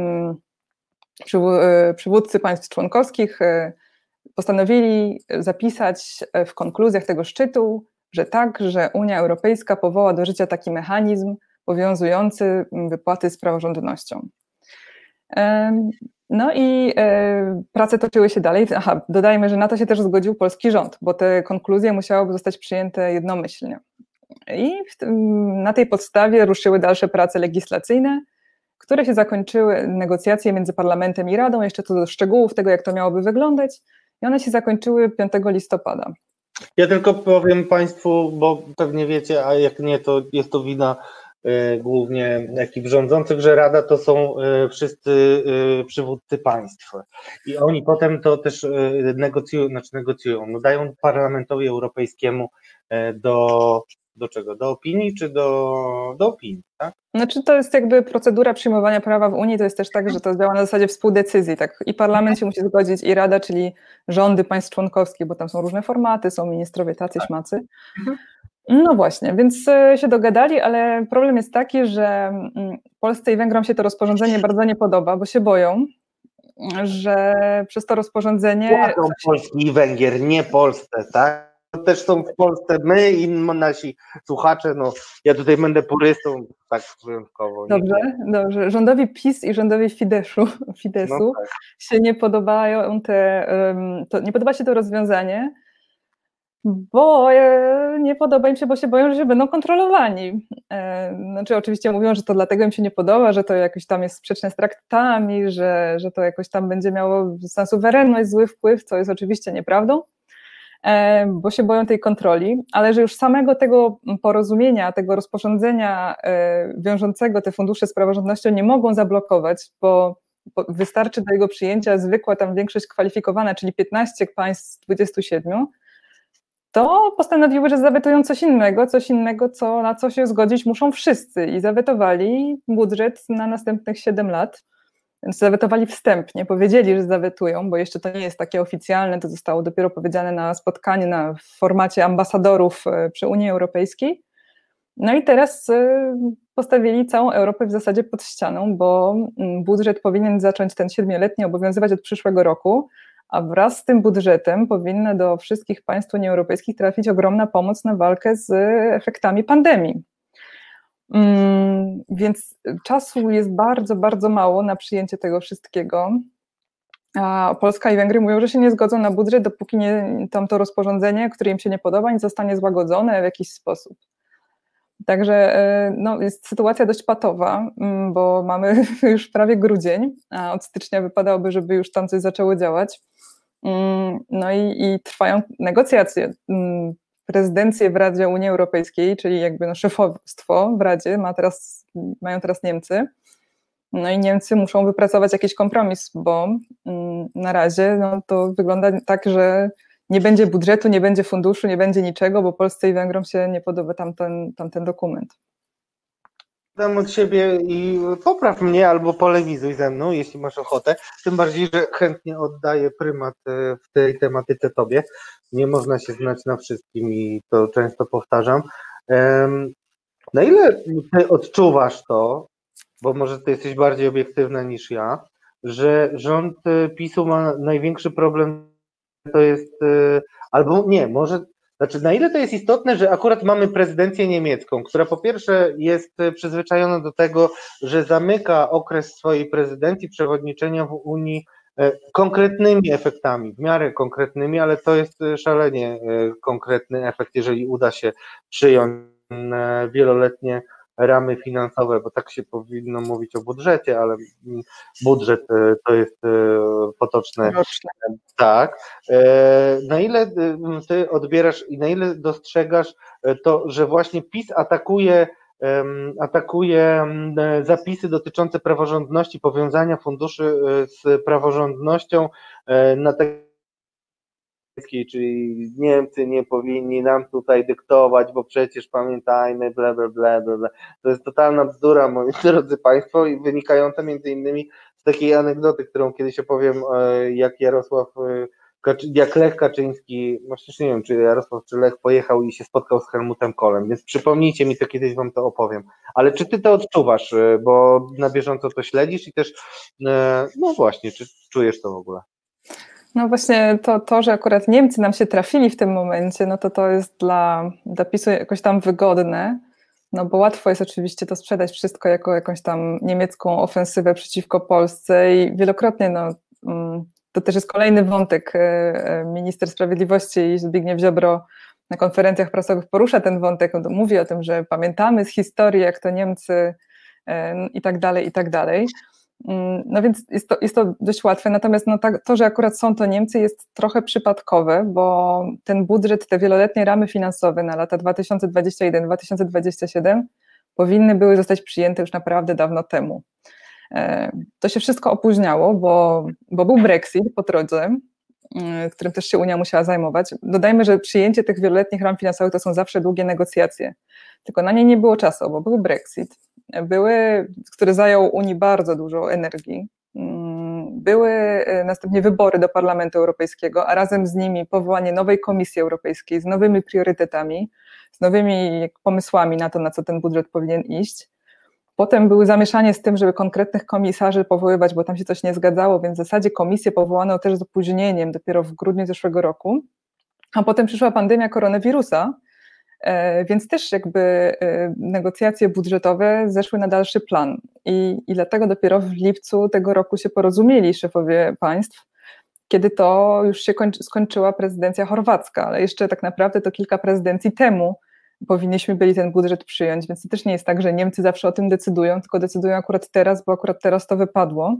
przywódcy państw członkowskich postanowili zapisać w konkluzjach tego szczytu, że tak, że Unia Europejska powoła do życia taki mechanizm powiązujący wypłaty z praworządnością. No i prace toczyły się dalej. Dodajmy, że na to się też zgodził polski rząd, bo te konkluzje musiałyby zostać przyjęte jednomyślnie. I na tej podstawie ruszyły dalsze prace legislacyjne, które się zakończyły, negocjacje między Parlamentem i Radą, jeszcze co do szczegółów tego, jak to miałoby wyglądać, i one się zakończyły 5 listopada. Ja tylko powiem Państwu, bo pewnie wiecie, a jak nie, to jest to wina głównie ekip rządzących, że Rada to są wszyscy przywódcy państw i oni potem to też negocjują, no dają Parlamentowi Europejskiemu do czego? Do opinii czy do opinii, tak? Znaczy to jest jakby procedura przyjmowania prawa w Unii, to jest też tak, że to działa na zasadzie współdecyzji, tak? I Parlament się musi zgodzić, i Rada, czyli rządy państw członkowskich, bo tam są różne formaty, są ministrowie tacy, śmacy. No właśnie, więc się dogadali, ale problem jest taki, że Polsce i Węgrom się to rozporządzenie bardzo nie podoba, bo się boją, że przez to rozporządzenie... Płacą Polski i Węgier, nie Polsce, tak? To też są w Polsce my i nasi słuchacze, no ja tutaj będę purystą, tak wyjątkowo. Dobrze. Rządowi PiS i rządowi Fidesu no tak. się nie podobają nie podoba się to rozwiązanie, bo nie podoba im się, bo się boją, że się będą kontrolowani. Znaczy oczywiście mówią, że to dlatego im się nie podoba, że to jakoś tam jest sprzeczne z traktatami, że to jakoś tam będzie miało na suwerenność zły wpływ, co jest oczywiście nieprawdą, bo się boją tej kontroli, ale że już samego tego porozumienia, tego rozporządzenia wiążącego te fundusze z praworządnością nie mogą zablokować, bo wystarczy do jego przyjęcia zwykła tam większość kwalifikowana, czyli 15 państw z 27, to postanowiły, że zawetują coś innego, na co się zgodzić muszą wszyscy, i zawetowali budżet na następnych 7 lat. Więc zawetowali wstępnie, powiedzieli, że zawetują, bo jeszcze to nie jest takie oficjalne, to zostało dopiero powiedziane na spotkaniu w formacie ambasadorów przy Unii Europejskiej. No i teraz postawili całą Europę w zasadzie pod ścianą, bo budżet powinien zacząć ten 7-letni obowiązywać od przyszłego roku, a wraz z tym budżetem powinna do wszystkich państw Unii Europejskiej trafić ogromna pomoc na walkę z efektami pandemii. Więc czasu jest bardzo, bardzo mało na przyjęcie tego wszystkiego. A Polska i Węgry mówią, że się nie zgodzą na budżet, dopóki tamto rozporządzenie, które im się nie podoba, nie zostanie złagodzone w jakiś sposób. Także no, jest sytuacja dość patowa, bo mamy już prawie grudzień, a od stycznia wypadałoby, żeby już tam coś zaczęło działać. No i trwają negocjacje. Prezydencję w Radzie Unii Europejskiej, czyli jakby no szefostwo w Radzie mają teraz Niemcy. No i Niemcy muszą wypracować jakiś kompromis, bo na razie no, to wygląda tak, że nie będzie budżetu, nie będzie funduszu, nie będzie niczego, bo Polsce i Węgrom się nie podoba tamten dokument. Dam od siebie i popraw mnie albo polemizuj ze mną, jeśli masz ochotę. Tym bardziej, że chętnie oddaję prymat w tej tematyce tobie. Nie można się znać na wszystkim i to często powtarzam. Na ile ty odczuwasz to, bo może ty jesteś bardziej obiektywna niż ja, że rząd PiS-u ma największy problem, to jest, albo nie, może, znaczy na ile to jest istotne, że akurat mamy prezydencję niemiecką, która po pierwsze jest przyzwyczajona do tego, że zamyka okres swojej prezydencji, przewodniczenia w Unii konkretnymi efektami, w miarę konkretnymi, ale to jest szalenie konkretny efekt, jeżeli uda się przyjąć wieloletnie ramy finansowe, bo tak się powinno mówić o budżecie, ale budżet to jest potoczne. Tak. Na ile ty odbierasz i na ile dostrzegasz to, że właśnie PiS atakuje zapisy dotyczące praworządności, powiązania funduszy z praworządnością na czyli Niemcy nie powinni nam tutaj dyktować, bo przecież pamiętajmy, bla, bla, bla, bla, bla. To jest totalna bzdura, moi drodzy Państwo, i wynikająca między innymi z takiej anegdoty, którą kiedyś opowiem, jak Lech Kaczyński, właśnie nie wiem, czy Jarosław, czy Lech pojechał i się spotkał z Helmutem Kohlem, więc przypomnijcie mi to, kiedyś wam to opowiem. Ale czy ty to odczuwasz, bo na bieżąco to śledzisz i też, no właśnie, czy czujesz to w ogóle? No właśnie to, że akurat Niemcy nam się trafili w tym momencie, no to jest dla PiS-u jakoś tam wygodne, no bo łatwo jest oczywiście to sprzedać wszystko jako jakąś tam niemiecką ofensywę przeciwko Polsce i wielokrotnie, no to też jest kolejny wątek, minister sprawiedliwości i Zbigniew Ziobro na konferencjach prasowych porusza ten wątek, mówi o tym, że pamiętamy z historii, jak to Niemcy i tak dalej, i tak dalej. No więc jest to dość łatwe, natomiast no to, że akurat są to Niemcy, jest trochę przypadkowe, bo ten budżet, te wieloletnie ramy finansowe na lata 2021-2027 powinny były zostać przyjęte już naprawdę dawno temu. To się wszystko opóźniało, bo był Brexit po drodze, którym też się Unia musiała zajmować. Dodajmy, że przyjęcie tych wieloletnich ram finansowych to są zawsze długie negocjacje, tylko na nie nie było czasu, bo był Brexit, który zajął Unii bardzo dużo energii. Były następnie wybory do Parlamentu Europejskiego, a razem z nimi powołanie nowej Komisji Europejskiej z nowymi priorytetami, z nowymi pomysłami na to, na co ten budżet powinien iść. Potem było zamieszanie z tym, żeby konkretnych komisarzy powoływać, bo tam się coś nie zgadzało, więc w zasadzie komisję powołano też z opóźnieniem, dopiero w grudniu zeszłego roku. A potem przyszła pandemia koronawirusa, więc też jakby negocjacje budżetowe zeszły na dalszy plan i dlatego dopiero w lipcu tego roku się porozumieli szefowie państw, kiedy to już się skończyła prezydencja chorwacka, ale jeszcze tak naprawdę to kilka prezydencji temu powinniśmy byli ten budżet przyjąć, więc to też nie jest tak, że Niemcy zawsze o tym decydują, tylko decydują akurat teraz, bo akurat teraz to wypadło.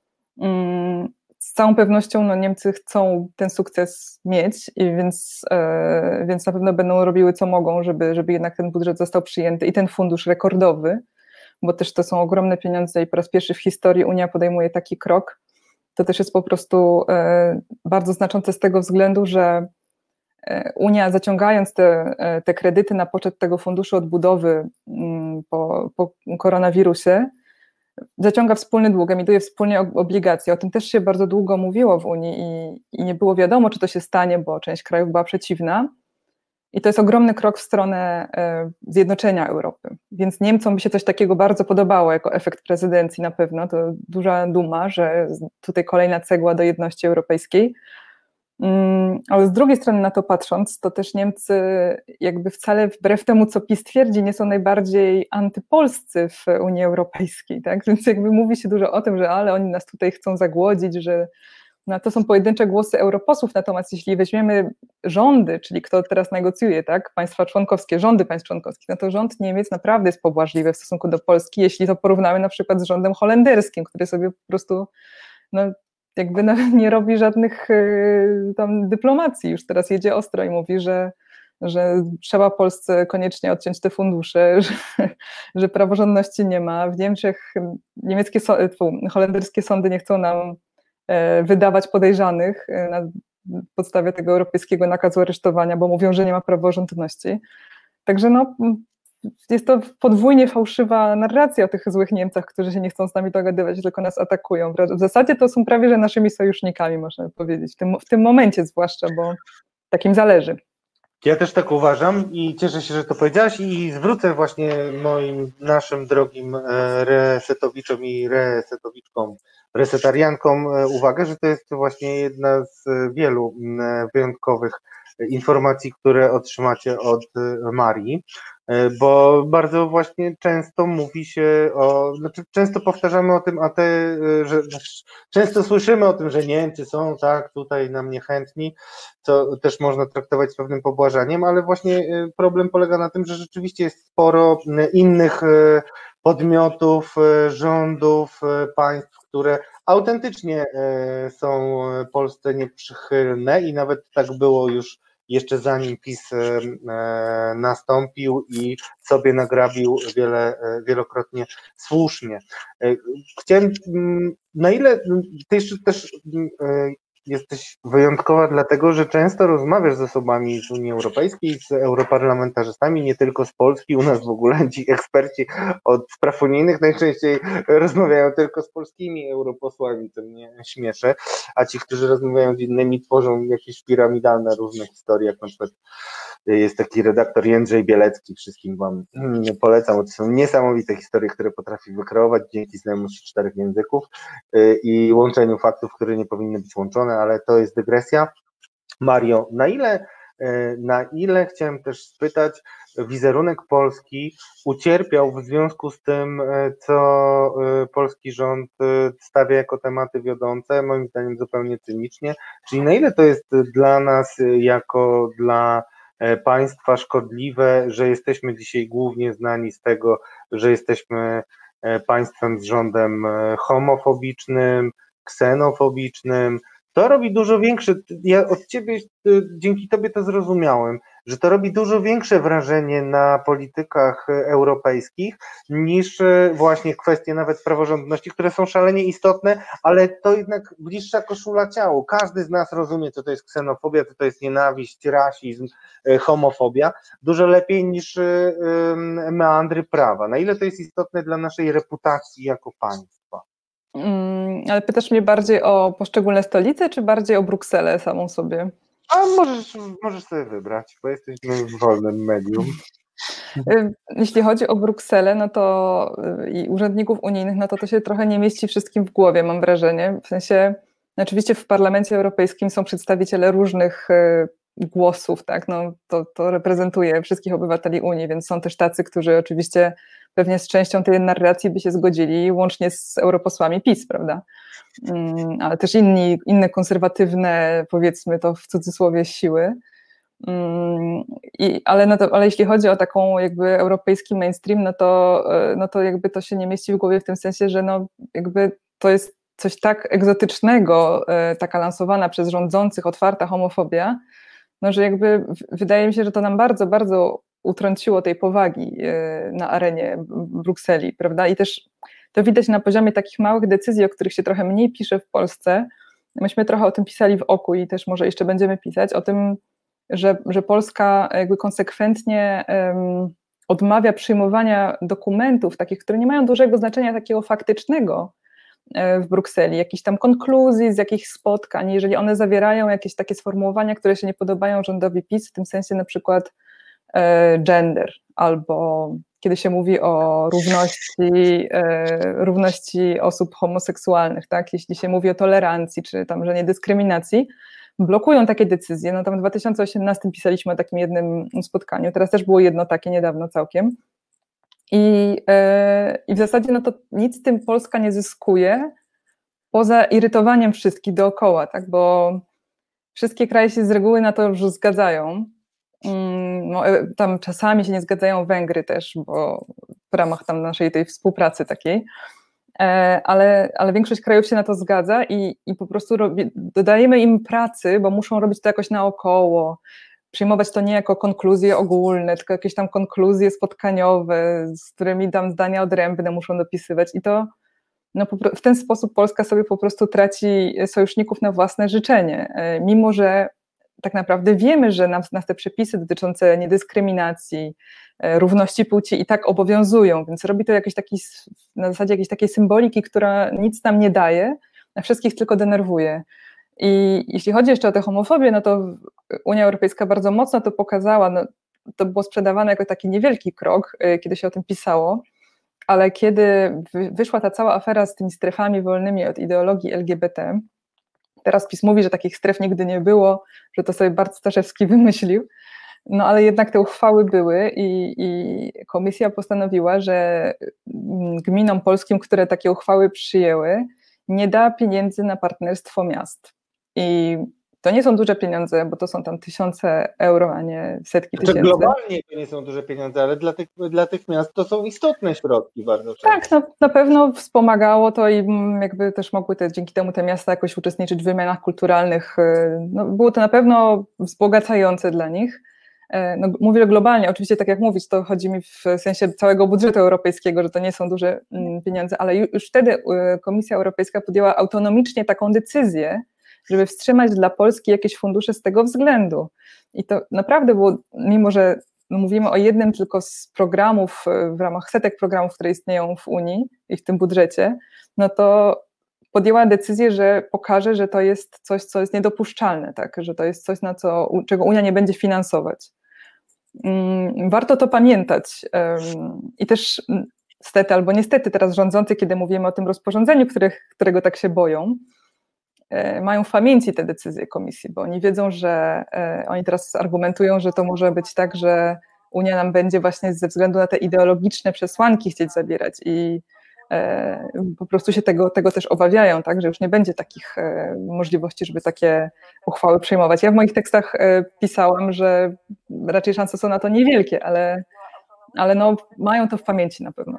Z całą pewnością no, Niemcy chcą ten sukces mieć, więc na pewno będą robiły co mogą, żeby jednak ten budżet został przyjęty i ten fundusz rekordowy, bo też to są ogromne pieniądze i po raz pierwszy w historii Unia podejmuje taki krok. To też jest po prostu bardzo znaczące z tego względu, że Unia zaciągając te kredyty na poczet tego funduszu odbudowy po koronawirusie, zaciąga wspólny dług, emituje wspólnie obligacje. O tym też się bardzo długo mówiło w Unii i nie było wiadomo, czy to się stanie, bo część krajów była przeciwna. I to jest ogromny krok w stronę zjednoczenia Europy. Więc Niemcom by się coś takiego bardzo podobało jako efekt prezydencji na pewno. To duża duma, że tutaj kolejna cegła do jedności europejskiej. Ale z drugiej strony na to patrząc, to też Niemcy jakby wcale wbrew temu, co PiS twierdzi, nie są najbardziej antypolscy w Unii Europejskiej, tak? Więc jakby mówi się dużo o tym, że ale oni nas tutaj chcą zagłodzić, że no, to są pojedyncze głosy europosłów, natomiast jeśli weźmiemy rządy, czyli kto teraz negocjuje, tak? Państwa członkowskie, rządy państw członkowskich, no to rząd Niemiec naprawdę jest pobłażliwy w stosunku do Polski, jeśli to porównamy na przykład z rządem holenderskim, który sobie po prostu no, jakby nie robi żadnych tam dyplomacji, już teraz jedzie ostro i mówi, że trzeba Polsce koniecznie odciąć te fundusze, że praworządności nie ma. W Niemczech holenderskie sądy nie chcą nam wydawać podejrzanych na podstawie tego europejskiego nakazu aresztowania, bo mówią, że nie ma praworządności. Także no, jest to podwójnie fałszywa narracja o tych złych Niemcach, którzy się nie chcą z nami dogadywać, tylko nas atakują. W zasadzie to są prawie że naszymi sojusznikami, można powiedzieć, w tym momencie zwłaszcza, bo takim zależy. Ja też tak uważam i cieszę się, że to powiedziałaś i zwrócę właśnie naszym drogim resetowiczom i resetowiczkom, resetariankom uwagę, że to jest właśnie jedna z wielu wyjątkowych informacji, które otrzymacie od Marii, bo bardzo właśnie często mówi się często powtarzamy o tym, że często słyszymy o tym, że Niemcy są tak tutaj nam niechętni, co też można traktować z pewnym pobłażaniem, ale właśnie problem polega na tym, że rzeczywiście jest sporo innych podmiotów, rządów, państw, które autentycznie są Polsce nieprzychylne i nawet tak było już jeszcze zanim PiS nastąpił i sobie nagrabił wielokrotnie słusznie. Chciałem, na ile ty jeszcze też jesteś wyjątkowa dlatego, że często rozmawiasz z osobami z Unii Europejskiej, z europarlamentarzystami, nie tylko z Polski, u nas w ogóle ci eksperci od spraw unijnych najczęściej rozmawiają tylko z polskimi europosłami, to mnie śmieszy, a ci, którzy rozmawiają z innymi, tworzą jakieś piramidalne różne historie, jak na przykład jest taki redaktor Jędrzej Bielecki, wszystkim wam polecam, to są niesamowite historie, które potrafi wykreować dzięki znajomości 4 języków i łączeniu faktów, które nie powinny być łączone, ale to jest dygresja. Mario, na ile chciałem też spytać, wizerunek Polski ucierpiał w związku z tym, co polski rząd stawia jako tematy wiodące, moim zdaniem zupełnie cynicznie, czyli na ile to jest dla nas jako dla państwa szkodliwe, że jesteśmy dzisiaj głównie znani z tego, że jesteśmy państwem z rządem homofobicznym, ksenofobicznym. To robi dużo większe, ja od ciebie, dzięki tobie to zrozumiałem, że to robi dużo większe wrażenie na politykach europejskich niż właśnie kwestie nawet praworządności, które są szalenie istotne, ale to jednak bliższa koszula ciału. Każdy z nas rozumie, co to jest ksenofobia, co to jest nienawiść, rasizm, homofobia, dużo lepiej niż meandry prawa. Na ile to jest istotne dla naszej reputacji jako państwa? Ale pytasz mnie bardziej o poszczególne stolice, czy bardziej o Brukselę samą sobie? A możesz sobie wybrać, bo jesteśmy w wolnym medium. Jeśli chodzi o Brukselę, no to i urzędników unijnych, no to się trochę nie mieści wszystkim w głowie, mam wrażenie. W sensie, oczywiście w Parlamencie Europejskim są przedstawiciele różnych głosów, tak? No, to reprezentuje wszystkich obywateli Unii, więc są też tacy, którzy oczywiście pewnie z częścią tej narracji by się zgodzili, łącznie z europosłami PiS, prawda? Ale też inne konserwatywne, powiedzmy to w cudzysłowie, siły. Ale jeśli chodzi o taką jakby europejski mainstream, no to jakby to się nie mieści w głowie w tym sensie, że no jakby to jest coś tak egzotycznego, taka lansowana przez rządzących otwarta homofobia, no że jakby wydaje mi się, że to nam bardzo, bardzo utrąciło tej powagi na arenie Brukseli, prawda? I też to widać na poziomie takich małych decyzji, o których się trochę mniej pisze w Polsce. Myśmy trochę o tym pisali w Oku i też może jeszcze będziemy pisać, o tym, że Polska jakby konsekwentnie odmawia przyjmowania dokumentów takich, które nie mają dużego znaczenia takiego faktycznego w Brukseli, jakichś tam konkluzji z jakichś spotkań, jeżeli one zawierają jakieś takie sformułowania, które się nie podobają rządowi PiS, w tym sensie na przykład gender, albo kiedy się mówi o równości osób homoseksualnych, tak? Jeśli się mówi o tolerancji, czy tam, że niedyskryminacji, blokują takie decyzje. No tam w 2018 pisaliśmy o takim jednym spotkaniu, teraz też było jedno takie niedawno całkiem. I w zasadzie no to nic z tym Polska nie zyskuje, poza irytowaniem wszystkich dookoła, tak? Bo wszystkie kraje się z reguły na to już zgadzają. No, tam czasami się nie zgadzają Węgry też, bo w ramach tam naszej tej współpracy takiej, ale większość krajów się na to zgadza i po prostu dodajemy im pracy, bo muszą robić to jakoś naokoło, przyjmować to nie jako konkluzje ogólne, tylko jakieś tam konkluzje spotkaniowe, z którymi tam zdania odrębne muszą dopisywać i to no, w ten sposób Polska sobie po prostu traci sojuszników na własne życzenie, mimo że tak naprawdę wiemy, że nas te przepisy dotyczące niedyskryminacji, równości płci i tak obowiązują, więc robi to na zasadzie jakiejś takiej symboliki, która nic nam nie daje, a wszystkich tylko denerwuje. I jeśli chodzi jeszcze o tę homofobię, no to Unia Europejska bardzo mocno to pokazała, no, to było sprzedawane jako taki niewielki krok, kiedy się o tym pisało, ale kiedy wyszła ta cała afera z tymi strefami wolnymi od ideologii LGBT, teraz PiS mówi, że takich stref nigdy nie było, że to sobie Bart Staszewski wymyślił, no ale jednak te uchwały były i komisja postanowiła, że gminom polskim, które takie uchwały przyjęły, nie da pieniędzy na partnerstwo miast. I to nie są duże pieniądze, bo to są tam tysiące euro, a nie setki tysięcy. Globalnie to nie są duże pieniądze, ale dla tych miast to są istotne środki bardzo często. Tak, no, na pewno wspomagało to i jakby też mogły dzięki temu te miasta jakoś uczestniczyć w wymianach kulturalnych. No, było to na pewno wzbogacające dla nich. No, mówię globalnie, oczywiście tak jak mówić, to chodzi mi w sensie całego budżetu europejskiego, że to nie są duże pieniądze, ale już wtedy Komisja Europejska podjęła autonomicznie taką decyzję, żeby wstrzymać dla Polski jakieś fundusze z tego względu. I to naprawdę było, mimo że mówimy o jednym tylko z programów, w ramach setek programów, które istnieją w Unii i w tym budżecie, no to podjęła decyzję, że pokaże, że to jest coś, co jest niedopuszczalne, tak? Że to jest coś, czego Unia nie będzie finansować. Warto to pamiętać. I też stety albo niestety teraz rządzący, kiedy mówimy o tym rozporządzeniu, którego tak się boją, mają w pamięci te decyzje komisji, bo oni wiedzą, że oni teraz argumentują, że to może być tak, że Unia nam będzie właśnie ze względu na te ideologiczne przesłanki chcieć zabierać i po prostu się tego też obawiają, tak, że już nie będzie takich możliwości, żeby takie uchwały przyjmować. Ja w moich tekstach pisałam, że raczej szanse są na to niewielkie, ale no, mają to w pamięci na pewno.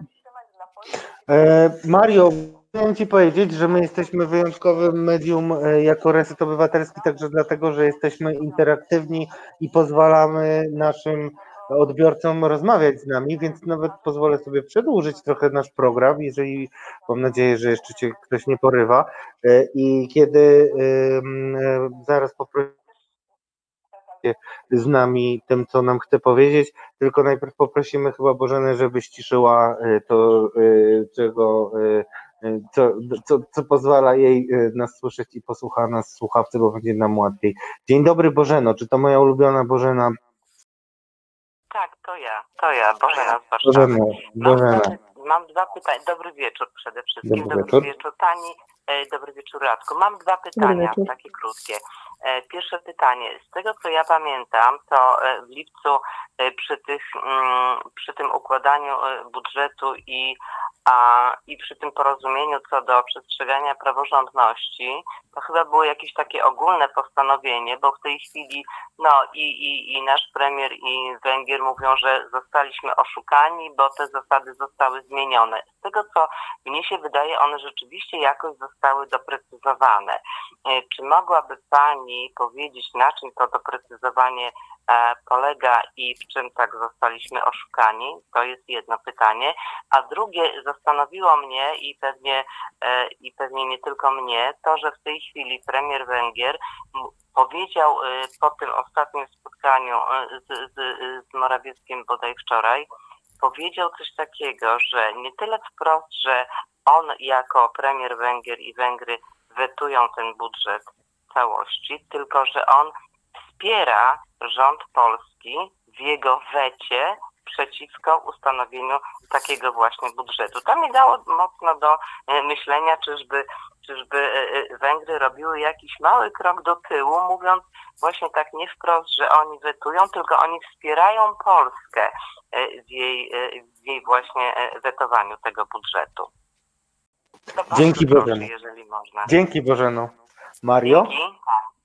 Mario, chciałem Ci powiedzieć, że my jesteśmy wyjątkowym medium jako Reset Obywatelski, także dlatego, że jesteśmy interaktywni i pozwalamy naszym odbiorcom rozmawiać z nami, więc nawet pozwolę sobie przedłużyć trochę nasz program, jeżeli mam nadzieję, że jeszcze Cię ktoś nie porywa. I kiedy zaraz poproszę z nami tym, co nam chce powiedzieć, tylko najpierw poprosimy chyba Bożenę, żeby ściszyła to, co pozwala jej nas słyszeć i posłucha nas w słuchawce, bo będzie nam łatwiej. Dzień dobry, Bożeno, czy to moja ulubiona Bożena? Tak, to ja, Bożena z Warszawy. Bożena. Mam dwa pytania. Dobry wieczór przede wszystkim. Dobry wieczór Tani. Dobry wieczór Radku. Mam dwa pytania, takie krótkie. Pierwsze pytanie. Z tego co ja pamiętam, to w lipcu przy tym układaniu budżetu i przy tym porozumieniu co do przestrzegania praworządności, to chyba było jakieś takie ogólne postanowienie, bo w tej chwili i nasz premier i Węgier mówią, że zostaliśmy oszukani, bo te zasady zostały zmienione. Z tego co mnie się wydaje, one rzeczywiście jakoś zostały doprecyzowane. Czy mogłaby Pani powiedzieć, na czym to doprecyzowanie polega i w czym tak zostaliśmy oszukani? To jest jedno pytanie. A drugie zastanowiło mnie i pewnie nie tylko mnie, to, że w tej chwili premier Węgier powiedział po tym ostatnim spotkaniu z Morawieckim bodaj wczoraj, powiedział coś takiego, że nie tyle wprost, że on jako premier Węgier i Węgry wetują ten budżet w całości, tylko że on wspiera rząd polski w jego wecie przeciwko ustanowieniu takiego właśnie budżetu. To mi dało mocno do myślenia, czyżby Węgry robiły jakiś mały krok do tyłu, mówiąc właśnie tak nie wprost, że oni wetują, tylko oni wspierają Polskę w jej właśnie wetowaniu tego budżetu. Dzięki Bożeno. Jeżeli można. Dzięki Bożeno. Mario? Dzięki.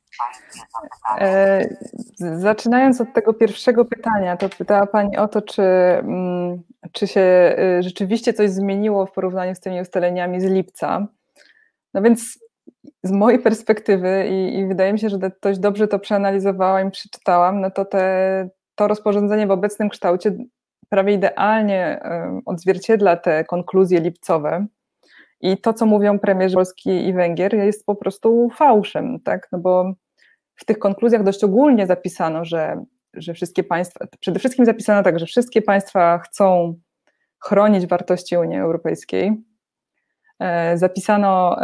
Zaczynając od tego pierwszego pytania, to pytała Pani o to, czy się rzeczywiście coś zmieniło w porównaniu z tymi ustaleniami z lipca. No więc z mojej perspektywy i wydaje mi się, że dość dobrze to przeanalizowałam i przeczytałam, no to to rozporządzenie w obecnym kształcie prawie idealnie odzwierciedla te konkluzje lipcowe i to, co mówią premierzy Polski i Węgier, jest po prostu fałszem, tak? No bo w tych konkluzjach dość ogólnie zapisano, że wszystkie państwa, przede wszystkim zapisano tak, że wszystkie państwa chcą chronić wartości Unii Europejskiej. Zapisano,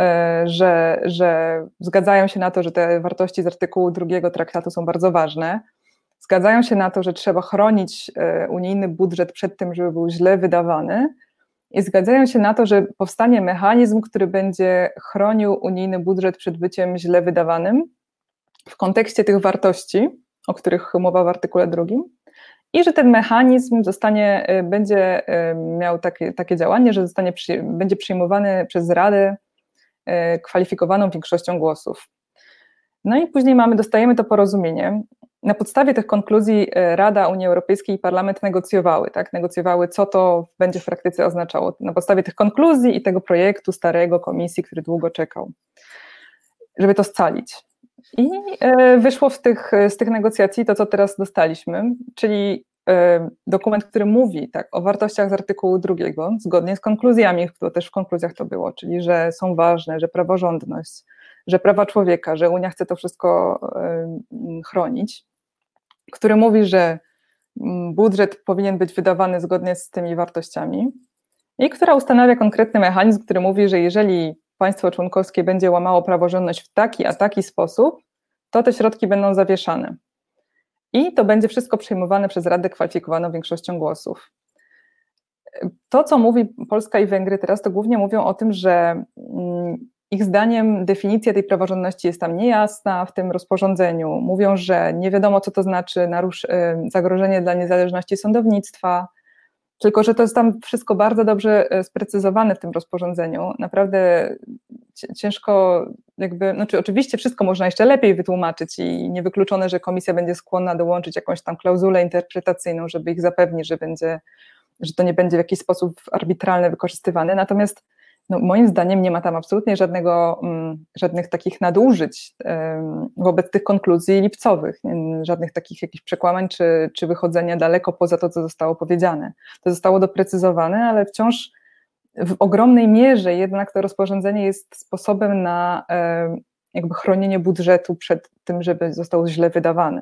że zgadzają się na to, że te wartości z artykułu 2 traktatu są bardzo ważne. Zgadzają się na to, że trzeba chronić unijny budżet przed tym, żeby był źle wydawany. I zgadzają się na to, że powstanie mechanizm, który będzie chronił unijny budżet przed byciem źle wydawanym w kontekście tych wartości, o których mowa w artykule 2, i że ten mechanizm będzie miał takie działanie, że będzie przyjmowany przez Radę kwalifikowaną większością głosów. No i później dostajemy to porozumienie. Na podstawie tych konkluzji Rada Unii Europejskiej i Parlament negocjowały, co to będzie w praktyce oznaczało. Na podstawie tych konkluzji i tego projektu starego Komisji, który długo czekał, żeby to scalić. I wyszło z tych negocjacji to, co teraz dostaliśmy, czyli dokument, który mówi o wartościach z artykułu 2, zgodnie z konkluzjami, to też w konkluzjach to było, czyli że są ważne, że praworządność, że prawa człowieka, że Unia chce to wszystko chronić, który mówi, że budżet powinien być wydawany zgodnie z tymi wartościami i która ustanawia konkretny mechanizm, który mówi, że jeżeli państwo członkowskie będzie łamało praworządność w taki a taki sposób, to te środki będą zawieszane. I to będzie wszystko przyjmowane przez Radę kwalifikowaną większością głosów. To, co mówi Polska i Węgry teraz, to głównie mówią o tym, że ich zdaniem definicja tej praworządności jest tam niejasna w tym rozporządzeniu. Mówią, że nie wiadomo, co to znaczy zagrożenie dla niezależności sądownictwa, tylko że to jest tam wszystko bardzo dobrze sprecyzowane w tym rozporządzeniu. Naprawdę ciężko oczywiście wszystko można jeszcze lepiej wytłumaczyć i niewykluczone, że komisja będzie skłonna dołączyć jakąś tam klauzulę interpretacyjną, żeby ich zapewnić, że to nie będzie w jakiś sposób arbitralnie wykorzystywane. Natomiast moim zdaniem nie ma tam absolutnie żadnych takich nadużyć wobec tych konkluzji lipcowych, żadnych takich jakichś przekłamań czy wychodzenia daleko poza to, co zostało powiedziane. To zostało doprecyzowane, ale wciąż w ogromnej mierze jednak to rozporządzenie jest sposobem na chronienie budżetu przed tym, żeby został źle wydawany.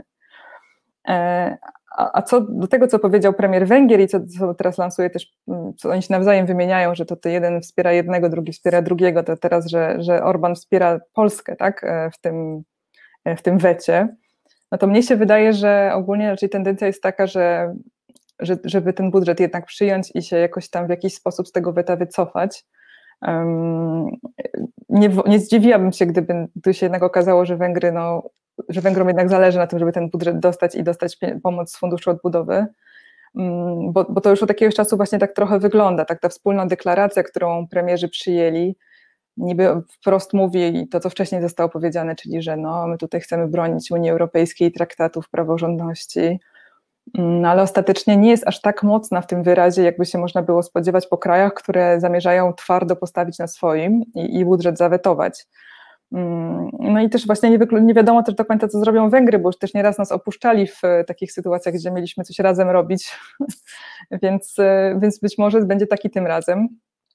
A co do tego, co powiedział premier Węgier i co teraz lansuje też, co oni się nawzajem wymieniają, że to jeden wspiera jednego, drugi wspiera drugiego, to teraz, że Orban wspiera Polskę, tak, w tym wecie, no to mnie się wydaje, że ogólnie raczej tendencja jest taka, żeby ten budżet jednak przyjąć i się jakoś tam w jakiś sposób z tego weta wycofać. Nie zdziwiłabym się, gdyby się jednak okazało, że Węgrom jednak zależy na tym, żeby ten budżet dostać i dostać pomoc z Funduszu Odbudowy, bo to już od jakiegoś czasu właśnie tak trochę wygląda, ta wspólna deklaracja, którą premierzy przyjęli, niby wprost mówi to, co wcześniej zostało powiedziane, czyli że my tutaj chcemy bronić Unii Europejskiej, traktatów, praworządności, ale ostatecznie nie jest aż tak mocna w tym wyrazie, jakby się można było spodziewać po krajach, które zamierzają twardo postawić na swoim i budżet zawetować. No i też właśnie nie wiadomo też do końca, co zrobią Węgry, bo już też nieraz nas opuszczali w takich sytuacjach, gdzie mieliśmy coś razem robić, więc być może będzie taki tym razem.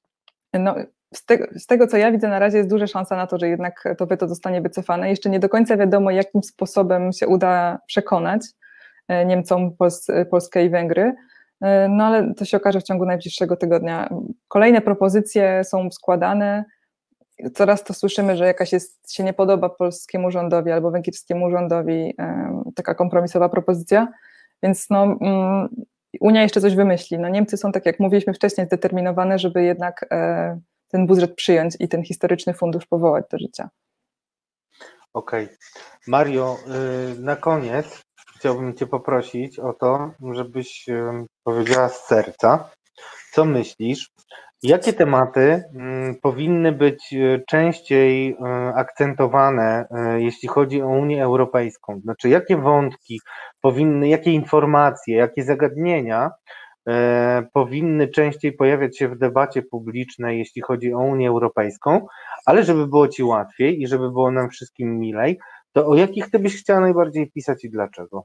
Z tego, co ja widzę, na razie jest duża szansa na to, że jednak to weto zostanie wycofane. Jeszcze nie do końca wiadomo, jakim sposobem się uda przekonać Niemcom, Polskę i Węgry, ale to się okaże w ciągu najbliższego tygodnia. Kolejne propozycje są składane. Coraz to słyszymy, że jakaś się nie podoba polskiemu rządowi albo węgierskiemu rządowi taka kompromisowa propozycja, Więc no, Unia jeszcze coś wymyśli. No, Niemcy są, tak jak mówiliśmy wcześniej, zdeterminowane, żeby jednak ten budżet przyjąć i ten historyczny fundusz powołać do życia. Okej. Mario, na koniec chciałbym Cię poprosić o to, żebyś powiedziała z serca, co myślisz, jakie tematy powinny być częściej akcentowane, jeśli chodzi o Unię Europejską? Znaczy, jakie wątki powinny, jakie informacje, jakie zagadnienia powinny częściej pojawiać się w debacie publicznej, jeśli chodzi o Unię Europejską, ale żeby było Ci łatwiej i żeby było nam wszystkim milej, to o jakich Ty byś chciała najbardziej pisać i dlaczego?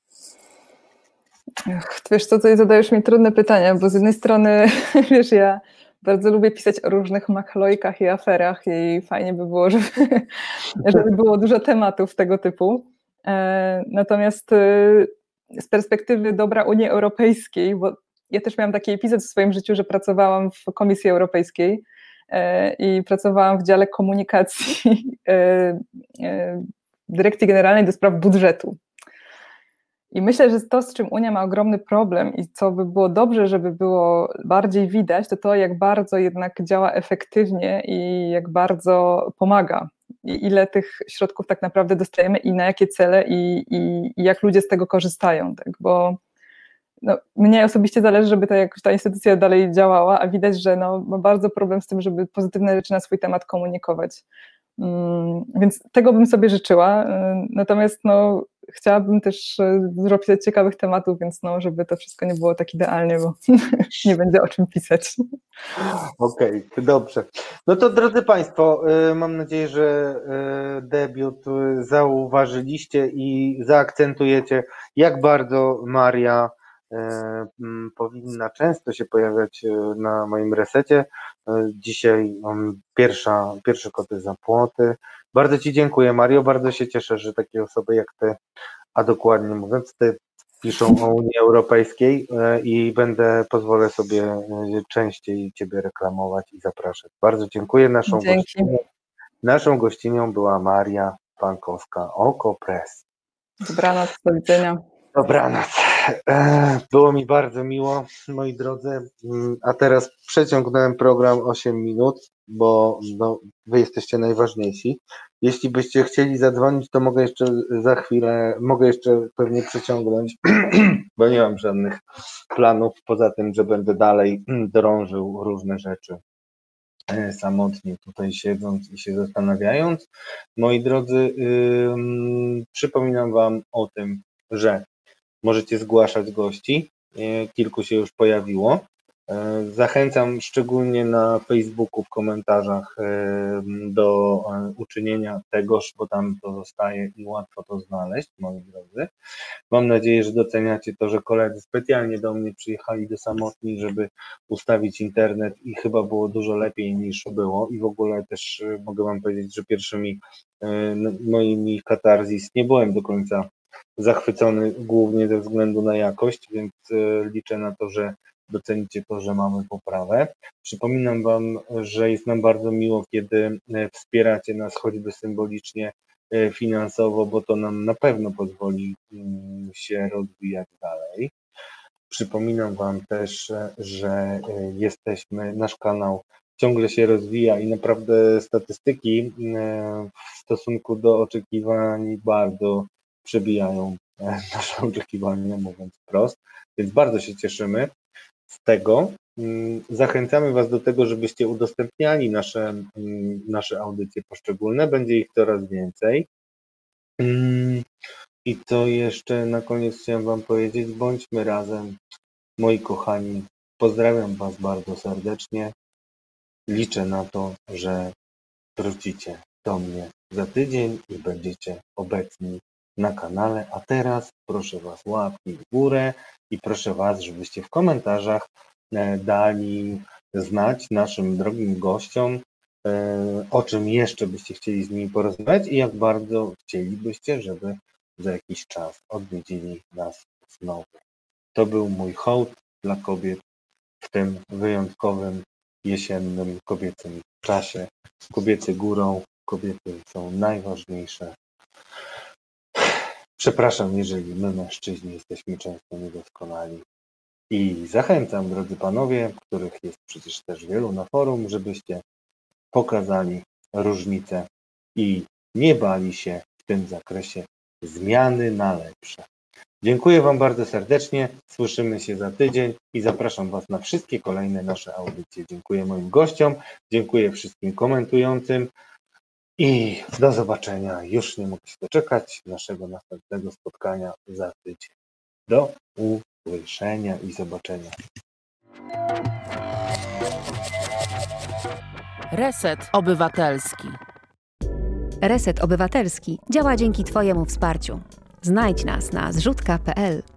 Wiesz co, tutaj zadajesz mi trudne pytania, bo z jednej strony, wiesz, ja bardzo lubię pisać o różnych machlojkach i aferach i fajnie by było, żeby było dużo tematów tego typu. Natomiast z perspektywy dobra Unii Europejskiej, bo ja też miałam taki epizod w swoim życiu, że pracowałam w Komisji Europejskiej i pracowałam w dziale komunikacji Dyrekcji Generalnej do spraw budżetu. I myślę, że to, z czym Unia ma ogromny problem i co by było dobrze, żeby było bardziej widać, to jak bardzo jednak działa efektywnie i jak bardzo pomaga. I ile tych środków tak naprawdę dostajemy i na jakie cele i jak ludzie z tego korzystają. Tak? Bo no, mnie osobiście zależy, żeby ta instytucja dalej działała, a widać, że no, ma bardzo problem z tym, żeby pozytywne rzeczy na swój temat komunikować. Więc tego bym sobie życzyła, natomiast no, chciałabym też dużo pisać ciekawych tematów, więc no, żeby to wszystko nie było tak idealnie, bo nie będzie o czym pisać. Okej, dobrze. No to drodzy Państwo, mam nadzieję, że debiut zauważyliście i zaakcentujecie, jak bardzo Maria powinna często się pojawiać na moim resecie. Dzisiaj mam pierwsze koty za płoty. Bardzo Ci dziękuję, Mario, bardzo się cieszę, że takie osoby jak Ty, a dokładnie mówiąc Ty, piszą o Unii Europejskiej i Pozwolę sobie częściej Ciebie reklamować i zapraszać. Bardzo dziękuję. Naszą gościnią była Maria Pankowska, OKO.press. Dobranoc, do widzenia. Dobranoc. Było mi bardzo miło, moi drodzy, a teraz przeciągnąłem program 8 minut, bo no, Wy jesteście najważniejsi. Jeśli byście chcieli zadzwonić, to mogę jeszcze za chwilę, pewnie przeciągnąć, bo nie mam żadnych planów, poza tym, że będę dalej drążył różne rzeczy samotnie tutaj siedząc i się zastanawiając. Moi drodzy, przypominam Wam o tym, że możecie zgłaszać gości, kilku się już pojawiło. Zachęcam szczególnie na Facebooku w komentarzach do uczynienia tegoż, bo tam to zostaje i łatwo to znaleźć, moi drodzy. Mam nadzieję, że doceniacie to, że koledzy specjalnie do mnie przyjechali do Samotni, żeby ustawić internet i chyba było dużo lepiej niż było i w ogóle też mogę Wam powiedzieć, że pierwszymi moimi katarzis nie byłem do końca zachwycony głównie ze względu na jakość, więc liczę na to, że docenicie to, że mamy poprawę. Przypominam Wam, że jest nam bardzo miło, kiedy wspieracie nas choćby symbolicznie, finansowo, bo to nam na pewno pozwoli się rozwijać dalej. Przypominam Wam też, że nasz kanał ciągle się rozwija i naprawdę statystyki w stosunku do oczekiwań bardzo przebijają nasze oczekiwania, mówiąc wprost, więc bardzo się cieszymy z tego. Zachęcamy Was do tego, żebyście udostępniali nasze audycje poszczególne, będzie ich coraz więcej. I co jeszcze na koniec chciałem Wam powiedzieć, bądźmy razem, moi kochani, pozdrawiam Was bardzo serdecznie, liczę na to, że wrócicie do mnie za tydzień i będziecie obecni na kanale, a teraz proszę Was łapki w górę i proszę Was, żebyście w komentarzach dali znać naszym drogim gościom, o czym jeszcze byście chcieli z nimi porozmawiać i jak bardzo chcielibyście, żeby za jakiś czas odwiedzili nas znowu. To był mój hołd dla kobiet w tym wyjątkowym, jesiennym, kobiecym czasie. Kobiety górą, kobiety są najważniejsze. Przepraszam, jeżeli my mężczyźni jesteśmy często niedoskonali. I zachęcam, drodzy panowie, których jest przecież też wielu na forum, żebyście pokazali różnice i nie bali się w tym zakresie zmiany na lepsze. Dziękuję wam bardzo serdecznie, słyszymy się za tydzień i zapraszam was na wszystkie kolejne nasze audycje. Dziękuję moim gościom, dziękuję wszystkim komentującym i do zobaczenia. Już nie mogę się doczekać naszego następnego spotkania za tydzień. Do usłyszenia i zobaczenia. Reset Obywatelski. Reset Obywatelski działa dzięki Twojemu wsparciu. Znajdź nas na zrzutka.pl.